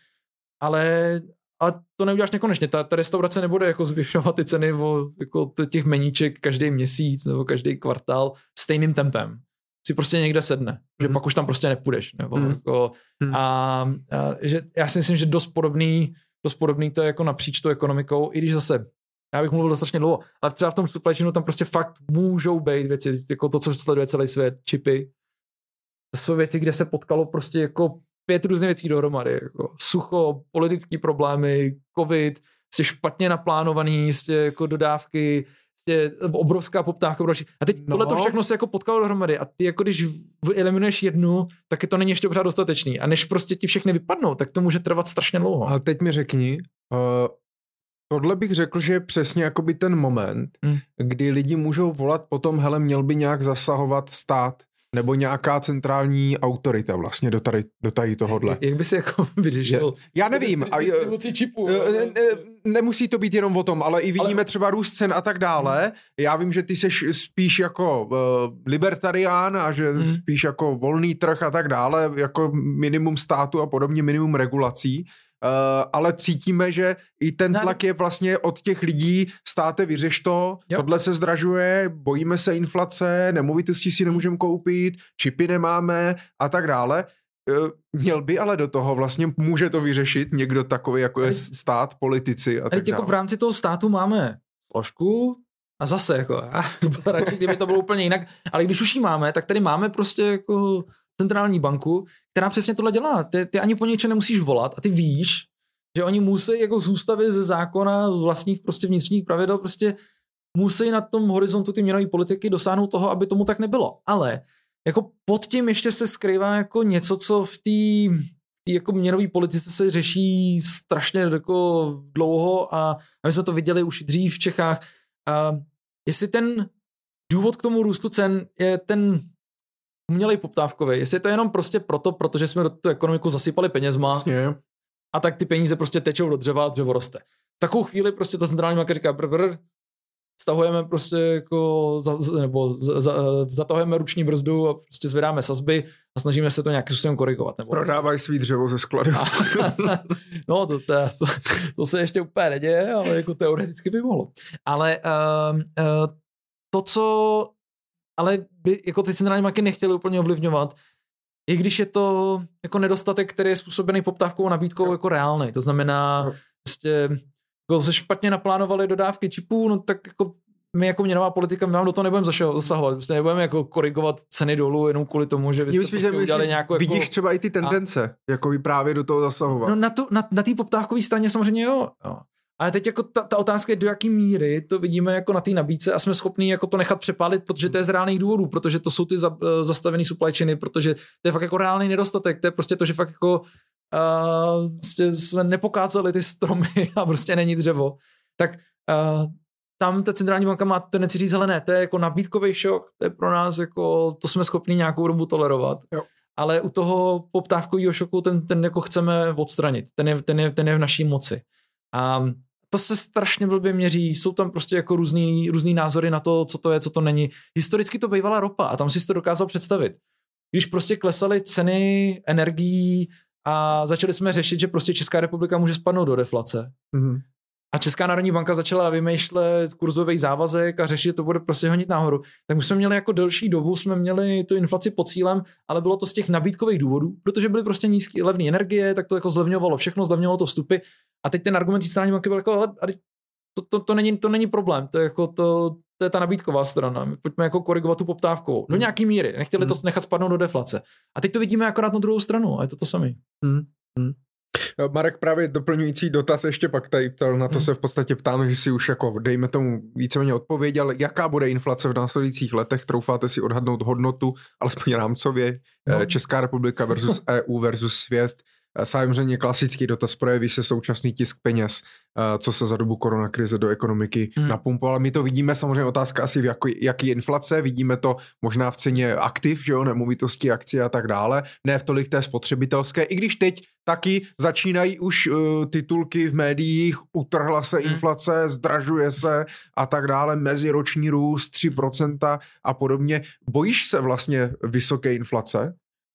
ale A to neuděláš nekonečně. Ta, ta restaurace nebude jako zvyšovat ty ceny o jako těch meníček každý měsíc nebo každý kvartál stejným tempem. Si prostě někde sedne. Mm. Že pak už tam prostě nepůjdeš. Nebo mm. jako, mm. a, a že já si myslím, že dost podobný, dost podobný to je jako napříč tou ekonomikou, i když zase, já bych mluvil strašně dlouho, ale třeba v tom supply chainu tam prostě fakt můžou být věci, jako to, co sleduje celý svět, čipy. To jsou věci, kde se potkalo prostě jako pět různých věcí dohromady, jako sucho, politické problémy, covid, jste špatně naplánovaný, jste jako dodávky, jste obrovská poptávka. A teď no. tohle to všechno se jako potkalo dohromady a ty jako když eliminuješ jednu, tak to není ještě pořád dostatečný. A než prostě ti všechny vypadnou, tak to může trvat strašně dlouho. Ale teď mi řekni, uh, tohle bych řekl, že je přesně jakoby ten moment, hmm. kdy lidi můžou volat potom, hele, měl by nějak zasahovat stát, nebo nějaká centrální autorita vlastně do tady, do tady tohodle. Jak by si jako vyřešil? Já nevím. A, čipu, ne, ne, nemusí to být jenom o tom, ale i vidíme ale... třeba růst cen a tak dále. Hmm. Já vím, že ty seš spíš jako uh, libertarián a že hmm. spíš jako volný trh a tak dále, jako minimum státu a podobně, minimum regulací. Uh, ale cítíme, že i ten tlak je vlastně od těch lidí, státe, vyřeš to, jo. Tohle se zdražuje, bojíme se inflace, nemovitosti si nemůžeme koupit, čipy nemáme a tak dále. Uh, měl by ale do toho vlastně může to vyřešit někdo takový, jako je stát, politici a tak jako dále. V rámci toho státu máme složku a zase, jako, radši, kdyby to bylo úplně jinak, ale když už ji máme, tak tady máme prostě jako centrální banku, která přesně tohle dělá. Ty, ty ani po něčem nemusíš volat a ty víš, že oni musí jako z ústavy, ze zákona, z vlastních prostě vnitřních pravidel prostě musí na tom horizontu ty měnové politiky dosáhnout toho, aby tomu tak nebylo. Ale jako pod tím ještě se skrývá jako něco, co v té jako měnový politice se řeší strašně jako dlouho a, a my jsme to viděli už dřív v Čechách. A jestli ten důvod k tomu růstu cen je ten umělej poptávkový, jestli je to jenom prostě proto, protože jsme do tu ekonomiku zasypali penězma Jasně. a tak ty peníze prostě tečou do dřeva a dřevo roste. V takovou chvíli prostě ta centrální banka říká brr, brr, stahujeme prostě jako za, nebo za, za, zatahujeme ruční brzdu a prostě zvedáme sazby a snažíme se to nějakým způsobem korigovat. Nebo prodávají svý dřevo ze skladu. No to, to, to, to se ještě úplně neděje, ale jako teoreticky by mohlo. Ale uh, uh, to, co ale by jako ty centrální banky nechtěly úplně ovlivňovat, i když je to jako nedostatek, který je způsobený poptávkou a nabídkou no. jako reálný. To znamená, no. prostě jako se špatně naplánovaly dodávky čipů, no tak jako my jako měnová politika, my vám do toho nebudeme zasahovat, prostě nebudeme jako korigovat ceny dolů jenom kvůli tomu, že vy jste prostě udělali nějakou vidíš jako... třeba i ty tendence, a... jako by právě do toho zasahovat. No na, tu, na, na té poptávkové straně samozřejmě jo. jo. Ale teď jako ta, ta otázka je, do jaký míry to vidíme jako na té nabídce a jsme schopní jako to nechat přepálit, protože to je z reálných důvodů, protože to jsou ty za, zastavený supply chainy, protože to je fakt jako reálný nedostatek, to je prostě to, že fakt jako uh, prostě jsme nepokáceli ty stromy a prostě není dřevo. Tak uh, tam ta centrální banka má tendenci říct, ale ne, to je jako nabídkový šok, to je pro nás jako, to jsme schopni nějakou dobu tolerovat. Jo. Ale u toho poptávkového šoku ten, ten jako chceme odstranit, ten je, ten je, ten je v naší moci. A to se strašně blbě měří, jsou tam prostě jako různý, různý názory na to, co to je, co to není. Historicky to bývala ropa a tam si to dokázal představit. Když prostě klesaly ceny energií a začali jsme řešit, že prostě Česká republika může spadnout do deflace. Mm-hmm. A Česká národní banka začala vymýšlet kurzový závazek a řešit, to bude prostě honit nahoru. Tak my jsme měli jako delší dobu, jsme měli tu inflaci pod cílem, ale bylo to z těch nabídkových důvodů, protože byly prostě nízké levné energie, tak to jako zlevňovalo všechno, zlevňovalo to vstupy. A teď ten argument centrální banky byl jako, ale to, to, to, není, to není problém, to je, jako to, to je ta nabídková strana, my pojďme jako korigovat tu poptávkovou. Do nějaký míry, nechtěli hmm. to nechat spadnout do deflace. A teď to vidíme akorát na druhou stranu a je to to samé. Hmm. Hmm. Marek, právě doplňující dotaz ještě pak tady ptal, na to hmm. se v podstatě ptám, že si už jako dejme tomu víceméně odpověděl, jaká bude inflace v následujících letech, troufáte si odhadnout hodnotu, alespoň rámcově, no. Česká republika versus E U versus svět. Samozřejmě klasický dotaz, projeví se současný tisk peněz, co se za dobu koronakrize do ekonomiky hmm. napumpoval. My to vidíme, samozřejmě otázka asi v jaký, jaký je inflace, vidíme to možná v ceně aktiv, že jo, nemovitosti, akcie a tak dále, ne v tolik té spotřebitelské, i když teď taky začínají už uh, titulky v médiích, utrhla se hmm. inflace, zdražuje se a tak dále, meziroční růst tři procenta a podobně. Bojíš se vlastně vysoké inflace?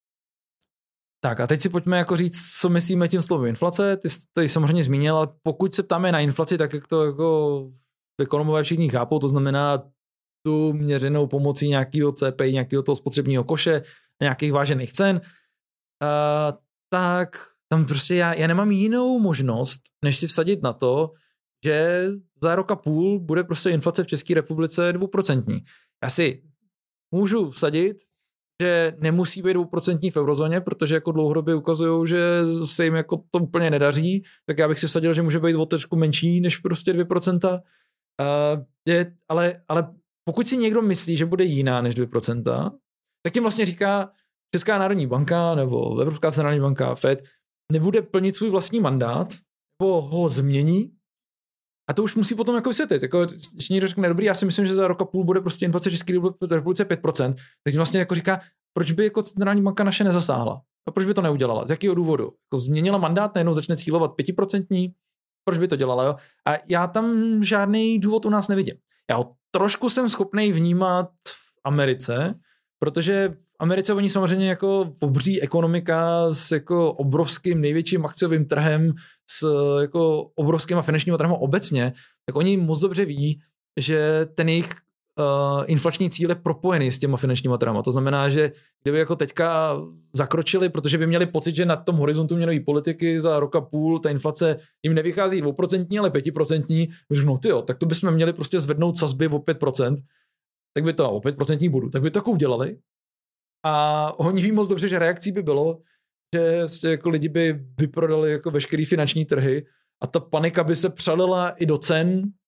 Tak a teď si pojďme jako říct, co myslíme tím slovem inflace. Ty jsi to samozřejmě zmínil, ale pokud se ptáme na inflaci, tak jak to jako ekonomové všichni chápou, to znamená tu měřenou pomocí nějakého C P I, nějakého toho spotřebního koše, nějakých vážených cen, uh, tak tam prostě já, já nemám jinou možnost, než si vsadit na to, že za rok a půl bude prostě inflace v České republice dvouprocentní. Já si můžu vsadit, že nemusí být dvouprocentní v eurozóně, protože jako dlouhodobě ukazují, že se jim jako to úplně nedaří, tak já bych si vsadil, že může být o trošku menší než prostě dvě procenta. Uh, je, ale, ale pokud si někdo myslí, že bude jiná než dvě procenta, tak tím vlastně říká Česká národní banka nebo Evropská centrální banka, Fed, nebude plnit svůj vlastní mandát, nebo ho změní. A to už musí potom jako vysvětlit. Jako, když někdo řekne, dobrý, já si myslím, že za rok a půl bude prostě inflace České republice pět procent, tak vlastně jako říká, proč by jako centrální banka naše nezasáhla? A proč by to neudělala? Z jakého důvodu? Jako změnila mandát, najednou začne cílovat pětiprocentní? Proč by to dělala? Jo? A já tam žádný důvod u nás nevidím. Já ho trošku jsem schopnej vnímat v Americe, protože v Americe oni samozřejmě jako obří ekonomika s jako obrovským největším akciovým trhem, s jako obrovským finančním trhem obecně, tak oni moc dobře ví, že ten jejich uh, inflační cíl je propojený s těma finančníma trhama. To znamená, že kdyby jako teďka zakročili, protože by měli pocit, že na tom horizontu měnové politiky za rok a půl ta inflace jim nevychází dvouprocentní, ale pětiprocentní, řeknou, tyjo, tak to bychom měli prostě zvednout sazby o pět procent, tak by to o pět procent bodu, tak by to jako udělali. A oni ví moc dobře, že reakcí by bylo, že vlastně jako lidi by vyprodali jako veškerý finanční trhy a ta panika by se přelila i do cen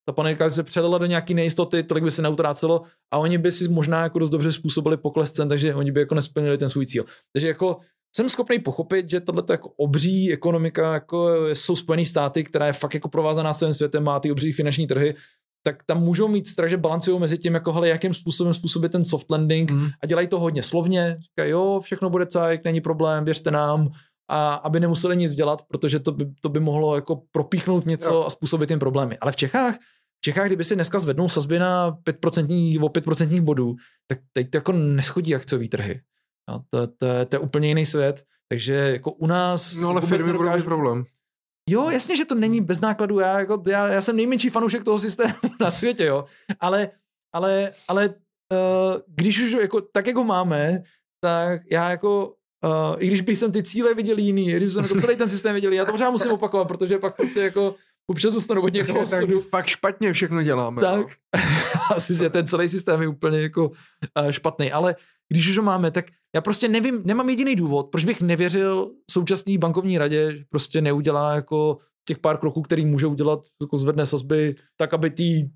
ta panika se přelila do nějaký nejistoty, tolik by se neutrácelo a oni by si možná jako dost dobře způsobili pokles cen, takže oni by jako nesplnili ten svůj cíl. Takže jako jsem schopný pochopit, že tohle jako obří ekonomika, jako jsou Spojené státy, která je fakt jako provázaná s celým světem, má ty obří finanční trhy, tak tam můžou mít strach, že balancují mezi tím, jako hele, jakým způsobem způsobit ten soft landing mm. a dělají to hodně slovně, říkají, jo, všechno bude cajk, není problém, věřte nám, a aby nemuseli nic dělat, protože to by, to by mohlo jako propíchnout něco jo. a způsobit jim problémy. Ale v Čechách, v Čechách, kdyby si dneska zvednul sazby na pět procent o pět procent bodů, tak teď to jako neschodí akciový trhy. No, to, to, to je úplně jiný svět, takže jako u nás... No ale firmy budou mít problém. Jo, jasně, že to není bez nákladu, já, jako, já, já jsem nejmenší fanoušek toho systému na světě, jo, ale, ale, ale uh, když už jako, tak, jak ho máme, tak já jako, uh, i když bych jsem ty cíle viděl jiný, když jsem jako celý ten systém viděl, já to možná musím opakovat, protože pak prostě jako občas dostanu od někoho tak fakt špatně všechno děláme. Tak, asi že ten celý systém je úplně jako uh, špatný, ale když už ho máme, tak já prostě nevím, nemám jediný důvod, proč bych nevěřil současný bankovní radě, že prostě neudělá jako těch pár kroků, který může udělat, jako zvedne sazby, tak aby tý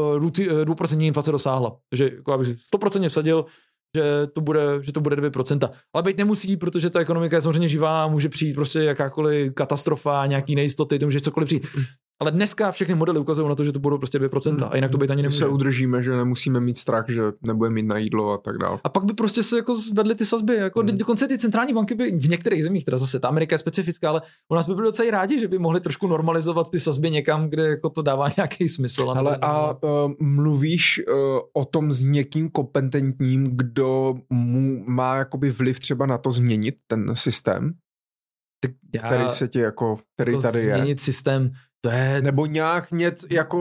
uh, dvě procenta inflace dosáhla. Takže jako aby si sto procent vsadil, že to bude, že to bude dvě procenta. Ale být nemusí, protože ta ekonomika je samozřejmě živá, může přijít prostě jakákoliv katastrofa, nějaký nejistoty, to může cokoliv přijít. Ale dneska všechny modely ukazují na to, že to budou prostě dvě procenta a jinak to být ani nemůže. Se udržíme, že nemusíme mít strach, že nebudeme mít na jídlo a tak dále. A pak by prostě se jako zvedly ty sazby, jako hmm. dokonce ty centrální banky by v některých zemích, teda zase ta Amerika je specifická, ale u nás by byli docela rádi, že by mohli trošku normalizovat ty sazby někam, kde jako to dává nějaký smysl. Ale a uh, mluvíš uh, o tom s někým kompetentním, kdo mu má jakoby vliv třeba na to změnit ten systém? Tak já, který se ti jako, který jako tady změnit je. Změnit systém, to je... Nebo nějak něco jako...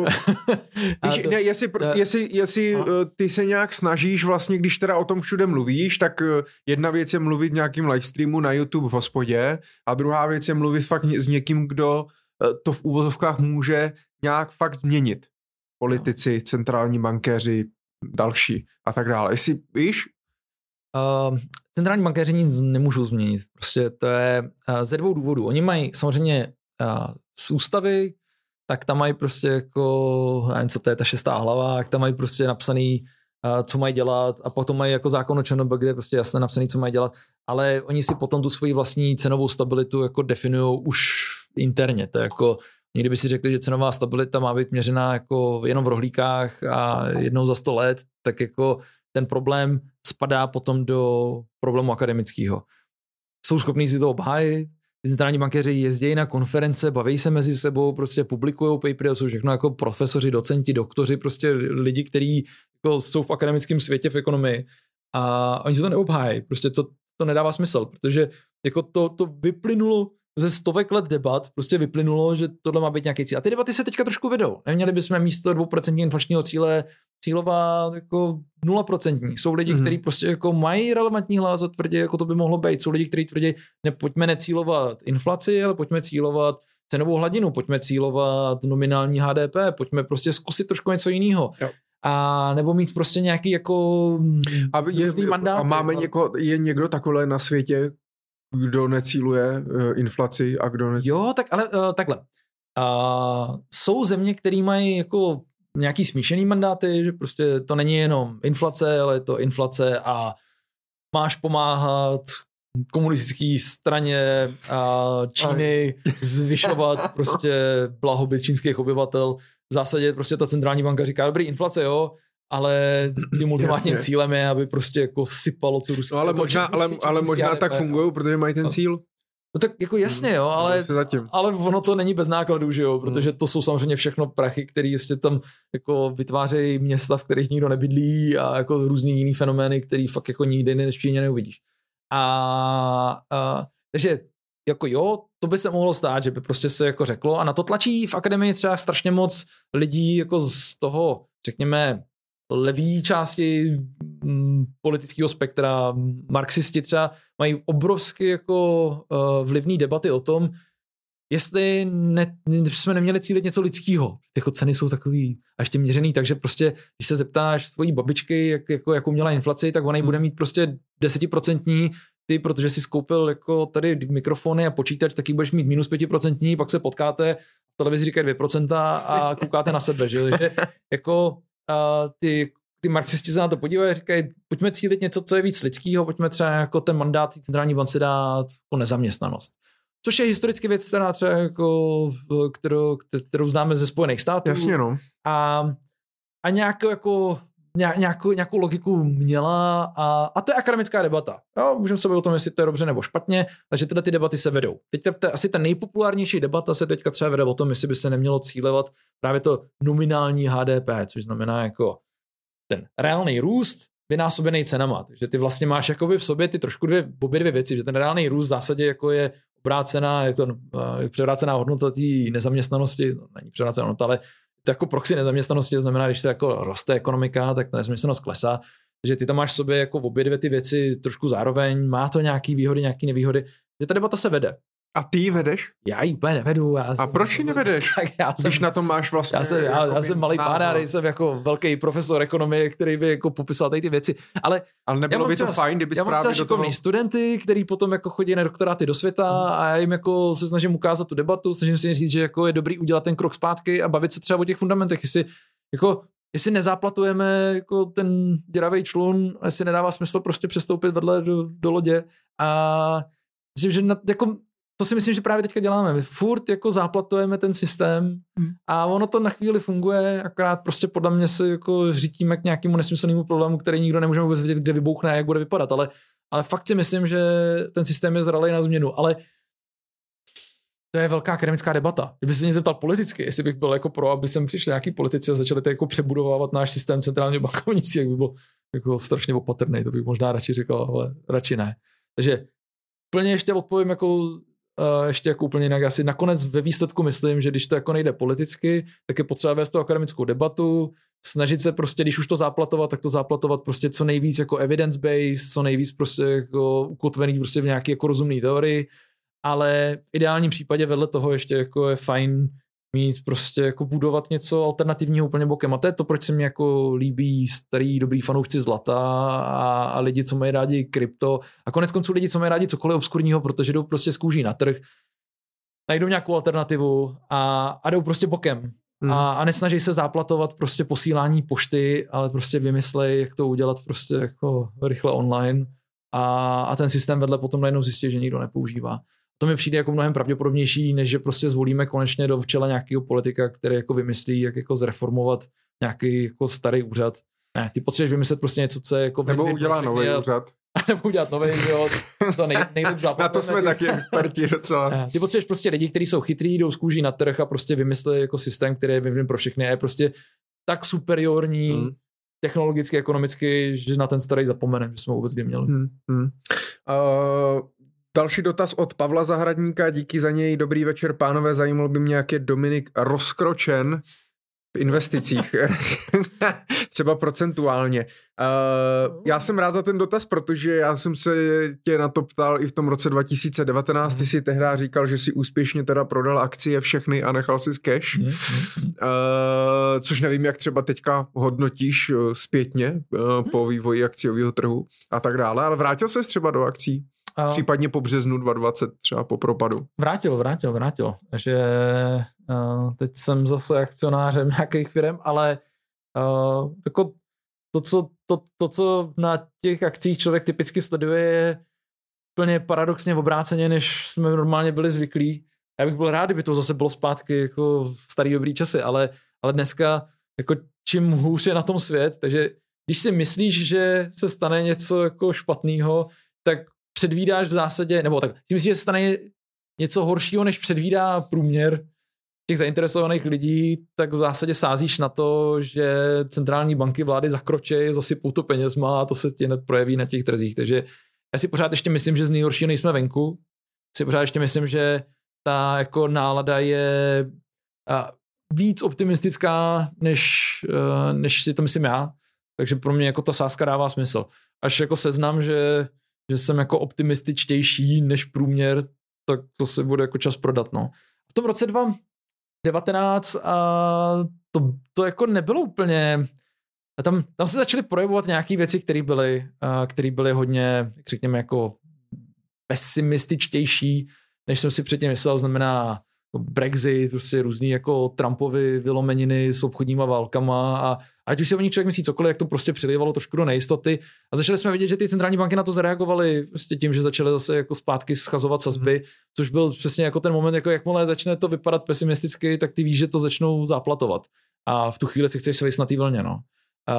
víš, to, ne, jestli, to, jestli, jestli ty se nějak snažíš vlastně, když teda o tom všude mluvíš, tak jedna věc je mluvit nějakým livestreamu na YouTube v hospodě a druhá věc je mluvit fakt s někým, kdo to v úvozovkách může nějak fakt změnit. Politici, no. centrální bankéři, další a tak dále. Jestli víš... Uh, centrální bankéři nic nemůžou změnit. Prostě to je uh, ze dvou důvodů. Oni mají samozřejmě uh, z ústavy, tak tam mají prostě jako, nevím, co to je ta šestá hlava, tak tam mají prostě napsaný, uh, co mají dělat a potom mají jako zákon o ČNB, kde je prostě jasně napsaný, co mají dělat, ale oni si potom tu svoji vlastní cenovou stabilitu jako definujou už interně. To je jako, někdy by si řekli, že cenová stabilita má být měřená jako jenom v rohlíkách a jednou za sto let, tak jako ten problém spadá potom do problému akademického. Jsou schopní si to obhájit, centrální bankéři jezdí na konference, baví se mezi sebou, prostě publikují papery, jsou všechno jako profesoři, docenti, doktoři, prostě lidi, kteří jako jsou v akademickém světě v ekonomii a oni se to neobhájí. Prostě to, to nedává smysl, protože jako to, to vyplynulo ze stovek let debat, prostě vyplynulo, že tohle má být nějaký cíl. A ty debaty se teďka trošku vedou. Neměli bychom místo dvě procenta inflačního cíle cílová jako nula procent. Jsou lidi, mm-hmm. kteří prostě jako mají relevantní hlas a tvrdí, jako to by mohlo být. Jsou lidi, kteří tvrdí, ne, pojďme necílovat inflaci, ale pojďme cílovat cenovou hladinu, pojďme cílovat nominální H D P, pojďme prostě zkusit trošku něco jiného. Jo. A nebo mít prostě nějaký jako a je, mandát. A máme a... něko, je někdo takový na světě, kdo necíluje uh, inflaci a kdo necíluje... Jo, tak ale uh, takhle. Uh, jsou země, které mají jako nějaký smíšený mandáty, že prostě to není jenom inflace, ale je to inflace a máš pomáhat komunistické straně a Číny zvyšovat prostě blahobyt čínských obyvatel. V zásadě prostě ta centrální banka říká, dobrý, inflace jo, ale tím ultimátním cílem je, aby prostě jako sypalo tu ruskou... No ale možná, ale, ale možná tak fungují, protože mají ten cíl. No tak jako jasně jo, ale, ale ono to není bez nákladů, že jo, protože to jsou samozřejmě všechno prachy, které ještě tam jako vytvářejí města, v kterých nikdo nebydlí a jako různý jiný fenomény, který fakt jako nikdy než Číně neuvidíš. A, a takže jako jo, to by se mohlo stát, že by prostě se jako řeklo a na to tlačí v akademii třeba strašně moc lidí jako z toho, řekněme, levý části m, politického spektra, marxisti třeba mají obrovsky jako uh, vlivný debaty o tom, jestli ne, jsme neměli cílit něco lidského. Jako ceny jsou takový a ještě měřený, takže prostě, když se zeptáš svojí babičky, jak, jako, jakou měla inflaci, tak ona jí bude mít prostě desetiprocentní, ty, protože jsi skoupil jako tady mikrofony a počítač, taky budeš mít minus pětiprocentní, pak se potkáte, televizi říkají dvě procenta a koukáte na sebe, že, že jako uh, ty, ty marxisti se na to podívají a říkají, pojďme cílit něco, co je víc lidského, pojďme třeba jako ten mandát centrální bance dát jako nezaměstnanost. Což je historicky věc, která třeba jako, kterou, kterou známe ze Spojených států. Jasně, no. A, a nějakou, jako, nějakou, nějakou logiku měla a, a to je akademická debata. Jo, můžeme se bavit o tom, jestli to je dobře nebo špatně, takže tyhle ty debaty se vedou. Teď ta, asi ta nejpopulárnější debata se teďka třeba vede o tom, jestli by se nemělo cílovat právě to nominální H D P, což znamená jako ten reálný růst vynásobený cenama. Takže ty vlastně máš jakoby v sobě ty trošku dvě, obě dvě věci, že ten reálný růst v zásadě jako je obrácená, je to převrácená hodnota té nezaměstnanosti, no, není převrácená hodnota, ale to jako proxy nezaměstnanosti, to znamená, když to jako roste ekonomika, tak ta nezaměstnanost klesá. Takže ty tam máš v sobě jako obě dvě ty věci trošku zároveň, má to nějaký výhody, nějaký nevýhody, že ta debata se vede. A ty ji vedeš? Já ji úplně nevedu. Já a jsem, proč ji nevedeš? Tak já jsem, když na tom máš vlastně... Já jsem, já, já jsem malý pán, já jsem jako velký profesor ekonomie, který by jako popisoval tady ty věci. Ale, ale nebylo by to třeba, fajn, kdyby já právě do toho... studenty, který potom jako chodí na doktoráty do světa hmm. a já jim jako se snažím ukázat tu debatu, snažím si říct, že jako je dobrý udělat ten krok zpátky a bavit se třeba o těch fundamentech, jestli jako jestli nezáplatujeme jako ten děravej člun, jestli nedává smysl prostě přestoupit vedle do, do lodě a myslím, že na, jako to si myslím, že právě teďka děláme. My furt jako záplatujeme ten systém hmm. a ono to na chvíli funguje, akorát prostě podle mě se jako řítíme k nějakému nesmyslnému problému, který nikdo nemůže vůbec vědět, kde vybouchne a jak bude vypadat, ale, ale fakt si myslím, že ten systém je zralej na změnu, ale to je velká akademická debata. Kdyby se mě zeptal politicky, jestli bych byl jako pro, aby sem přišli nějaký politici a začali to jako přebudovávat náš systém centrálního bankovnictví, jak by byl jako strašně opatrný, to bych možná radši řekl, ale radši ne. Takže plně ještě odpovím jako Uh, ještě jako úplně jinak. Asi nakonec ve výsledku myslím, že když to jako nejde politicky, tak je potřeba vést tu akademickou debatu, snažit se prostě, když už to záplatovat, tak to záplatovat prostě co nejvíc jako evidence-based, co nejvíc prostě jako ukotvený prostě v nějaké jako rozumné teorii, ale v ideálním případě vedle toho ještě jako je fajn mít prostě jako budovat něco alternativního úplně bokem. A to je to, proč se mi jako líbí starý dobrý fanoušci zlata a, a lidi, co mají rádi krypto a konec konců lidi, co mají rádi cokoliv obskurního, protože jdou prostě z kůží na trh, najdou nějakou alternativu a, a jdou prostě bokem. Hmm. A, a nesnaží se záplatovat prostě posílání pošty, ale prostě vymyslej, jak to udělat prostě jako rychle online a, a ten systém vedle potom najednou zjistí, že nikdo nepoužívá. To mi přijde jako mnohem pravděpodobnější, než že prostě zvolíme konečně do včela nějakého politika, který jako vymyslí, jak jako zreformovat nějaký jako starý úřad. Ne, ty potřebuješ vymyslet prostě něco, co je jako... Nebo udělá nový úřad. Nebo udělat nový, jo. To nej, nejlíp západ. Na to jsme ty... taky experti docela. Ne, ty potřebuješ prostě lidi, kteří jsou chytrý, jdou z kůží na trh a prostě vymyslí jako systém, který je vyvinut pro všechny a je prostě tak superiorní hmm. technologicky, ekonomicky, že na ten starý zapomeneme, že jsme vůbec kdy měli. Hmm. Hmm. Uh... Další dotaz od Pavla Zahradníka, díky za něj, dobrý večer pánové, zajímal by mě, jak je Dominik rozkročen v investicích, třeba procentuálně. Uh, já jsem rád za ten dotaz, protože já jsem se tě na to ptal i v tom roce dva tisíce devatenáct, ty si tehdy říkal, že si úspěšně teda prodal akcie všechny a nechal si cash, uh, což nevím, jak třeba teďka hodnotíš zpětně uh, po vývoji akciového trhu a tak dále, ale vrátil ses třeba do akcí? Uh, Případně po březnu dva tisíce dvacet, třeba po propadu. Vrátil, vrátil, vrátil. Takže uh, teď jsem zase akcionářem nějakých firm, ale uh, jako to, co, to, to, co na těch akcích člověk typicky sleduje, je úplně paradoxně obráceně, než jsme normálně byli zvyklí. Já bych byl rád, kdyby to zase bylo zpátky jako v starý dobrý časy, ale, ale dneska jako čím hůř je na tom svět, takže když si myslíš, že se stane něco jako špatného, tak předvídáš v zásadě, nebo tak, si myslíš, že se stane něco horšího, než předvídá průměr těch zainteresovaných lidí, tak v zásadě sázíš na to, že centrální banky vlády zakročí, zasypou to penězma a to se ti projeví na těch trzích. Takže já si pořád ještě myslím, že z nejhoršího nejsme venku. Si pořád ještě myslím, že ta jako nálada je víc optimistická, než, než si to myslím já. Takže pro mě jako ta sázka dává smysl. Až jako seznam, že že jsem jako optimističtější než průměr, tak to se bude jako čas prodat, no. V tom roce dva tisíce devatenáct a to, to jako nebylo úplně, tam, tam se začaly projevovat nějaké věci, které byly, které byly hodně, řekněme, jako pesimističtější, než jsem si předtím myslel, znamená Brexit, prostě různý jako Trumpovy vylomeniny s obchodníma válkama a ať už se o nich člověk myslí cokoliv, jak to prostě přilívalo trošku do nejistoty a začali jsme vidět, že ty centrální banky na to zareagovaly prostě tím, že začaly zase jako zpátky schazovat sazby, mm. což byl přesně jako ten moment, jako jakmile začne to vypadat pesimisticky, tak ty víš, že to začnou záplatovat a v tu chvíli si chceš svést na té vlně, no. A,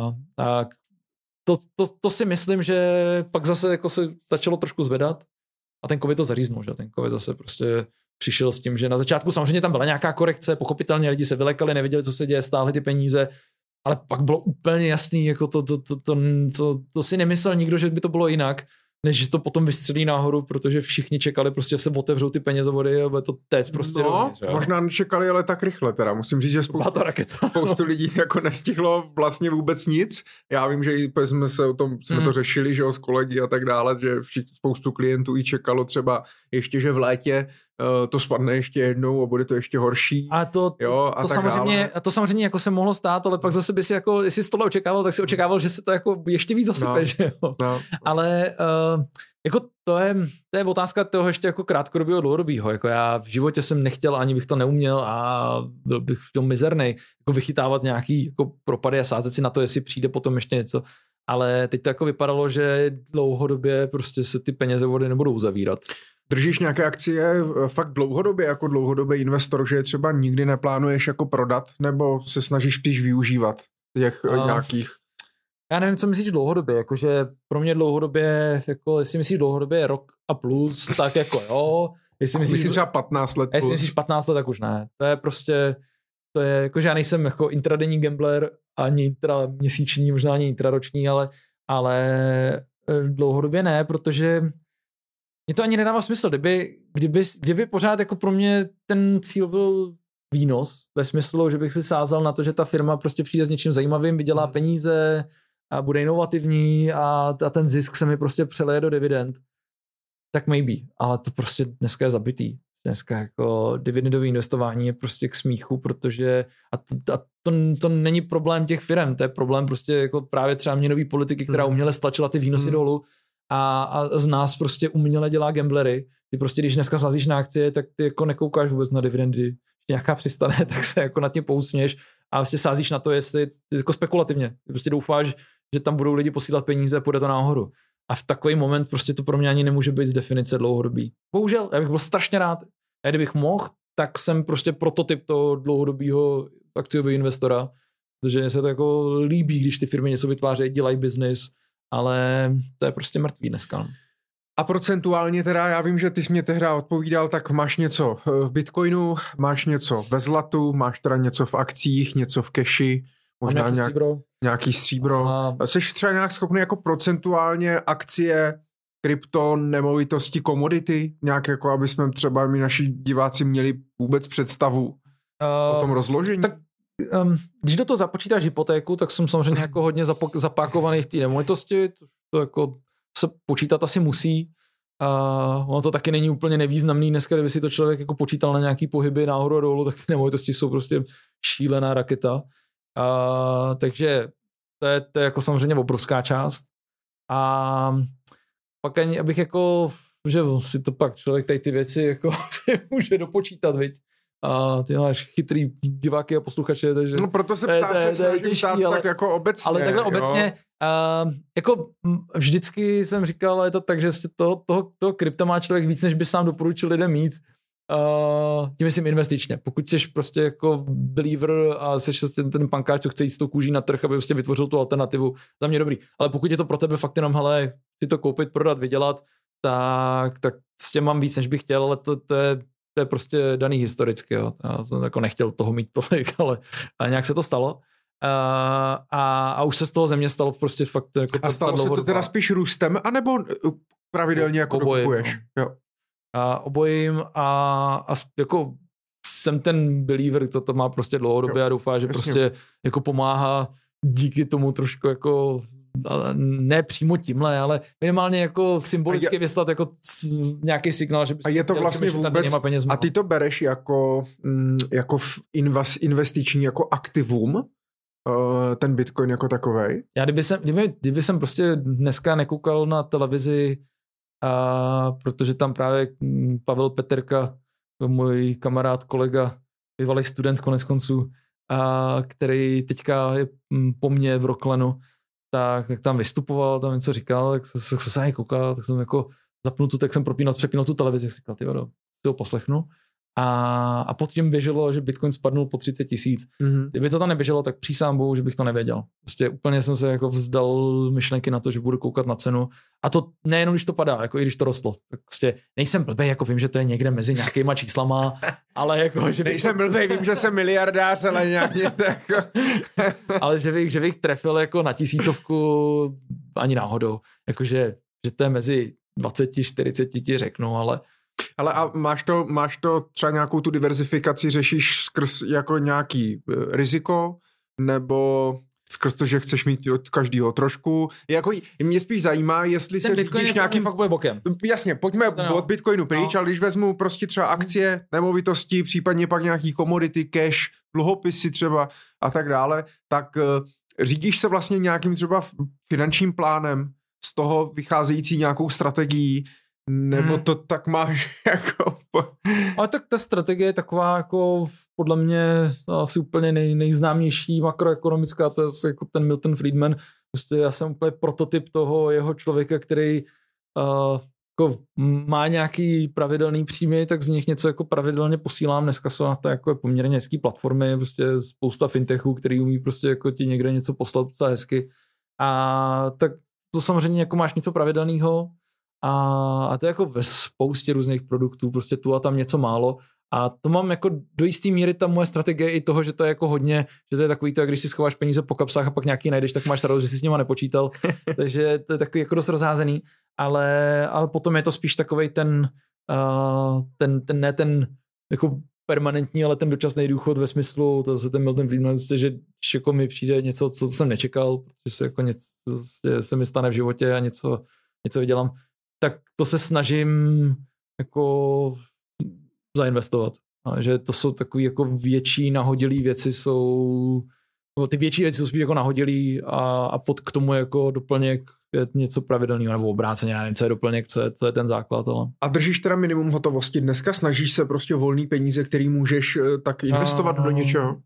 a to, to, to si myslím, že pak zase jako se začalo trošku zvedat a ten covid to zaříznul, že ten covid zase prostě přišel s tím, že na začátku samozřejmě tam byla nějaká korekce, pochopitelně lidi se vylekali, nevěděli, co se děje, stáhli ty peníze, ale pak bylo úplně jasný, jako to, to, to, to, to, to si nemyslel nikdo, že by to bylo jinak, než že to potom vystřelí nahoru, protože všichni čekali, prostě se otevřou ty penězovody a bude to téct prostě. No, dovnitř, možná nečekali, ale tak rychle teda. Musím říct, že spoustu, raketa, spoustu no. lidí jako nestihlo vlastně vůbec nic. Já vím, že jsme se o tom, jsme hmm. to řešili, že jo, s kolegy a tak dále, že všichni, spoustu klientů i čekalo třeba ještě, že v létě uh, to spadne ještě jednou a bude to ještě horší. A to, to, jo, a to, tak samozřejmě, dále. a to samozřejmě jako se mohlo stát, ale pak zase by si jako, jestli jsi tohle očekával, tak si očekával, že se to jako ještě víc zasype, no, že jo. No. Ale uh, jako to je, to je otázka toho ještě jako krátkodobého, dlouhodobého. Jako já v životě jsem nechtěl, ani bych to neuměl a byl bych v tom mizernej, jako vychytávat nějaký jako propady a sázet si na to, jestli přijde potom ještě něco. Ale teď to jako vypadalo, že dlouhodobě prostě se ty penězovody nebudou zavírat. Držíš nějaké akcie fakt dlouhodobě, jako dlouhodobý investor, že je třeba nikdy neplánuješ jako prodat, nebo se snažíš spíš využívat těch uh. nějakých? Já nevím, co myslíš dlouhodobě, jakože pro mě dlouhodobě, jako jestli myslíš dlouhodobě rok a plus, tak jako jo. Jestli myslíš, myslíš třeba patnáct let plus. Jestli myslíš patnáct let, tak už ne. To je prostě, to je, jakože já nejsem jako intradenní gambler, ani intraměsíční, možná ani intraroční, ale, ale dlouhodobě ne, protože mě to ani nedává smysl, kdyby, kdyby, kdyby pořád jako pro mě ten cíl byl výnos, ve smyslu, že bych si sázal na to, že ta firma prostě přijde s něčím zajímavým, vydělá peníze a bude inovativní a, a ten zisk se mi prostě přeleje do dividend, tak maybe, ale to prostě dneska je zabitý. Dneska jako dividendové investování je prostě k smíchu, protože a to, a to, to není problém těch firm, to je problém prostě jako právě třeba měnový politiky, která uměle stlačila ty výnosy hmm. dolů a, a z nás prostě uměle dělá gamblery. Ty prostě, když dneska sázíš na akcie, tak ty jako nekoukáš vůbec na dividendy. Nějaká přistane, tak se jako nad tím pousměš a vlastně sázíš na to, jestli jako spekulativně. Ty prostě doufáš, že tam budou lidi posílat peníze a půjde to nahoru. A v takový moment prostě to pro mě ani nemůže být z definice dlouhodobý. Bohužel, já bych byl strašně rád. A kdybych mohl, tak jsem prostě prototyp toho dlouhodobého akciového investora, protože se to jako líbí, když ty firmy něco vytvářejí, dělají biznis, ale to je prostě mrtvý dneska. A procentuálně teda, já vím, že ty jsi mě tehdy odpovídal, tak máš něco v Bitcoinu, máš něco ve zlatu, máš teda něco v akcích, něco v keši, možná nějaký, nějak, stříbro. nějaký stříbro. A... Jsi třeba nějak schopný jako procentuálně akcie, krypto, nemovitosti, komodity, nějak jako, aby jsme třeba my naši diváci měli vůbec představu uh, o tom rozložení? Tak, um, když do toho započítáš hypotéku, tak jsem samozřejmě jako hodně zapo- zapákovaný v té nemovitosti, to, to jako se počítat asi musí. Uh, ono to taky není úplně nevýznamný dneska, kdyby si to člověk jako počítal na nějaký pohyby nahoru a dolů, tak ty nemovitosti jsou prostě šílená raketa. Uh, takže to je, to je jako samozřejmě obrovská část. A pak ani, abych jako, že si to pak člověk tady ty věci jako může dopočítat, viď? A ty máš chytrý diváky a posluchače, takže... No proto se ptá, se snažím ptát ale, tak jako obecně. Ale takhle obecně, uh, jako vždycky jsem říkal, je to tak, že toho, toho, toho krypta má člověk víc, než by sám doporučil lidem mít. Uh, tím myslím investičně. Pokud jsi prostě jako believer a jsi ten, ten pankáč, co chce jít s tou kůží na trh, aby prostě vytvořil tu alternativu, za mě dobrý. Ale pokud je to pro tebe fakt jenom, hele, ty to koupit, prodat, vydělat, tak, tak s tím mám víc, než bych chtěl, ale to, to je to je prostě daný historicky, jo. Já jsem jako nechtěl toho mít tolik, ale, ale nějak se to stalo. Uh, a, a už se z toho země stalo prostě fakt jako... A stalo se to teda spíš růstem, anebo pravidelně jako obojím, dokupuješ? No. Jo. A obojím a, a jako jsem ten believer, kdo to má prostě dlouhodobě a doufá, že jasně. Prostě jako pomáhá díky tomu trošku jako ne přímo tímhle, ale minimálně jako symbolicky je, vyslat jako c, nějaký signál, že bys a je to vlastně vůbec, a ty to bereš jako, jako invas, investiční jako aktivum, ten Bitcoin jako takovej? Já kdyby jsem, kdyby, kdyby jsem prostě dneska nekoukal na televizi, a protože tam právě Pavel Peterka můj kamarád, kolega, bývalý student konec konců, a který teďka je po mně v Rocklanu, tak, tak tam vystupoval, tam něco říkal, tak jsem se se koukal, tak jsem jako zapnul tu, tak jsem propínal, přepínal tu televizi, jak říkal, ty vado, si ho poslechnu. A, a pod tím běželo, že Bitcoin spadnul po třicet tisíc. Mm-hmm. Kdyby to tam neběželo, tak přísám bohu, že bych to nevěděl. Prostě úplně jsem se jako vzdal myšlenky na to, že budu koukat na cenu. A to nejenom, když to padá, jako i když to rostlo. Tak prostě nejsem blbej, jako vím, že to je někde mezi nějakýma číslama, ale jako, že bych... Nejsem blbej, vím, že jsem miliardář, ale nějak jako... ale že bych, že bych trefil jako na tisícovku ani náhodou. Jakože, že to je mezi dvacet, čtyřicet ti řeknu, ale... Ale a máš to, máš to třeba nějakou tu diverzifikaci, řešíš skrz jako nějaký riziko, nebo skrz to, že chceš mít od každého trošku. Jako, mě spíš zajímá, jestli ten se Bitcoin řídíš nějakým... nějakým... fakt bokem. Jasně, pojďme no. od Bitcoinu pryč, no. Ale když vezmu prostě třeba akcie, nemovitosti, případně pak nějaký komodity, cash, dluhopisy třeba a tak dále, tak uh, řídíš se vlastně nějakým třeba finančním plánem, z toho vycházející nějakou strategií, nebo hmm. to tak máš jako... Ale tak ta strategie je taková jako podle mě asi úplně nej, nejznámější makroekonomická, to je jako ten Milton Friedman. Prostě já jsem úplně prototyp toho jeho člověka, který uh, jako má nějaký pravidelný příjmy, tak z nich něco jako pravidelně posílám. Dneska jsou na to jako poměrně hezký platformy, prostě spousta fintechů, který umí prostě jako ti někde něco poslat docela hezky. A tak to samozřejmě jako máš něco pravidelného. A, a to je jako ve spoustě různých produktů, prostě tu a tam něco málo. A to mám jako do jistý míry ta moje strategie i toho, že to je jako hodně, že to je takový to, když si schováš peníze po kapsách a pak nějaký najdeš, tak máš radost, že jsi s nima nepočítal. Takže to je takový jako dost rozházený. Ale, ale potom je to spíš takovej ten, uh, ten, ten, ne ten jako permanentní, ale ten dočasný důchod ve smyslu, to se ten Milton Friedman, že jako mi přijde něco, co jsem nečekal, protože se jako něco se mi stane v životě a něco, něco vydělám, tak to se snažím jako zainvestovat. A že to jsou takový jako větší nahodilý věci jsou, nebo ty větší věci jsou spíš jako nahodilý a, a pod k tomu jako doplněk je něco pravidelného nebo obráceně, já nevím, co je doplněk, co je, co je ten základ. Ale... A držíš teda minimum hotovosti dneska? Snažíš se prostě volný peníze, který můžeš tak investovat a... do něčeho?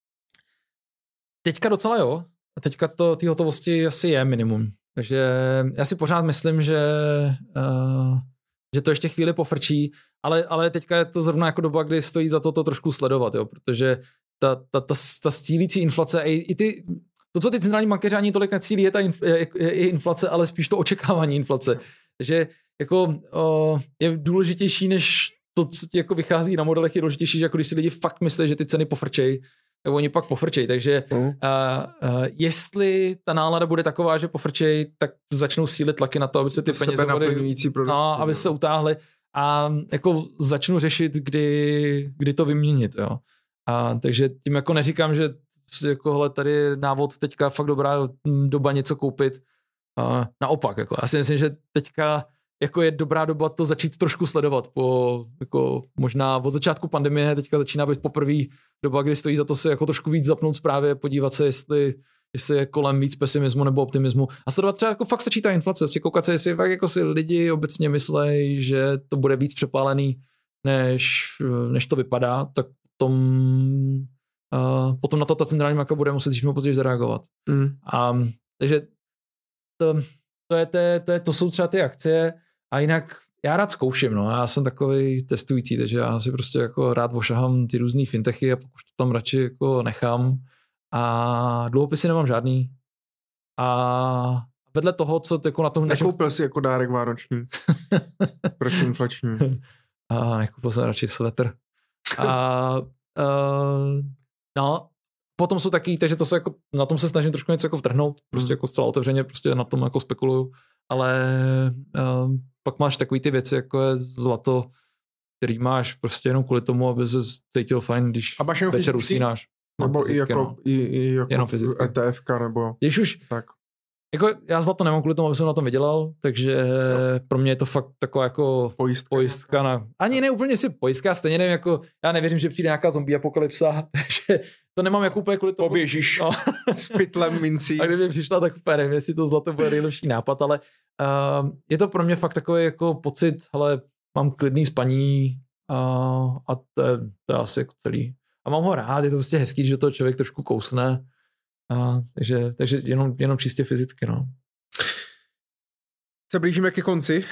Teďka docela jo. A teďka to ty hotovosti asi je minimum. Takže já si pořád myslím, že, uh, že to ještě chvíli pofrčí, ale, ale teďka je to zrovna jako doba, kdy stojí za to to trošku sledovat, jo, protože ta, ta, ta, ta stílící inflace a i, i ty, to, co ty centrální bankéři ani tolik necílí, je ta inf, je, je, je inflace, ale spíš to očekávání inflace. Takže jako, uh, je důležitější, než to, co ti jako vychází na modelech, je důležitější, že jako když si lidi fakt myslí, že ty ceny pofrčejí, tak oni pak pofrčej. Takže uh, uh, jestli ta nálada bude taková, že pofrčej, tak začnou sílit tlaky na to, aby se ty peníze vody, no, aby se utáhly a jako začnu řešit, kdy, kdy to vyměnit. Jo. A takže tím jako neříkám, že jako, hele, tady je návod teďka fakt dobrá doba něco koupit. Uh, naopak, jako, já si myslím, že teďka jako je dobrá doba to začít trošku sledovat. Po, jako možná od začátku pandemie teďka začíná být poprvé doba, kdy stojí za to se jako trošku víc zapnout zprávě, podívat se, jestli, jestli je kolem víc pesimismu nebo optimismu. A sledovat třeba jako fakt stačí ta inflace, si koukat se, jestli fakt jako si lidi obecně myslejí, že to bude víc přepálený, než, než to vypadá, tak potom, uh, potom na to ta centrální banka bude muset dřív nebo později zareagovat. Mm. A, takže to, to, je, to, je, to, je, to jsou třeba ty akcie. A jinak já rád zkouším, no. Já jsem takový testující, takže já si prostě jako rád ošahám ty různý fintechy a pokud to tam radši jako nechám. A dluhopisy nemám žádný. A vedle toho, co jako na tom... Nekoupil jsi jako dárek vánoční. Protiinflační. A nekoupil jsem radši svetr. A uh, no, potom jsou taky, takže to se jako, na tom se snažím trošku něco jako vtrhnout, prostě hmm. jako zcela otevřeně, prostě na tom jako spekuluju, ale uh, pak máš takový ty věci, jako je zlato, který máš prostě jenom kvůli tomu, aby se cítil fajn, když večer usínáš. Nebo i jako, no. i, i jako jenom fyzicky. E T F ka, nebo... Když už, tak. Jako já zlato nemám kvůli tomu, aby jsem na tom vydělal, takže no. Pro mě je to fakt taková jako pojistka, pojistka na... Ani ne úplně si pojistka, stejně nevím, jako já nevěřím, že přijde nějaká zombie apokalypsa, takže to nemám jako úplně kvůli tomu. Poběžíš no. s pytlem mincí. A kdyby přišla, tak úplně nevím, jestli to zlato bude nejlepší nápad, ale uh, je to pro mě fakt takový jako pocit, hele, mám klidný spaní, a, a to, je, to je asi jako celý. A mám ho rád, je to prostě hezký, že to člověk trošku kousne, a, takže, takže jenom, jenom čistě fyzicky, no. Se blížíme ke konci.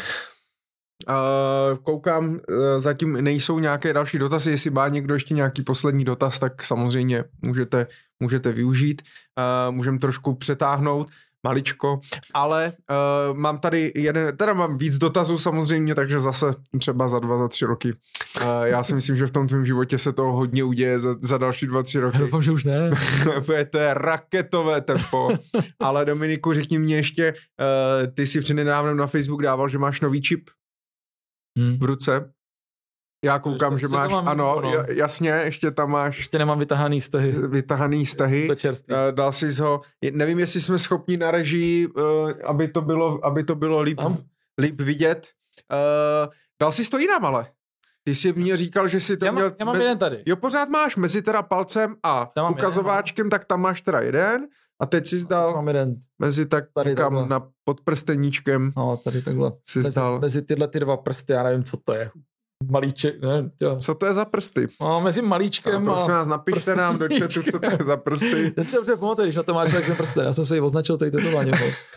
Uh, koukám, uh, zatím nejsou nějaké další dotazy, jestli má někdo ještě nějaký poslední dotaz, tak samozřejmě můžete, můžete využít. Uh, můžeme trošku přetáhnout maličko, ale uh, mám tady jeden, teda mám víc dotazů samozřejmě, takže zase třeba za dva, za tři roky. Uh, já si myslím, že v tom tvém životě se toho hodně uděje za, za další dva, tři roky. Já doufám, že už ne. To je raketové tempo. Ale Dominiku, řekni mě ještě, uh, ty si přednedávnem na Facebook dával, že máš nový čip hmm. v ruce. Já koukám, ještě, že máš, ano, no. jasně, ještě tam máš... Ještě nemám vytahaný stehy. Vytahaný stehy. Uh, dal jsi ho, nevím, jestli jsme schopni na režii, uh, aby to bylo, aby to bylo líp, líp vidět. Uh, dal jsi to jinam, ale. Ty jsi mě říkal, že jsi to já měl... Má, já mám mezi, jeden tady. Jo, pořád máš, mezi teda palcem a ukazováčkem, jeden, tak tam máš teda jeden. A teď jsi dal mám jeden. Mezi tak kam na podprsteníčkem. No, tady takhle. Mezi, mezi tyhle ty dva prsty, já nevím, co to je. Malíček, ne? Jo. Co to je za prsty? No, mezi malíčkem a... prosím vás, napište nám do chatu, co to je za prsty. Ten se dobře pamatuje, když na to máš ten prsten. Já jsem se ji označil tady tetování.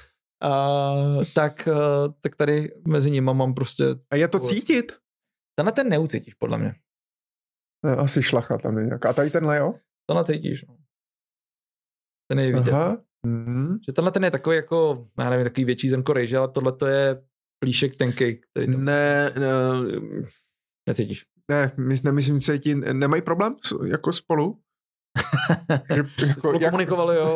Uh, tak, uh, tak tady mezi nimi mám prostě... A je to cítit? Tenhle ten neucítíš, podle mě. Ne, asi šlacha tam je nějaká. A tady tenhle, jo? Tenhle cítíš. No. Ten je vidět. Aha. Mm-hmm. Že tenhle ten je takový jako, já nevím, takový větší zrnko rejže, ale tohle to je plíšek tenkej. Který tam ne, ne... Necítíš. Ne, my nemyslím, že ti nemají problém jako spolu? že, jako, spolu jak... komunikovali, jo.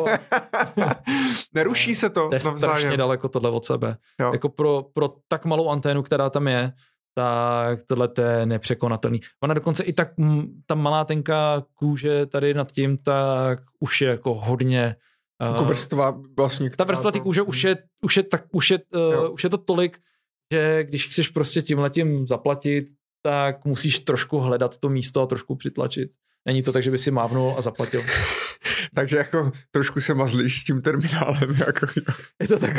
Neruší se to. To je strašně daleko tohle od sebe. Jo. Jako pro, pro tak malou anténu, která tam je, tak tohle je nepřekonatelný. Ona dokonce i tak ta malá tenká kůže tady nad tím, tak už je jako hodně... Jako vrstva vlastně. Ta vrstva ty kůže už je, už je, tak, už je, uh, už je to tolik, že když chceš prostě tímhletím zaplatit, tak musíš trošku hledat to místo a trošku přitlačit. Není to tak, že by si mávnul a zaplatil. Takže jako trošku se mazlíš s tím terminálem. Jako. Je to tak.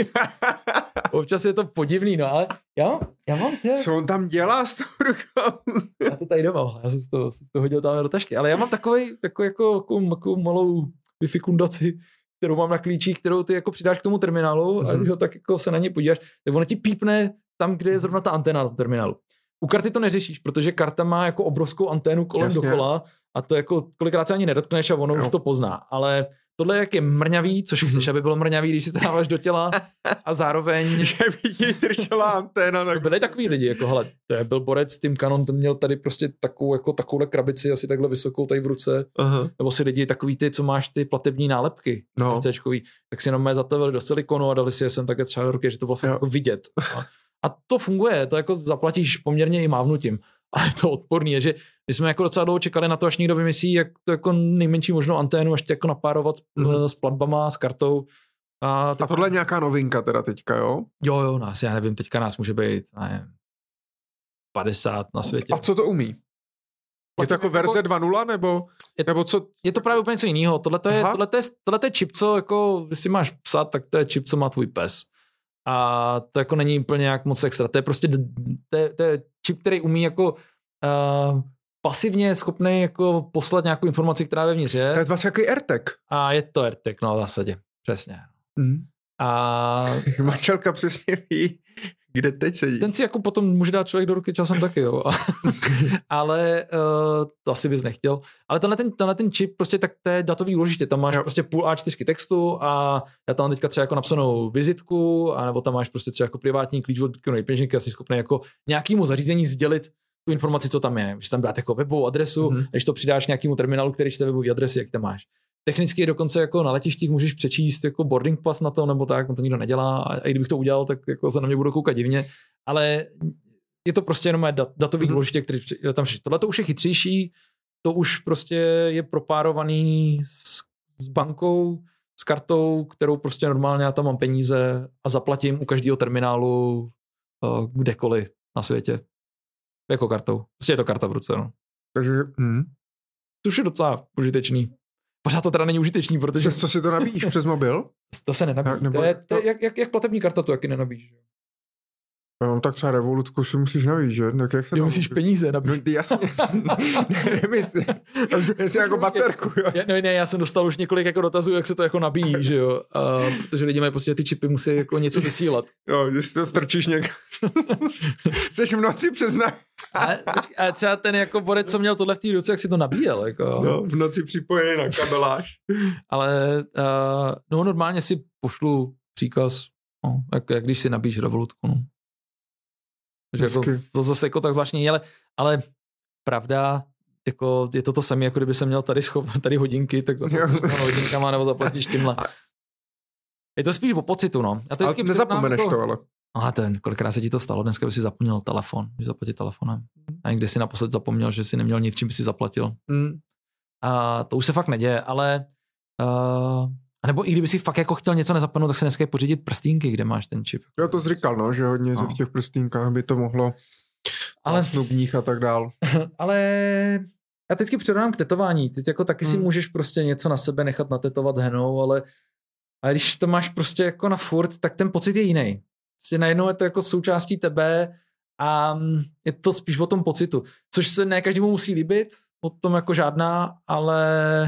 Občas je to podivný, no ale já, já mám tě... Co on tam dělá s tou rukou? Já to tady doma, já jsem z toho, z toho hodil tam do tašky, ale já mám takový, takový jako, jako, jako malou Wi-Fi kundaci, kterou mám na klíčích, kterou ty jako přidáš k tomu terminálu mm-hmm. a když ho tak jako se na ně podíváš, tak ono ti pípne tam, kde je zrovna ta anténa terminálu. U karty to neřešíš, protože karta má jako obrovskou anténu kolem Jasně. dokola a to jako kolikrát se ani nedotkneš a ono jo. už to pozná. Ale tohle jak je mrňavý, což chceš, aby bylo mrňavý, když si to dáváš do těla a zároveň... že by ti držela anténa. Tak... Byli takový lidi, jako hele, to je byl borec, Tim Cannon, ten měl tady prostě takovou, jako takovouhle krabici, asi takhle vysokou tady v ruce. Uh-huh. Nebo si lidi takový ty, co máš ty platební nálepky, no. FCčkový, tak si jenom zastavili do silikonu a dali si je sem také třeba do ruky, že to bylo fakt jako vidět. A, a to funguje, to jako zaplatíš poměrně i mávnutím. A je to odporný, je, že my jsme jako docela dlouho čekali na to, až někdo vymyslí jak to jako nejmenší možnou anténu, až tě jako napárovat mm. s platbama, s kartou. A, a tohle je nějaká novinka teda teďka, jo? Jo, jo, nás, já nevím, teďka nás může být nevím, padesát na světě. A co to umí? Je to jako verze dva nula nebo, je, nebo co? Je to právě úplně něco jiného. Tohle je, je, je čip, co jako, když si máš psa, tak to je čip, co má tvůj pes. A to jako není úplně jak moc extra. To je prostě to je, to je čip, který umí jako uh, pasivně schopný jako poslat nějakou informaci, která vevnitř je. To je vlastně jaký AirTag. A je to AirTag, no v zásadě. Přesně. Mm. A... Manželka přesně ví, kde teď sedí. Ten si jako potom může dát člověk do ruky časem taky, jo. Ale uh, to asi bys nechtěl. Ale tenhle ten, tenhle ten čip, prostě tak to je datový úložiště. Tam máš jo. prostě půl á čtyři textu a já tam mám teďka třeba jako napsanou vizitku, anebo tam máš prostě třeba jako privátní klíč od bitcoinové peněženky a jsi schopný jako nějakému zařízení sdělit tu informaci, co tam je. Když tam dát jako webovou adresu, mm-hmm. když to přidáš nějakému terminálu, který čte webové adresy, jak tam máš. Technicky dokonce jako na letištích můžeš přečíst jako boarding pass na to, nebo tak, on to nikdo nedělá a i kdybych to udělal, tak jako se na mě budou koukat divně, ale je to prostě jenom dat, datový mm-hmm. úložiště, který tam všechno. Tohle to už je chytřejší, to už prostě je propárovaný s, s bankou, s kartou, kterou prostě normálně já tam mám peníze a zaplatím u každého terminálu uh, kdekoliv na světě. Jako kartou. Prostě je to karta v ruce, no. Takže, hm. To už je docela užitečný. Pořád to teda není užitečný, protože... Přes co si to nabíjíš? Přes mobil? To se nenabíjí. Nebo to je, to je, jak, jak, jak platební karta to taky nenabíjíš. No, tak třeba Revolutku si musíš nabít, že? Tak jak se jo, musíš peníze nabít. No, ty jasně. Nemyslím. Jsi jako baterku, jo. Já, no, ne, já jsem dostal už několik jako dotazů, jak se to jako nabíjí, že jo. A, protože lidi mají prostě ty čipy musí jako něco vysílat. Jo, že si to strčíš někde. Jseš v noci přesná. A, a třeba ten jako borec, co měl tohle v té ruce, jak si to nabíjel. Jako. No, v noci připojený na kabeláž. Ale uh, no normálně si pošlu příkaz, no, jak, jak když si nabíš Revolutku, no. Jako, to zase jako tak zvláštní, ale, ale pravda, jako je to to samé, jako kdyby jsem měl tady, schop, tady hodinky, tak zaplatíš hodinkama nebo zaplatíš tímhle. Je to spíš o pocitu, no. Já to ale nezapomeneš jako, to, ale. Aha, ten, kolikrát se ti to stalo, dneska by si zapomněl telefon, když zaplatit telefonem. A někdy si naposled zapomněl, že si neměl nic, čím by si zaplatil. Hmm. A to už se fakt neděje, ale uh, a nebo i kdyby si fakt jako chtěl něco nezapomenout, tak se dneska je pořídit prstínky, kde máš ten čip. Jo, to jsi říkal, no, že hodně no. v těch prstínkách by to mohlo ale snubních a tak dál. Ale já teďky přirovnám k tetování. Ty jako taky hmm. si můžeš prostě něco na sebe nechat natetovat henou, ale a když to máš prostě jako na furt, tak ten pocit je jiný. Prostě najednou je to jako součástí tebe a je to spíš o tom pocitu. Což se ne každému musí líbit, o tom jako žádná, ale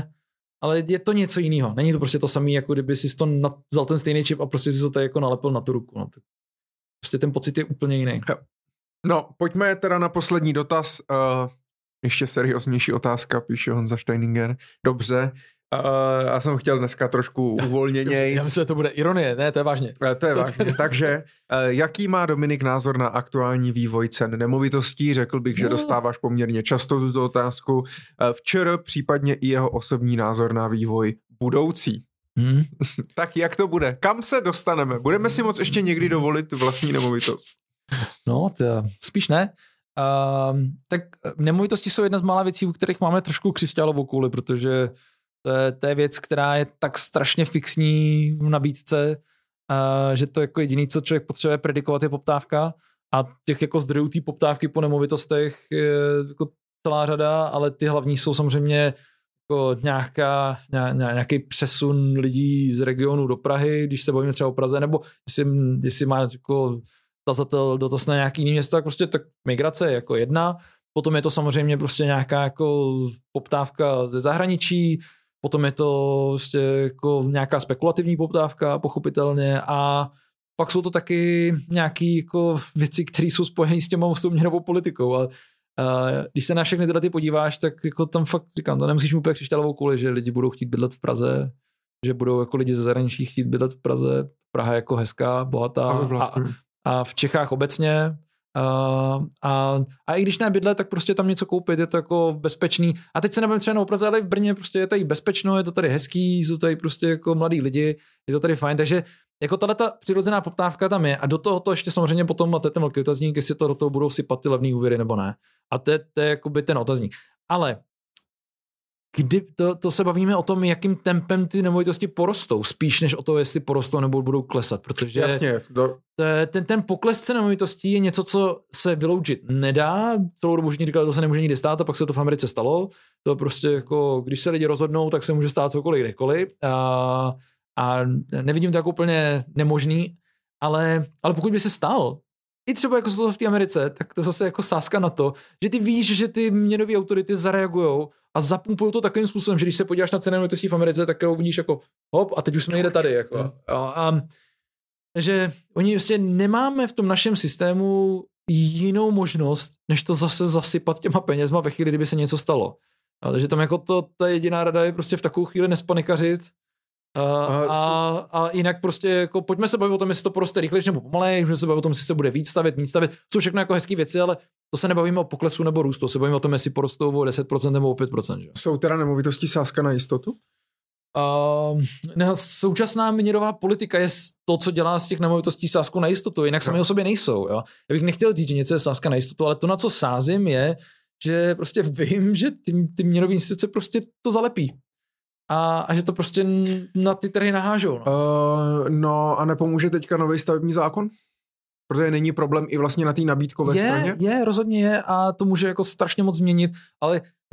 ale je to něco jiného. Není to prostě to samé, jako kdyby si to na, vzal ten stejný čip a prostě si to tady jako nalepil na tu ruku. No. Prostě ten pocit je úplně jiný. Jo. No, pojďme teda na poslední dotaz. Uh, ještě serióznější otázka, píše Honza Steininger. Dobře. Uh, já jsem chtěl dneska trošku uvolněněji. Já myslím, že to bude ironie. Ne, to je vážně. Uh, to je vážně. Takže, uh, jaký má Dominik názor na aktuální vývoj cen nemovitostí? Řekl bych, že dostáváš poměrně často tuto otázku. Uh, včera případně i jeho osobní názor na vývoj budoucí. Hmm. Tak jak to bude? Kam se dostaneme? Budeme si moct ještě někdy dovolit vlastní nemovitost? No, to spíš ne. Uh, tak nemovitosti jsou jedna z mála věcí, u kterých máme trošku křišťálovou kouli, protože to je, to je věc, která je tak strašně fixní v nabídce, uh, že to jako jediný, co člověk potřebuje predikovat, je poptávka a těch jako zdrojů té poptávky po nemovitostech je jako celá řada, ale ty hlavní jsou samozřejmě jako nějaká, nějaký přesun lidí z regionu do Prahy, když se bavíme třeba o Praze, nebo jestli, jestli má jako tazatel dotaz na nějaký jiný město, tak prostě tak migrace je jako jedna, potom je to samozřejmě prostě nějaká jako poptávka ze zahraničí, potom je to prostě jako nějaká spekulativní poptávka, pochopitelně, a pak jsou to taky nějaké jako věci, které jsou spojené s těma měnovou politikou. A, a když se na všechny tyhle ty podíváš, tak jako tam fakt říkám, to nemusíš mít úplně křišťálovou kouli, že lidi budou chtít bydlet v Praze, že budou jako lidi ze zahraničí chtít bydlet v Praze, Praha je jako hezká, bohatá a, a v Čechách obecně. Uh, a, a i když ne bydlet, tak prostě tam něco koupit, je to jako bezpečný. A teď se nebudeme třeba na Praze, ale v Brně prostě je tady bezpečno, je to tady hezký, jsou tady prostě jako mladí lidi, je to tady fajn, takže jako tato přirozená poptávka tam je a do toho to ještě samozřejmě potom, a to je ten velký otazník, jestli to do toho budou sypat ty levný úvěry nebo ne. A to je, to je jakoby ten otazník. Ale kdy to, to se bavíme o tom, jakým tempem ty nemovitosti porostou, spíš než o to, jestli porostou nebo budou klesat, protože jasně, do... ten, ten pokles cen nemovitostí je něco, co se vyloučit nedá. Celou dobu všichni říkali, to se nemůže nikdy stát, a pak se to v Americe stalo. To prostě jako, když se lidi rozhodnou, tak se může stát cokoliv kdekoliv. A, a nevidím to jako úplně nemožný, ale, ale pokud by se stal, i třeba jako se to v té Americe, tak to zase jako sázka na to, že ty víš, že ty měnové autority zareagujou a zapumpují to takovým způsobem, že když se podíváš na ceny nemovitostí v Americe, tak uvidíš jako hop a teď už jsme někde tady. Jako. A, a, že oni vlastně nemáme v tom našem systému jinou možnost, než to zase zasypat těma penězma ve chvíli, kdyby se něco stalo. A, takže tam jako to, ta jediná rada je prostě v takovou chvíli nespanikařit. A, a, a jinak prostě jako pojďme se bavit o tom, jestli to poroste rychlejš nebo pomalej, můžeme se bavit o tom, jestli se bude víc stavět, víc stavět. Jsou všechno jako hezký věci, ale to se nebavíme o poklesu nebo růstu, to se bavíme o tom, jestli porostou o deset procent nebo o pět procent. Že? Jsou teda nemovitosti sázka na jistotu? Uh, ne, současná měnová politika je to, co dělá z těch nemovitostí sázku na jistotu, jinak sami o sobě nejsou. Jo? Já bych nechtěl říct, že něco je sázka na jistotu, ale to, na co sázím, je, že prostě vím, že ty, ty měnové instituce prostě to zalepí. A, a že to prostě na ty trhy nahážou. No, uh, no a nepomůže teďka nový stavební zákon? Protože není problém i vlastně na té nabídkové je, straně? Je, rozhodně je a to může jako strašně moc změnit, ale jako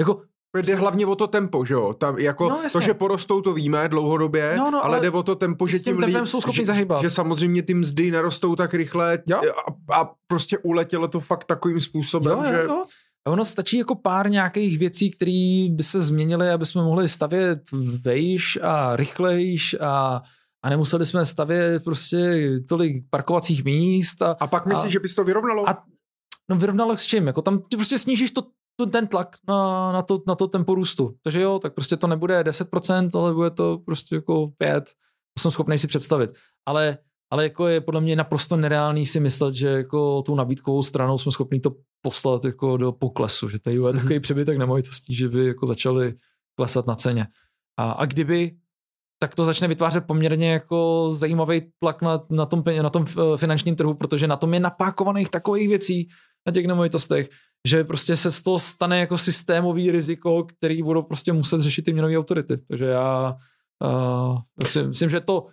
Jde hlavně o to tempo, že jo? Tam jako no, to, že porostou, to víme dlouhodobě, no, no, ale, ale jde o to tempo, že tím, tím tempem jsou schopni zahybat. Že samozřejmě ty mzdy nerostou tak rychle a, a prostě uletělo to fakt takovým způsobem, jo, že... Jo, jo. A ono stačí jako pár nějakých věcí, které by se změnily, aby jsme mohli stavět vejš a rychlejš a, a nemuseli jsme stavět prostě tolik parkovacích míst. A, a pak myslíš, a, že bys to vyrovnalo? A, no vyrovnalo s čím? Jako tam ty prostě snížíš to, to, ten tlak na, na, to, na to tempo růstu. Takže jo, tak prostě to nebude deset procent, ale bude to prostě jako pět. To jsem schopný si představit. Ale Ale jako je podle mě naprosto nereálný si myslet, že jako tou nabídkovou stranou jsme schopni to poslat jako do poklesu, že tady je mm-hmm. takový přebytek nemovitostí, že by jako začaly klesat na ceně. A, a kdyby, tak to začne vytvářet poměrně jako zajímavý tlak na, na, tom, na tom finančním trhu, protože na tom je napákovaných takových věcí na těch nemovitostech, že prostě se z toho stane jako systémový riziko, který budou prostě muset řešit ty měnové autority. Takže já uh, myslím, myslím, že to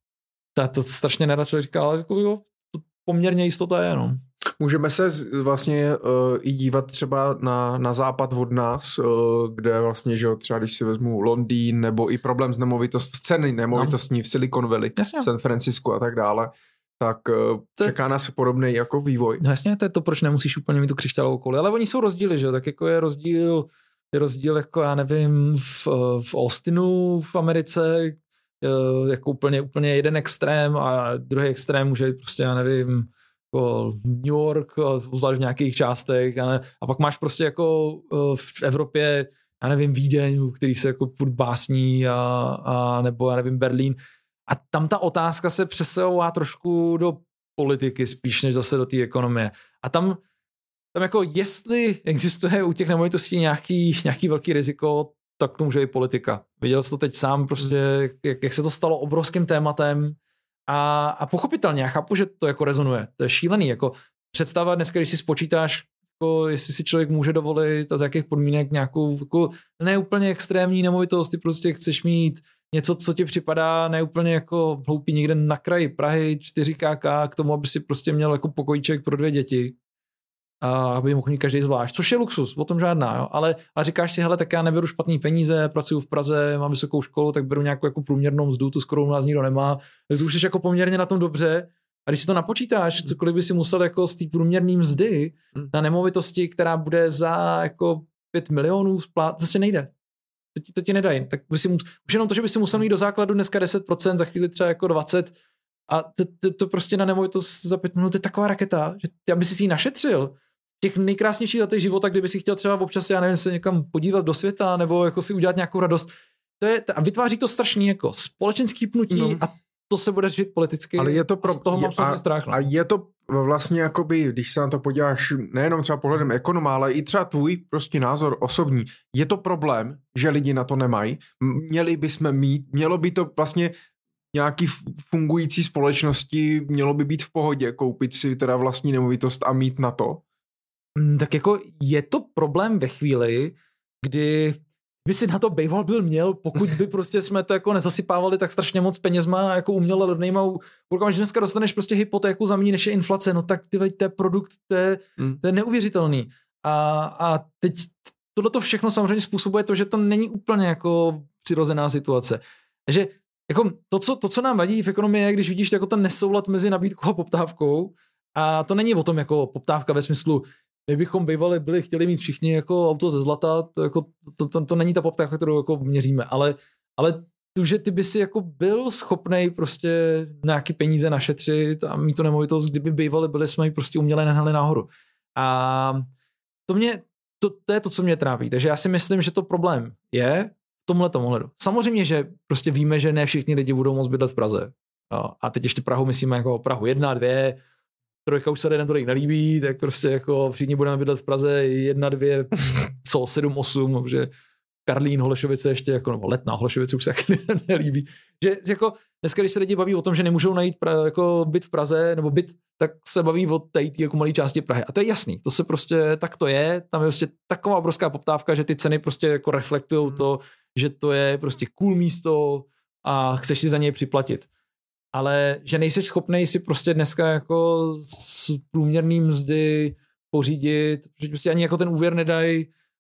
Ta, to strašně nerad člověk říká, ale jako, jo, to poměrně jistota je, no. Můžeme se vlastně uh, i dívat třeba na, na západ od nás, uh, kde vlastně, že třeba když si vezmu Londýn, nebo i problém s nemovitost, ceny nemovitostní no. v Silicon Valley, jasně. San Francisco a tak dále, tak uh, to čeká nás podobný jako vývoj. No jasně, to je to, proč nemusíš úplně mít tu křišťálovou kouli, ale oni jsou rozdíly, že tak jako je rozdíl, je rozdíl jako já nevím v, v Austinu v Americe, jako úplně, úplně jeden extrém a druhý extrém může prostě, já nevím, jako New York, zvlášť v nějakých částech a, ne, a pak máš prostě jako v Evropě, já nevím, Vídeň, který se jako furt básní a, a nebo já nevím, Berlín. A tam ta otázka se přesouvá trošku do politiky spíš, než zase do té ekonomie. A tam, tam jako jestli existuje u těch nemovitostí nějaký, nějaký velký riziko, tak to může i politika. Viděl jsi to teď sám, prostě, jak, jak se to stalo obrovským tématem a, a pochopitelně, já chápu, že to jako rezonuje. To je šílený, jako představa dneska, když si spočítáš, jako jestli si člověk může dovolit a z jakých podmínek nějakou jako neúplně extrémní nemovitost, ty prostě chceš mít něco, co ti připadá neúplně jako hloupý někde na kraji Prahy, čtyři ká ká, k tomu, aby si prostě měl jako pokojíček pro dvě děti. A aby mohl mít každý zvlášť, což je luxus, o tom žádná, jo? Ale, ale říkáš si, hele, tak já neberu špatný peníze, pracuju v Praze, mám vysokou školu, tak beru nějakou jako průměrnou mzdu, tu skoro u nás nikdo nemá, takže už jsi jako poměrně na tom dobře a když si to napočítáš, cokoliv by si musel jako z té průměrné mzdy na nemovitosti, která bude za jako pět milionů splát, to prostě nejde. To ti, to ti nedají. Tak by si mus, už jenom to, že by si musel mít do základu dneska deset procent, za chvíli třeba jako dvacet procent a to, to, to prostě na nemovitost za pět minut je taková raketa, že ty, aby si si ji našetřil, těch nejkrásnějších letech života, kdyby si chtěl třeba občas, já nevím, se někam podívat do světa nebo jako si udělat nějakou radost. To je, a vytváří to strašný jako společenský pnutí no. A to se bude řešit politicky. Ale je to pro, z toho mám a, strach. No. A je to vlastně jakoby, když se na to podíváš nejenom třeba pohledem ekonoma, ale i třeba tvůj prostě názor osobní, je to problém, že lidi na to nemají. Měli bychom mít, mělo by to vlastně nějaký fungující společnosti, mělo by být v pohodě koupit si teda vlastní nemovitost a mít na to. Tak jako je to problém ve chvíli, kdy by si na to bejval byl měl, pokud by prostě jsme to jako nezasypávali tak strašně moc penězma jako uměle levnejma. Když dneska dostaneš prostě hypotéku za méně než je inflace, no tak ty to je produkt, to je, to je neuvěřitelný. A, a teď tohleto všechno samozřejmě způsobuje to, že to není úplně jako přirozená situace. Takže jako to, co, to, co nám vadí v ekonomii, je, když vidíš jako ten nesoulad mezi nabídkou a poptávkou, a to není o tom jako poptávka ve smyslu, my bychom bývali byli, chtěli mít všichni jako auto ze zlata, to, jako, to, to, to není ta poptávka, kterou jako měříme, ale, ale tu, že ty by si jako byl schopnej prostě nějaký peníze našetřit a mít to nemovitost, kdyby bývali byli, jsme ji prostě uměle nehnali nahoru. A to mě, to, to je to, co mě trápí. Takže já si myslím, že to problém je v tomhletom ohledu. Samozřejmě, že prostě víme, že ne všichni lidi budou moct bydlet v Praze. No, a teď ještě Prahu myslíme jako Prahu jedna, dvě, trojka už se lidem tolik nelíbí, tak prostě jako všichni budeme bydlet v Praze jedna, dvě, co, sedm, osm, že Karlín, Holešovice ještě jako, nebo Letná, Holešovice už se lidem nelíbí. Že jako dneska, když se lidi baví o tom, že nemůžou najít pra, jako byt v Praze, nebo byt, tak se baví o té jako malé části Prahy. A to je jasný, to se prostě, tak to je, tam je prostě taková obrovská poptávka, že ty ceny prostě jako reflektujou to, že to je prostě cool místo a chceš si za něj připlatit. Ale že nejseš schopnej si prostě dneska jako z průměrný mzdy pořídit, že prostě ani jako ten úvěr nedají,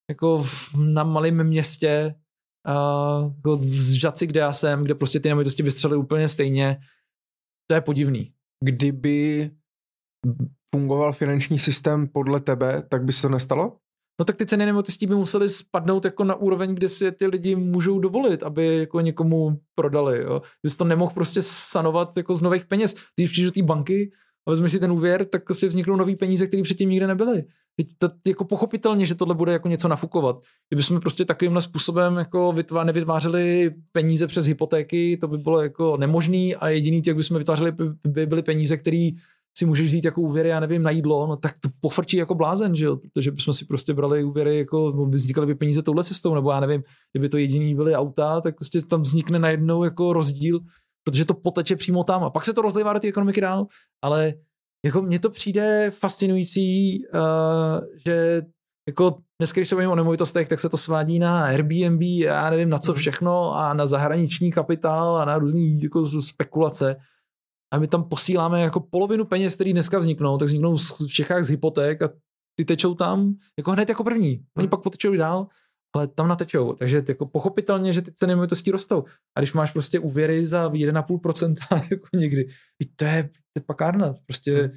jako v, na malém městě, uh, jako v Žadci, kde já jsem, kde prostě ty nemovitosti vystřelily úplně stejně, to je podivný. Kdyby fungoval finanční systém podle tebe, tak by se to nestalo? No tak ty ceny nemovitostí by musely spadnout jako na úroveň, kde si ty lidi můžou dovolit, aby jako někomu prodali. Jo. Že jsi to nemohl prostě sanovat jako z nových peněz. Když přijdeš do té banky a vezmeš si ten úvěr, tak si vzniknou nový peníze, které předtím nikde nebyly. To jako pochopitelně, že tohle bude jako něco nafukovat. Kdybychom prostě takovýmhle způsobem jako vytvá, nevytvářeli peníze přes hypotéky, to by bylo jako nemožný a jediný, jak bychom vytvářeli, by byly peníze, které si můžeš vzít jako úvěry, já nevím, na jídlo, no tak to pofrčí jako blázen, že jo, protože bychom si prostě brali úvěry, jako vznikaly by peníze touhle cestou, nebo já nevím, kdyby to jediný byly auta, tak prostě tam vznikne najednou jako rozdíl, protože to poteče přímo tam a pak se to rozlívá do té ekonomiky dál, ale jako mně to přijde fascinující, uh, že jako dneska, když se bavím o nemovitostech, tak se to svádí na Airbnb, já nevím na co všechno a na zahraniční kapitál a na různý jako spekulace. A my tam posíláme jako polovinu peněz, které dneska vzniknou, tak vzniknou v Čechách z hypoték a ty tečou tam jako hned jako první. Oni pak potečou dál, ale tam natečou. Takže jako pochopitelně, že ty ceny nemovitostí rostou. A když máš prostě úvěry za jedna celá pět procenta jako někdy, to je, to je pakárna. Prostě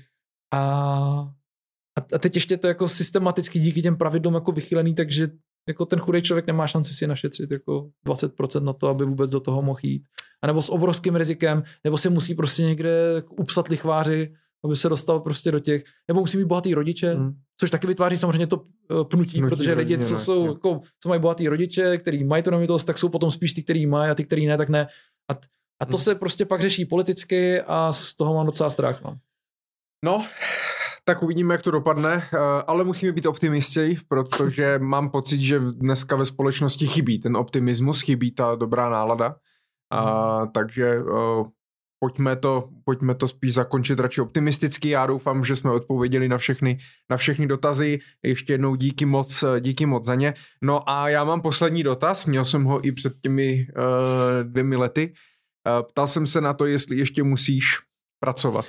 a, a teď ještě to jako systematicky díky těm pravidlům jako vychylený, takže jako ten chudý člověk nemá šanci si našetřit jako dvacet procent na to, aby vůbec do toho mohl jít. A nebo s obrovským rizikem, nebo se musí prostě někde upsat lichváři, aby se dostal prostě do těch, nebo musí mít bohatý rodiče, hmm. což taky vytváří samozřejmě to pnutí, pnutí protože lidi, co, jsou, jako, co mají bohatý rodiče, který mají to nemovitost, tak jsou potom spíš ty, který mají a ty, který ne, tak ne. A, a to hmm. se prostě pak řeší politicky a z toho mám docela strach. No. No, tak uvidíme, jak to dopadne, ale musíme být optimisti, protože mám pocit, že dneska ve společnosti chybí ten optimismus, chybí ta dobrá nálada, a, takže uh, pojďme, to, pojďme to spíš zakončit radši optimisticky. Já doufám, že jsme odpověděli na všechny, na všechny dotazy. Ještě jednou díky moc, díky moc za ně. No a já mám poslední dotaz, měl jsem ho i před těmi uh, dvěmi lety. Uh, ptal jsem se na to, jestli ještě musíš pracovat.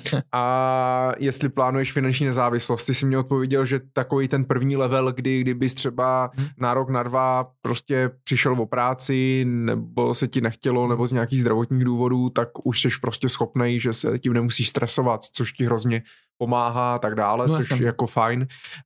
A jestli plánuješ finanční nezávislost. Ty jsi mi odpověděl, že takový ten první level, kdy kdybys třeba na rok, na dva prostě přišel o práci, nebo se ti nechtělo, nebo z nějakých zdravotních důvodů, tak už jsi prostě schopnej, že se tím nemusíš stresovat, což ti hrozně pomáhá a tak dále, no, což je jako fajn.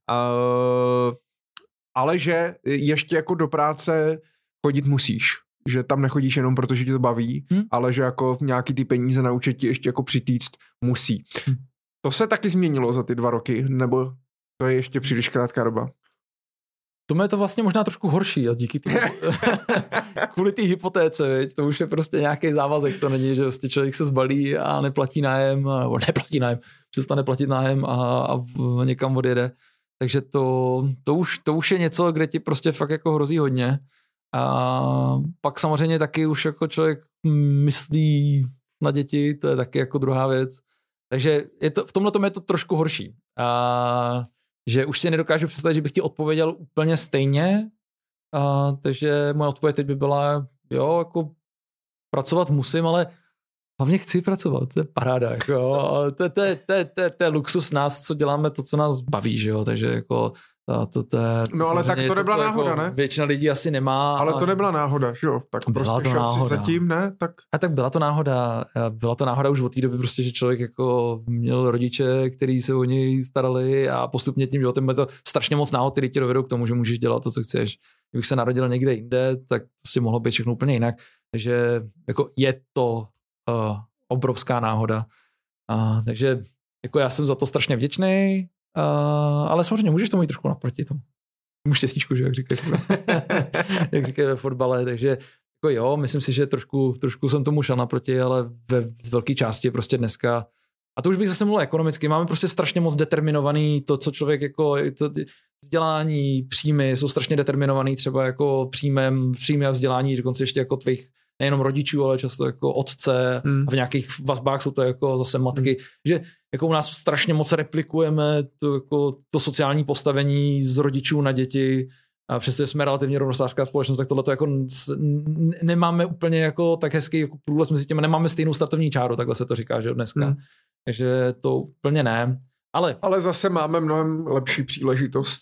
Uh, ale že ještě jako do práce chodit musíš. Že tam nechodíš jenom proto, že tě to baví, hmm. ale že jako nějaký ty peníze na účet ti ještě jako přitýct musí. Hmm. To se taky změnilo za ty dva roky, nebo to je ještě příliš krátká doba? To je to vlastně možná trošku horší a díky tý... kvůli té hypotéce, viď? To už je prostě nějaký závazek, to není, že vlastně člověk se zbalí a neplatí nájem, nebo neplatí nájem, přestane platit nájem a, a někam odjede. Takže to, to, už, to už je něco, kde ti prostě fakt jako hrozí hodně. A pak samozřejmě taky už jako člověk myslí na děti, to je taky jako druhá věc. Takže je to, v tomhle tom je to trošku horší. A, že už si nedokážu představit, že bych ti odpověděl úplně stejně. A, takže moje odpověď teď by byla, jo, jako pracovat musím, ale hlavně chci pracovat, to je paráda. Jako, to, to, to, to, to, to je luxus nás, co děláme, to, co nás baví, že jo, takže jako To, to, to, to no ale tak to nebyla co, náhoda, jako ne? Většina lidí asi nemá. Ale to nebyla náhoda, že jo? Tak byla prostě šel si zatím, ne? Tak... A tak byla to náhoda. Byla to náhoda už od té doby prostě, že člověk jako měl rodiče, kteří se o něj starali a postupně tím životem je to strašně moc náhod, který tě dovedou k tomu, že můžeš dělat to, co chceš. Kdybych se narodil někde jinde, tak to si mohlo být všechno úplně jinak. Takže jako je to uh, obrovská náhoda. Uh, takže jako já jsem za to strašně vděčný. Uh, ale samozřejmě můžeš to mít trošku naproti tomu. Můžeš štěstíčku, že jak říkáš. jak říkají ve fotbale, takže jako jo, myslím si, že trošku, trošku jsem tomu šel naproti, ale ve velké části prostě dneska, a to už bych zase mluvil ekonomicky, máme prostě strašně moc determinovaný to, co člověk jako, to vzdělání, příjmy jsou strašně determinovaný třeba jako příjmem, příjmy a vzdělání, dokonce ještě jako tvých nejenom rodičů, ale často jako otce hmm. a v nějakých vazbách jsou to jako zase matky, hmm. že jako u nás strašně moc replikujeme to, jako to sociální postavení z rodičů na děti a přestože jsme relativně rovnostářská společnost, tak tohle to jako nemáme úplně jako tak hezký jako průles mezi těmi, nemáme stejnou startovní čáru, takhle se to říká, že dneska. Hmm. Takže to úplně ne. Ale, ale zase máme mnohem lepší příležitost a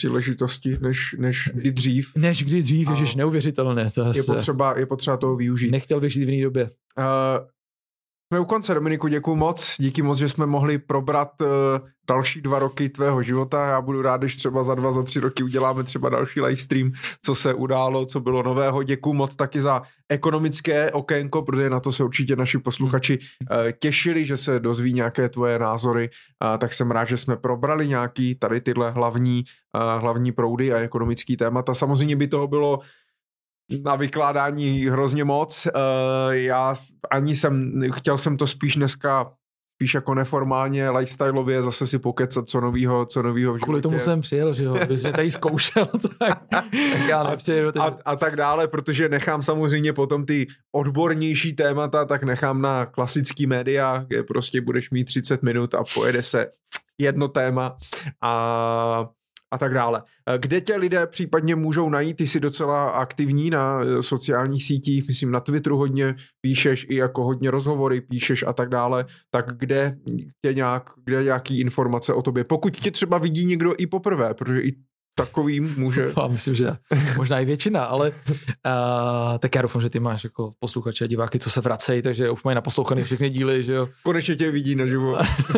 příležitosti, než, než kdy dřív. Než kdy dřív, ježiš, neuvěřitelné. To je, potřeba, je potřeba toho využít. Nechtěl bych žít v jiné době. Uh, jsme u konce, Dominiku, děkuju moc. Díky moc, že jsme mohli probrat uh, další dva roky tvého života. Já budu rád, když třeba za dva, za tři roky uděláme třeba další livestream, co se událo, co bylo nového. Děkuju moc taky za ekonomické okénko, protože na to se určitě naši posluchači uh, těšili, že se dozví nějaké tvoje názory. Uh, tak jsem rád, že jsme probrali nějaký tady tyhle hlavní, uh, hlavní proudy a ekonomický témata. Samozřejmě by toho bylo na vykládání hrozně moc. Uh, já ani jsem, chtěl jsem to spíš dneska spíš jako neformálně, lifestyleově, zase si pokecat, co novýho, co novýho v životě. Kvůli tomu jsem přijel, že jo, bys mě tady zkoušel, tak, tak já nepřijel. A, a, a tak dále, protože nechám samozřejmě potom ty odbornější témata, tak nechám na klasický média, kde prostě budeš mít třicet minut a pojede se jedno téma a a tak dále. Kde tě lidé případně můžou najít? Ty jsi docela aktivní na sociálních sítích, myslím na Twitteru hodně píšeš, i jako hodně rozhovory píšeš a tak dále, tak kde tě nějak, kde nějaký informace o tobě? Pokud tě třeba vidí někdo i poprvé, protože i takovým může... To myslím, že možná i většina, ale uh, tak já doufám, že ty máš jako posluchače a diváky, co se vracejí, takže už mají naposlouchaný všechny díly, že jo. Konečně tě vidí naživo.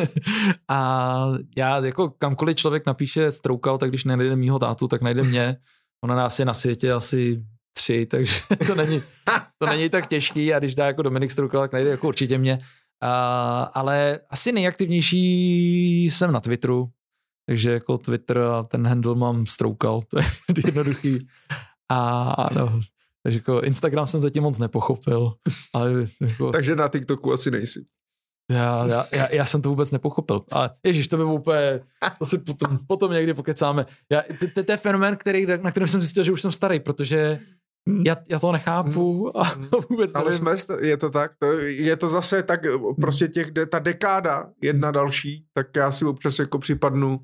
A já jako kamkoliv člověk napíše Stroukal, tak když najde mýho tátu, tak najde mě. Ona nás je na světě asi tři, takže to není, to není tak těžký a když dá jako Dominik Stroukal, tak najde jako určitě mě. Uh, ale asi nejaktivnější jsem na Twitteru, takže jako Twitter a ten handle mám Stroukal, to je jednoduchý. A no, takže jako Instagram jsem zatím moc nepochopil. Ale jako, takže na TikToku asi nejsi. Já, já, já, já jsem to vůbec nepochopil. Ale ježiš, to by bylo úplně, to si potom, potom někdy pokecáme. Já, to, to je fenomén, který, na kterém jsem zjistil, že už jsem starý, protože já, já to nechápu a vůbec nevím. Ale jsme, je to tak, to, je to zase tak, prostě těch, ta dekáda, jedna další, tak já si občas jako připadnu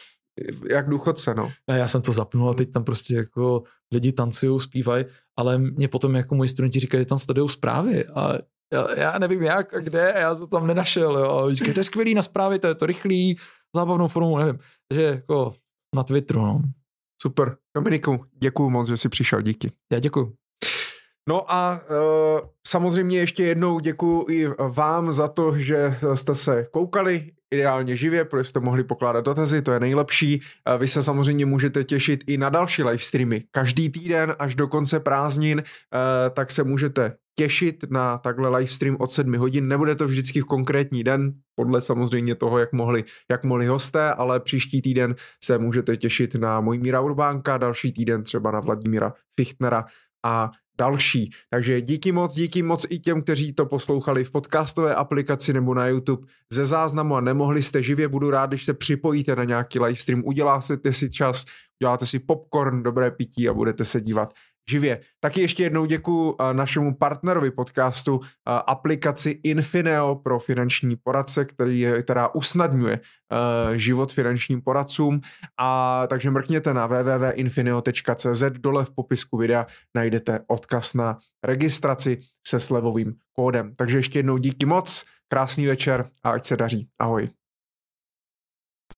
jak důchodce, no. A já jsem to zapnul a teď tam prostě jako lidi tancujou, zpívají, ale mě potom jako moji studenti říkají, že tam sledujou zprávy a já, já nevím jak a kde a já jsem tam nenašel, jo. A říkají, to je skvělý na zprávy, to je to rychlý, zábavnou formou, nevím. Takže jako na Twitteru, no. Super. Dominiku, děkuju moc, že jsi přišel, díky. Já děkuju. No a uh, samozřejmě ještě jednou děkuju i vám za to, že jste se koukali, ideálně živě, protože jste mohli pokládat dotazy, to je nejlepší. Uh, vy se samozřejmě můžete těšit i na další livestreamy. Každý týden až do konce prázdnin, uh, tak se můžete těšit na takhle livestream od sedmi hodin. Nebude to vždycky v konkrétní den, podle samozřejmě toho, jak mohli, jak mohli hosté, ale příští týden se můžete těšit na Mojmíra Urbánka, další týden třeba na Vladimíra Fichtnera a další. Takže díky moc, díky moc i těm, kteří to poslouchali v podcastové aplikaci nebo na YouTube ze záznamu a nemohli jste živě. Budu rád, když se připojíte na nějaký livestream, uděláte si čas, uděláte si popcorn, dobré pití a budete se dívat živě. Taky ještě jednou děkuji našemu partnerovi podcastu, aplikaci Infineo pro finanční poradce, který je, která usnadňuje život finančním poradcům. A takže mrkněte na w w w tečka infineo tečka c z, dole v popisku videa najdete odkaz na registraci se slevovým kódem. Takže ještě jednou díky moc, krásný večer a ať se daří. Ahoj.